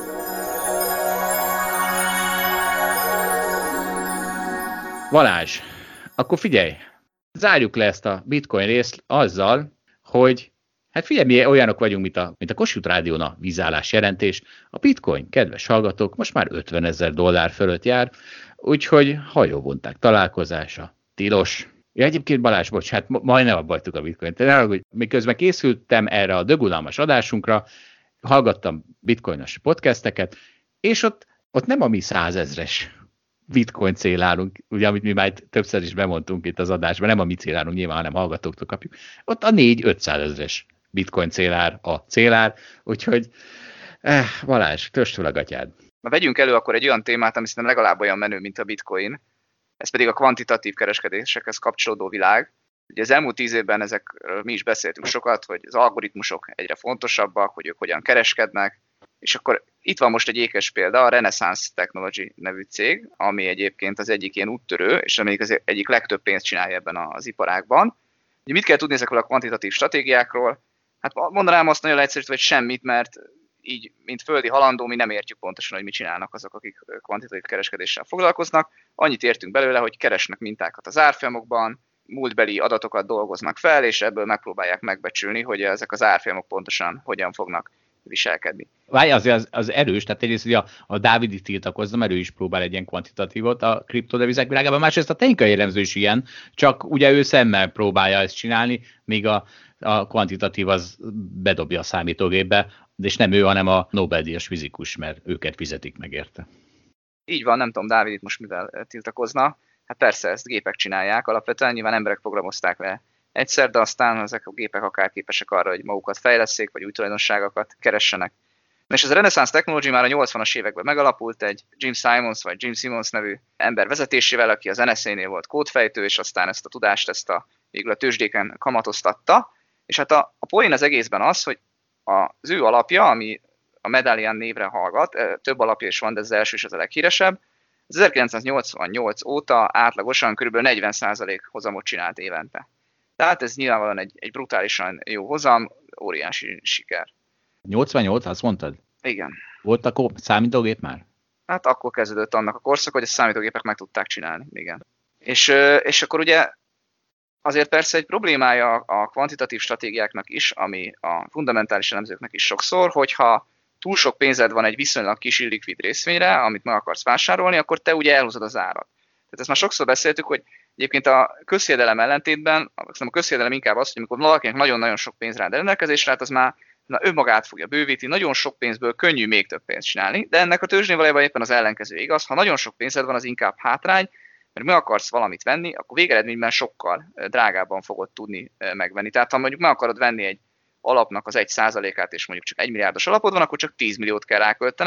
Balázs, akkor figyelj, zárjuk le ezt a bitcoin részt azzal, hogy hát figyelj, mi olyanok vagyunk, mint a, mint a Kossuth Rádión a vízállás jelentés. A bitcoin, kedves hallgatók, most már ötvenezer dollár fölött jár, úgyhogy hajóvonták találkozása tilos. Ja, egyébként Balázs, bocs, hát majdnem abba hagytuk a bitcoint. Hogy miközben készültem erre a dögulálmas adásunkra, hallgattam bitcoinos podcasteket, és ott, ott nem a mi százezres bitcoin célárunk, ugye, amit mi már többször is bemondtunk itt az adásban, nem a mi célárunk nyilván, hanem hallgatóktól kapjuk. Ott a négy-ötszázezres bitcoin célár a célár, úgyhogy eh, Balázs, töst fel a gatyád. Na vegyünk elő akkor egy olyan témát, ami szerintem legalább olyan menő, mint a bitcoin, ez pedig a kvantitatív kereskedésekhez kapcsolódó világ. Ugye az elmúlt tíz évben ezekről mi is beszéltünk sokat, hogy az algoritmusok egyre fontosabbak, hogy ők hogyan kereskednek, és akkor itt van most egy ékes példa, a Renaissance Technology nevű cég, ami egyébként az egyik ilyen úttörő, és amelyik az egyik legtöbb pénzt csinálja ebben az iparágban. Ugye mit kell tudni ezekről a kvantitatív stratégiákról? Hát mondanám azt nagyon leegyszerűsítve, hogy semmit, mert így, mint földi halandó, mi nem értjük pontosan, hogy mit csinálnak azok, akik kvantitatív kereskedéssel foglalkoznak. Annyit értünk belőle, hogy keresnek mintákat az árfolyamokban, múltbeli adatokat dolgoznak fel, és ebből megpróbálják megbecsülni, hogy ezek az árfolyamok pontosan hogyan fognak viselkedni. Várj, az, az, az erős, tehát egyrészt ugye a, a Dávid itt tiltakozna, mert ő is próbál egy ilyen kvantitatívot a kriptodevizek világában, másrészt a technikai elemző is ilyen, csak ugye ő szemmel próbálja ezt csinálni, míg a, a kvantitatív az bedobja a számítógépbe, és nem ő, hanem a Nobel-díjas fizikus, mert őket fizetik meg érte. Így van, nem tudom, Dávid itt most mivel tiltakozna. Hát persze, ezt gépek csinálják, alapvetően nyilván emberek programozták le egyszer, de aztán ezek a gépek akár képesek arra, hogy magukat fejlesszék, vagy új tulajdonságokat keressenek. És ez a Renaissance Technology már a nyolcvanas években megalapult egy Jim Simons vagy Jim Simons nevű ember vezetésével, aki az en es á-nél volt kódfejtő, és aztán ezt a tudást ezt a, végül a tőzsdéken kamatoztatta. És hát a, a poén az egészben az, hogy az ő alapja, ami a Medallion névre hallgat, több alapja is van, de az első is az a leghíresebb, az ezerkilencszáznyolcvannyolc óta átlagosan kb. negyven százalék hozamot csinált évente. Tehát ez nyilvánvalóan egy, egy brutálisan jó hozam, óriási siker. nyolcvannyolc, azt mondtad? Igen. Volt akkor számítógép már? Hát akkor kezdődött annak a korszak, hogy a számítógépek meg tudták csinálni. Igen. És, és akkor ugye azért persze egy problémája a kvantitatív stratégiáknak is, ami a fundamentális elemzőknek is sokszor, hogyha túl sok pénzed van egy viszonylag kis illikvid részvényre, amit meg akarsz vásárolni, akkor te ugye elhúzod az árat. Tehát ezt már sokszor beszéltük, hogy egyébként a közhiedelem ellentétben, a közhiedelem inkább az, hogy amikor valakinek nagyon-nagyon sok pénz rá rendelkezésre, hát az már na, önmagát fogja bővíti, nagyon sok pénzből könnyű még több pénzt csinálni, de ennek a tőzsdén valójában éppen az ellenkező igaz. Ha nagyon sok pénzed van, az inkább hátrány, mert meg akarsz valamit venni, akkor végeredményben sokkal drágábban fogod tudni megvenni. Tehát ha mondjuk meg akarod venni egy alapnak az egy százalékát, és mondjuk csak egy milliárdos alapod van, akkor csak tíz milliót kell ráköltened,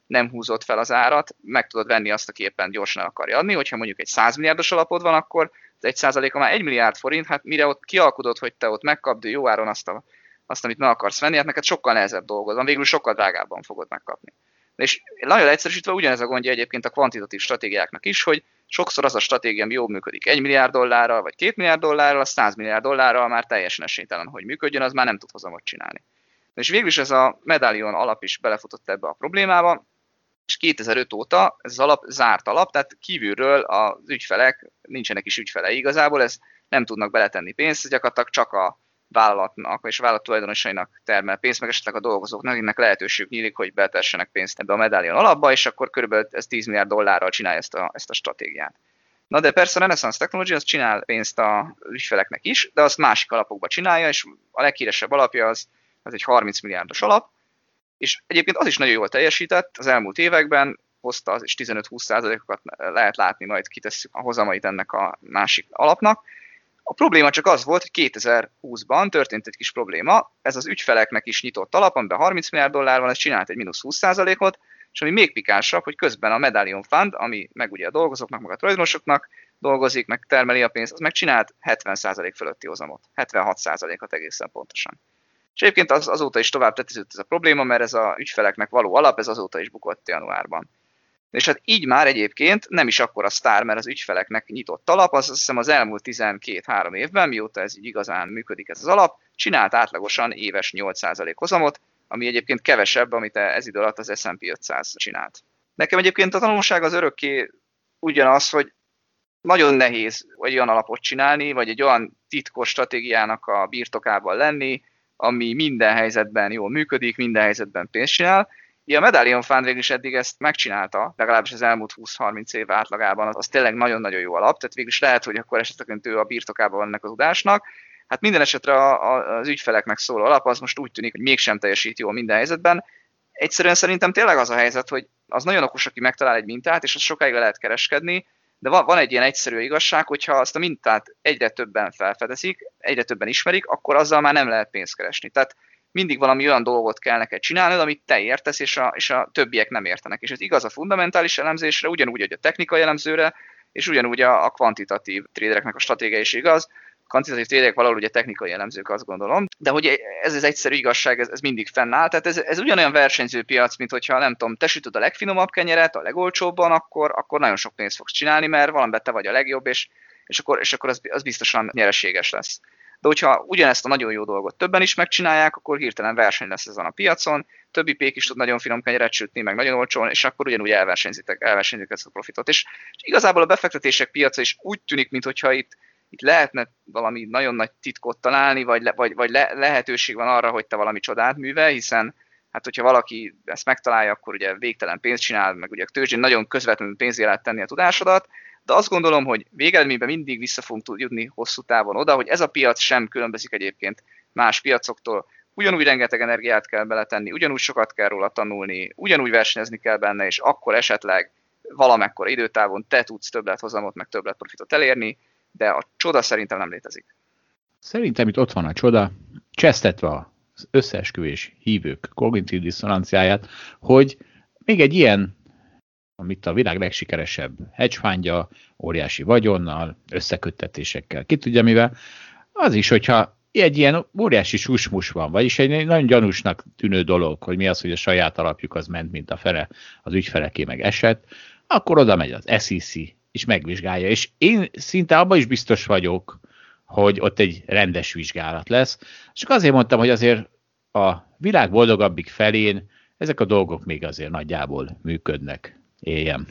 nem húzott fel az árat, meg tudod venni azt, aki éppen gyorsan el akarja adni. Hogyha mondjuk egy száz milliárdos alapod van, akkor az egy százaléka már egy milliárd forint, hát mire ott kialkudod, hogy te ott megkapd jó áron azt, a, azt, amit meg akarsz venni, hát neked sokkal nehezebb dolgod van, végül sokkal drágábban fogod megkapni. És nagyon egyszerűsítve ugyanez a gondja egyébként a kvantitatív stratégiáknak is, hogy sokszor az a stratégia, ami jól működik egy milliárd dollárral, vagy két milliárd dollárral, az száz milliárd dollárral már teljesen esélytelen, hogy működjön, az már nem tud hozamot csinálni. És végül is ez a Medallion alap is belefutott ebbe a problémába, és kétezer-öt óta ez az alap zárt alap, tehát kívülről az ügyfelek, nincsenek is ügyfelei igazából, ez nem tudnak beletenni pénzt, gyakorlatilag csak a vállalatnak és a vállalat tulajdonosainak termel pénzt, meg esetleg a dolgozóknak, akiknek lehetőségük nyílik, hogy betessenek pénzt ebbe a Medallion alapba, és akkor körülbelül ez tíz milliárd dollárral csinálja ezt a, ezt a stratégiát. Na de persze a Renaissance Technology az csinál pénzt az ügyfeleknek is, de azt másik alapokba csinálja, és a leghíresebb alapja az, az egy harminc milliárdos alap, és egyébként az is nagyon jól teljesített az elmúlt években, hozta az is tizenöt-húsz százalékokat lehet látni, majd kitesszük a hozamait ennek a másik alapnak. A probléma csak az volt, hogy kétezer-húszban történt egy kis probléma, ez az ügyfeleknek is nyitott alap, amiben harminc milliárd dollár van, ez csinált egy mínusz húsz százalékot, és ami még pikánsabb, hogy közben a Medallion Fund, ami meg ugye a dolgozóknak, meg a tulajdonosoknak dolgozik, meg termeli a pénzt, az meg csinált hetven százalék fölötti hozamot, hetvenhat százalékot egészen pontosan. És egyébként az, azóta is tovább tetszett ez a probléma, mert ez az ügyfeleknek való alap, ez azóta is bukott januárban. És hát így már egyébként nem is akkora sztár, mert az ügyfeleknek nyitott alap, az azt hiszem az elmúlt tizenkét-három évben, mióta ez így igazán működik ez az alap, csinált átlagosan éves nyolc százalék hozamot, ami egyébként kevesebb, amit ez idő alatt az es and pé ötszáz csinált. Nekem egyébként a tanulság az örökké ugyanaz, hogy nagyon nehéz egy olyan alapot csinálni, vagy egy olyan titkos stratégiának a birtokában lenni, ami minden helyzetben jól működik, minden helyzetben pénzt csinál. Ja, a Medallion Fund végül is eddig ezt megcsinálta, legalábbis az elmúlt húsz-harminc év átlagában, az tényleg nagyon-nagyon jó alap, tehát végül is lehet, hogy akkor esetleg ő a birtokában van ennek a tudásnak. Hát minden esetre a, a, az ügyfeleknek szóló alap az most úgy tűnik, hogy mégsem teljesít jól minden helyzetben. Egyszerűen szerintem tényleg az a helyzet, hogy az nagyon okos, aki megtalál egy mintát, és azt sokáig le lehet kereskedni, de van, van egy ilyen egyszerű igazság, hogyha azt a mintát egyre többen felfedezik, egyre többen ismerik, akkor azzal már nem lehet pénzt keresni. Tehát mindig valami olyan dolgot kell neked csinálnod, amit te értesz, és a, és a többiek nem értenek. És ez igaz a fundamentális elemzésre, ugyanúgy, hogy a technikai elemzőre, és ugyanúgy a, a kvantitatív tradereknek a stratégia is igaz. A kvantitatív traderek valahol ugye technikai elemzők, azt gondolom. De hogy ez az egyszerű igazság, ez, ez mindig fennáll. Tehát ez, ez ugyanolyan versenyző piac, mint hogyha nem tudom, te sütöd a legfinomabb kenyeret, a legolcsóbban, akkor, akkor nagyon sok pénzt fogsz csinálni, mert valamiben te vagy a legjobb, és, és akkor, és akkor az, az biztosan nyereséges lesz. De hogyha ugyanezt a nagyon jó dolgot többen is megcsinálják, akkor hirtelen verseny lesz ezen a piacon, többi pék is tud nagyon finom kenyeret sütni, meg nagyon olcsón, és akkor ugyanúgy elversenyzitek, elversenyzik ezt a profitot. És, és igazából a befektetések piaca is úgy tűnik, mintha itt, itt lehetne valami nagyon nagy titkot találni, vagy, le, vagy, vagy le, lehetőség van arra, hogy te valami csodát művel, hiszen hát hogyha valaki ezt megtalálja, akkor ugye végtelen pénzt csinál, meg ugye a tőzsdén nagyon közvetlenül pénzé lehet tenni a tudásodat, de azt gondolom, hogy végeredményben mindig vissza fogunk jutni hosszú távon oda, hogy ez a piac sem különbözik egyébként más piacoktól. Ugyanúgy rengeteg energiát kell beletenni, ugyanúgy sokat kell róla tanulni, ugyanúgy versenyezni kell benne, és akkor esetleg valamekkora időtávon te tudsz többlethozamot, meg többletprofitot elérni, de a csoda szerintem nem létezik. Szerintem itt ott van a csoda, csesztetve az összeesküvés hívők kognitív diszonanciáját, hogy még egy ilyen, amit a világ legsikeresebb hedge fundja, óriási vagyonnal, összeköttetésekkel, ki tudja mivel, az is, hogyha egy ilyen óriási susmus van, vagyis egy nagyon gyanúsnak tűnő dolog, hogy mi az, hogy a saját alapjuk az ment, mint a fele, az ügyfeleké meg esett, akkor oda megy az es i cé, és megvizsgálja. És én szinte abban is biztos vagyok, hogy ott egy rendes vizsgálat lesz. Csak azért mondtam, hogy azért a világ boldogabbik felén ezek a dolgok még azért nagyjából működnek. Éljen.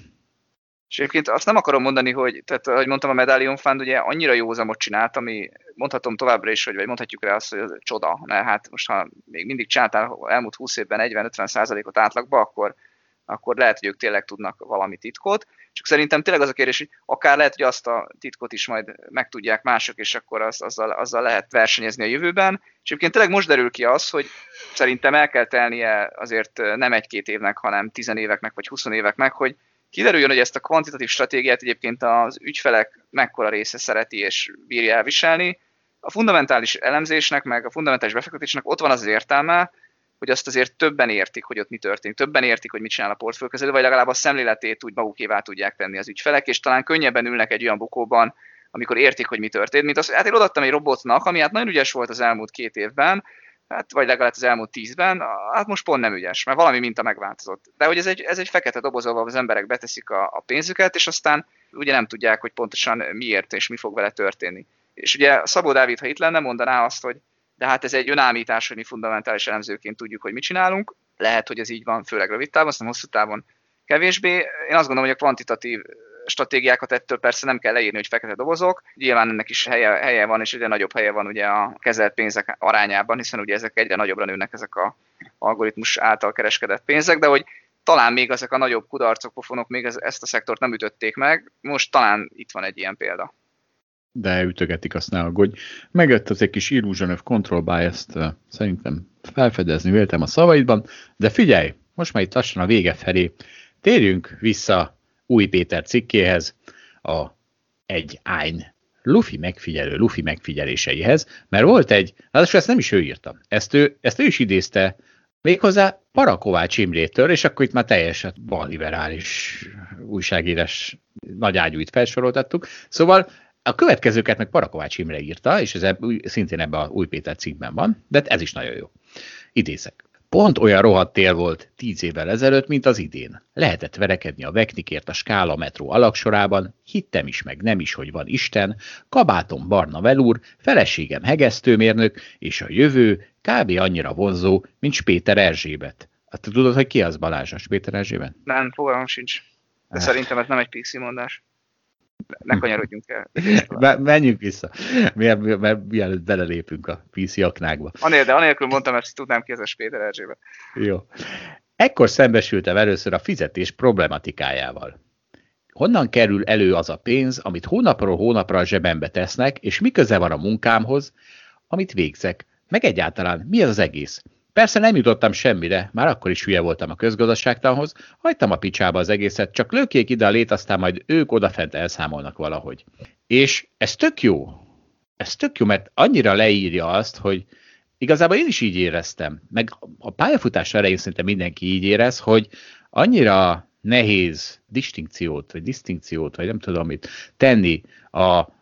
És egyébként azt nem akarom mondani, hogy, tehát, ahogy mondtam, a Medallion Fund ugye annyira jó hozamot csinált, ami mondhatom továbbra is, hogy, vagy mondhatjuk rá azt, hogy ez csoda, mert hát most ha még mindig csináltál elmúlt húsz évben negyven-ötven százalékot átlagba, akkor, akkor lehet, hogy ők tényleg tudnak valami titkot. Csak szerintem tényleg az a kérdés, hogy akár lehet, hogy azt a titkot is majd megtudják mások, és akkor az, azzal, azzal lehet versenyezni a jövőben. És egyébként tényleg most derül ki az, hogy szerintem el kell telnie azért nem egy-két évnek, hanem tizen éveknek, vagy húsz éveknek, hogy kiderüljön, hogy ezt a kvantitatív stratégiát egyébként az ügyfelek mekkora része szereti és bírja elviselni. A fundamentális elemzésnek, meg a fundamentális befektetésnek ott van az, az értelme, hogy azt azért többen értik, hogy ott mi történik, többen értik, hogy mit csinál a portfóliókezelő, vagy legalább a szemléletét úgy magukévá tudják tenni az ügyfelek, és talán könnyebben ülnek egy olyan bukóban, amikor értik, hogy mi történt, mint az, hát én odaadtam egy robotnak, ami hát nagyon ügyes volt az elmúlt két évben, hát vagy legalább az elmúlt tízben, hát most pont nem ügyes, mert valami minta megváltozott. De hogy ez egy, ez egy fekete doboz, ahol az emberek beteszik a, a pénzüket, és aztán ugye nem tudják, hogy pontosan miért és mi fog vele történni. És ugye Szabó Dávid, ha itt lenne, mondaná azt, hogy de hát ez egy önállítás, hogy mi fundamentális elemzőként tudjuk, hogy mit csinálunk. Lehet, hogy ez így van, főleg rövid távon, aztán hosszú távon kevésbé. Én azt gondolom, hogy a kvantitatív stratégiákat ettől persze nem kell leírni, hogy fekete dobozok. Nyilván ennek is helye, helye van, és egyre nagyobb helye van ugye a kezelt pénzek arányában, hiszen ugye ezek egyre nagyobbra nőnek, ezek a algoritmus által kereskedett pénzek, de hogy talán még ezek a nagyobb kudarcok, pofonok még ezt a szektort nem ütötték meg. Most talán itt van egy ilyen példa. De ütögetik, azt ne aggódj. Megjött az egy kis illusion of control bias-t, uh, szerintem felfedezni véltem a szavaidban, de figyelj, most már itt lassan a vége felé. Térjünk vissza Új Péter cikkéhez, a egy Ein Luffy megfigyelő, Luffy megfigyeléseihez, mert volt egy, hát ezt nem is ő írta, ezt ő, ezt ő is idézte méghozzá Parakovács Imrétől, és akkor itt már teljesen balliberális újságírás nagyágyúit felsoroltattuk. Szóval a következőket meg Parakovács Imre írta, és ez szintén ebben a Új Péter cikkben van, de ez is nagyon jó. Idézek. Pont olyan rohadt tél volt tíz évvel ezelőtt, mint az idén. Lehetett verekedni a Veknikért a Skála metró alaksorában, hittem is meg nem is, hogy van Isten, kabátom barna velúr, feleségem hegesztőmérnök, és a jövő kb. Annyira vonzó, mint Spéter Erzsébet. Hát tudod, hogy ki az Balázs, a Spéter Erzsébet? Nem, fogalmam sincs. De szerintem ez nem egy pixi mondás. Ne kanyarodjunk el. Menjünk vissza, mert, mert mielőtt belelépünk a pé cé aknákba. Anél, de anélkül mondtam, mert tudnám ki ez a Spéter Erzsébet. Jó. Ekkor szembesültem először a fizetés problematikájával. Honnan kerül elő az a pénz, amit hónapról hónapra a zsebembe tesznek, és mi köze van a munkámhoz, amit végzek, meg egyáltalán mi az az egész? Persze nem jutottam semmire, már akkor is hülye voltam a közgazdaságtanhoz, hagytam a picsába az egészet, csak lökjék ide a lét, aztán majd ők odafent elszámolnak valahogy. És ez tök jó. Ez tök jó, mert annyira leírja azt, hogy igazából én is így éreztem, meg a pályafutás elején szerintem mindenki így érez, hogy annyira nehéz distinkciót, vagy disztinkciót, vagy nem tudom mit tenni a,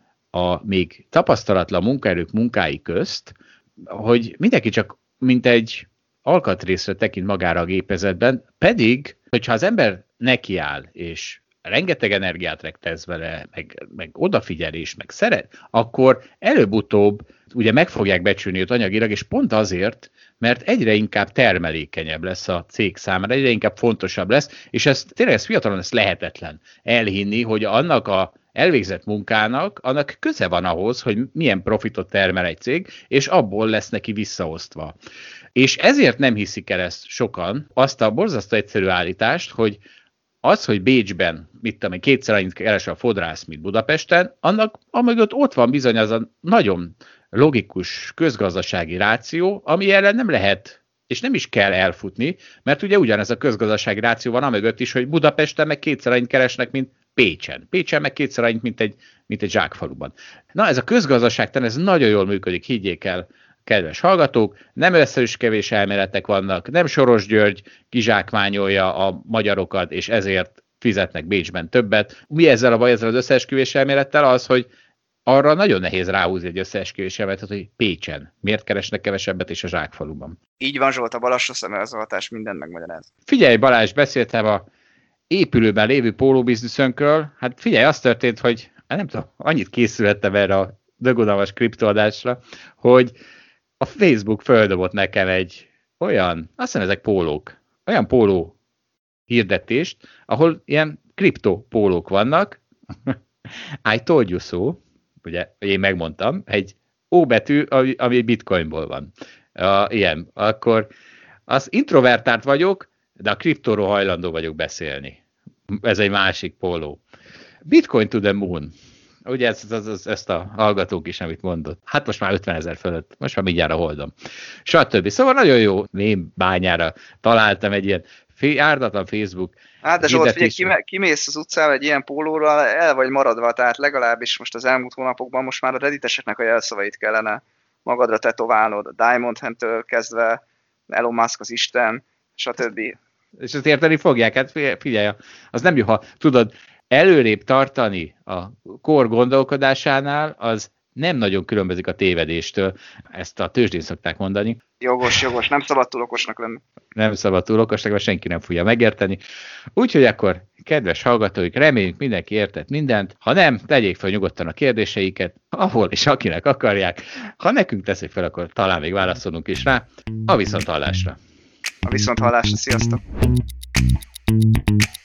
a még tapasztalatlan munkaerők munkái közt, hogy mindenki csak mint egy alkatrészre tekint magára a gépezetben, pedig, hogyha az ember nekiáll, és rengeteg energiát tesz vele, meg, meg odafigyelés, meg szeret, akkor előbb-utóbb ugye meg fogják becsülni őt anyagilag, és pont azért, mert egyre inkább termelékenyebb lesz a cég számára, egyre inkább fontosabb lesz, és ez tényleg ez fiatalon ez lehetetlen elhinni, hogy annak a elvégzett munkának, annak köze van ahhoz, hogy milyen profitot termel egy cég, és abból lesz neki visszaosztva. És ezért nem hiszik el ezt sokan, azt a borzasztó egyszerű állítást, hogy az, hogy Bécsben, mit tudom én, kétszer annyit keres a fodrász, mint Budapesten, annak amögött ott van bizony az a nagyon logikus közgazdasági ráció, ami ellen nem lehet, és nem is kell elfutni, mert ugye ugyanez a közgazdasági ráció van amögött is, hogy Budapesten meg kétszer annyit keresnek, mint Pécsen. Pécsen meg kétszer annyit, mint egy, mint egy zsákfaluban. Na, ez a közgazdaságtan, ez nagyon jól működik, higgyék el, kedves hallgatók, nem összes kevés elméletek vannak, nem Soros György kizsákmányolja a magyarokat, és ezért fizetnek Bécsben többet. Mi ezzel a baj, ezzel az összeesküvés elmélettel az, hogy arra nagyon nehéz ráhúzni egy összeesküvés elméletet, hogy Pécsen miért keresnek kevesebbet és a zsákfaluban. Így van, Zsolt, a balasra szemmelzoltás mindent megmagyaráz. Figyelj Balázs, beszéltem a épülőben lévő pólóbizniszünkről. Hát figyelj, az történt, hogy nem tudom, annyit készülhettem erre a dögodalmas kriptoadásra, hogy a Facebook földobott nekem egy olyan, azt hiszem ezek pólók, olyan póló hirdetést, ahol ilyen kriptopólók vannak. I told you so, ugye, én megmondtam, egy O betű, ami, ami bitcoinból van. Uh, ilyen, akkor az introvertált vagyok, de a kriptóról hajlandó vagyok beszélni. Ez egy másik póló. Bitcoin to the moon. Ugye ezt, ezt, ezt a hallgatók is, amit mondott. Hát most már ötvenezer fölött, most már mindjárt a holdom. Stb. Szóval nagyon jó mém bányára találtam egy ilyen árdatlan Facebook. Hát de Zsolt, figyelj, kimész az utcán egy ilyen pólóra, el vagy maradva, tehát legalábbis most az elmúlt hónapokban most már a redditeseknek a jelszavait kellene magadra tetoválnod, a Diamond Hand-től kezdve Elon Musk az Isten, stb. És azt érteni fogják, hát figyelj, az nem jó, ha tudod, előrébb tartani a kor gondolkodásánál, az nem nagyon különbözik a tévedéstől. Ezt a tőzsdén szokták mondani. Jogos, jogos, nem szabad túl okosnak lenni. Nem szabad túl okosnak, mert senki nem fogja megérteni. Úgyhogy akkor, kedves hallgatóik, reméljük mindenki értett mindent. Ha nem, tegyék fel nyugodtan a kérdéseiket, ahol és akinek akarják. Ha nekünk teszik fel, akkor talán még válaszolunk is rá. A viszonthallásra. A viszonthallásra, sziasztok!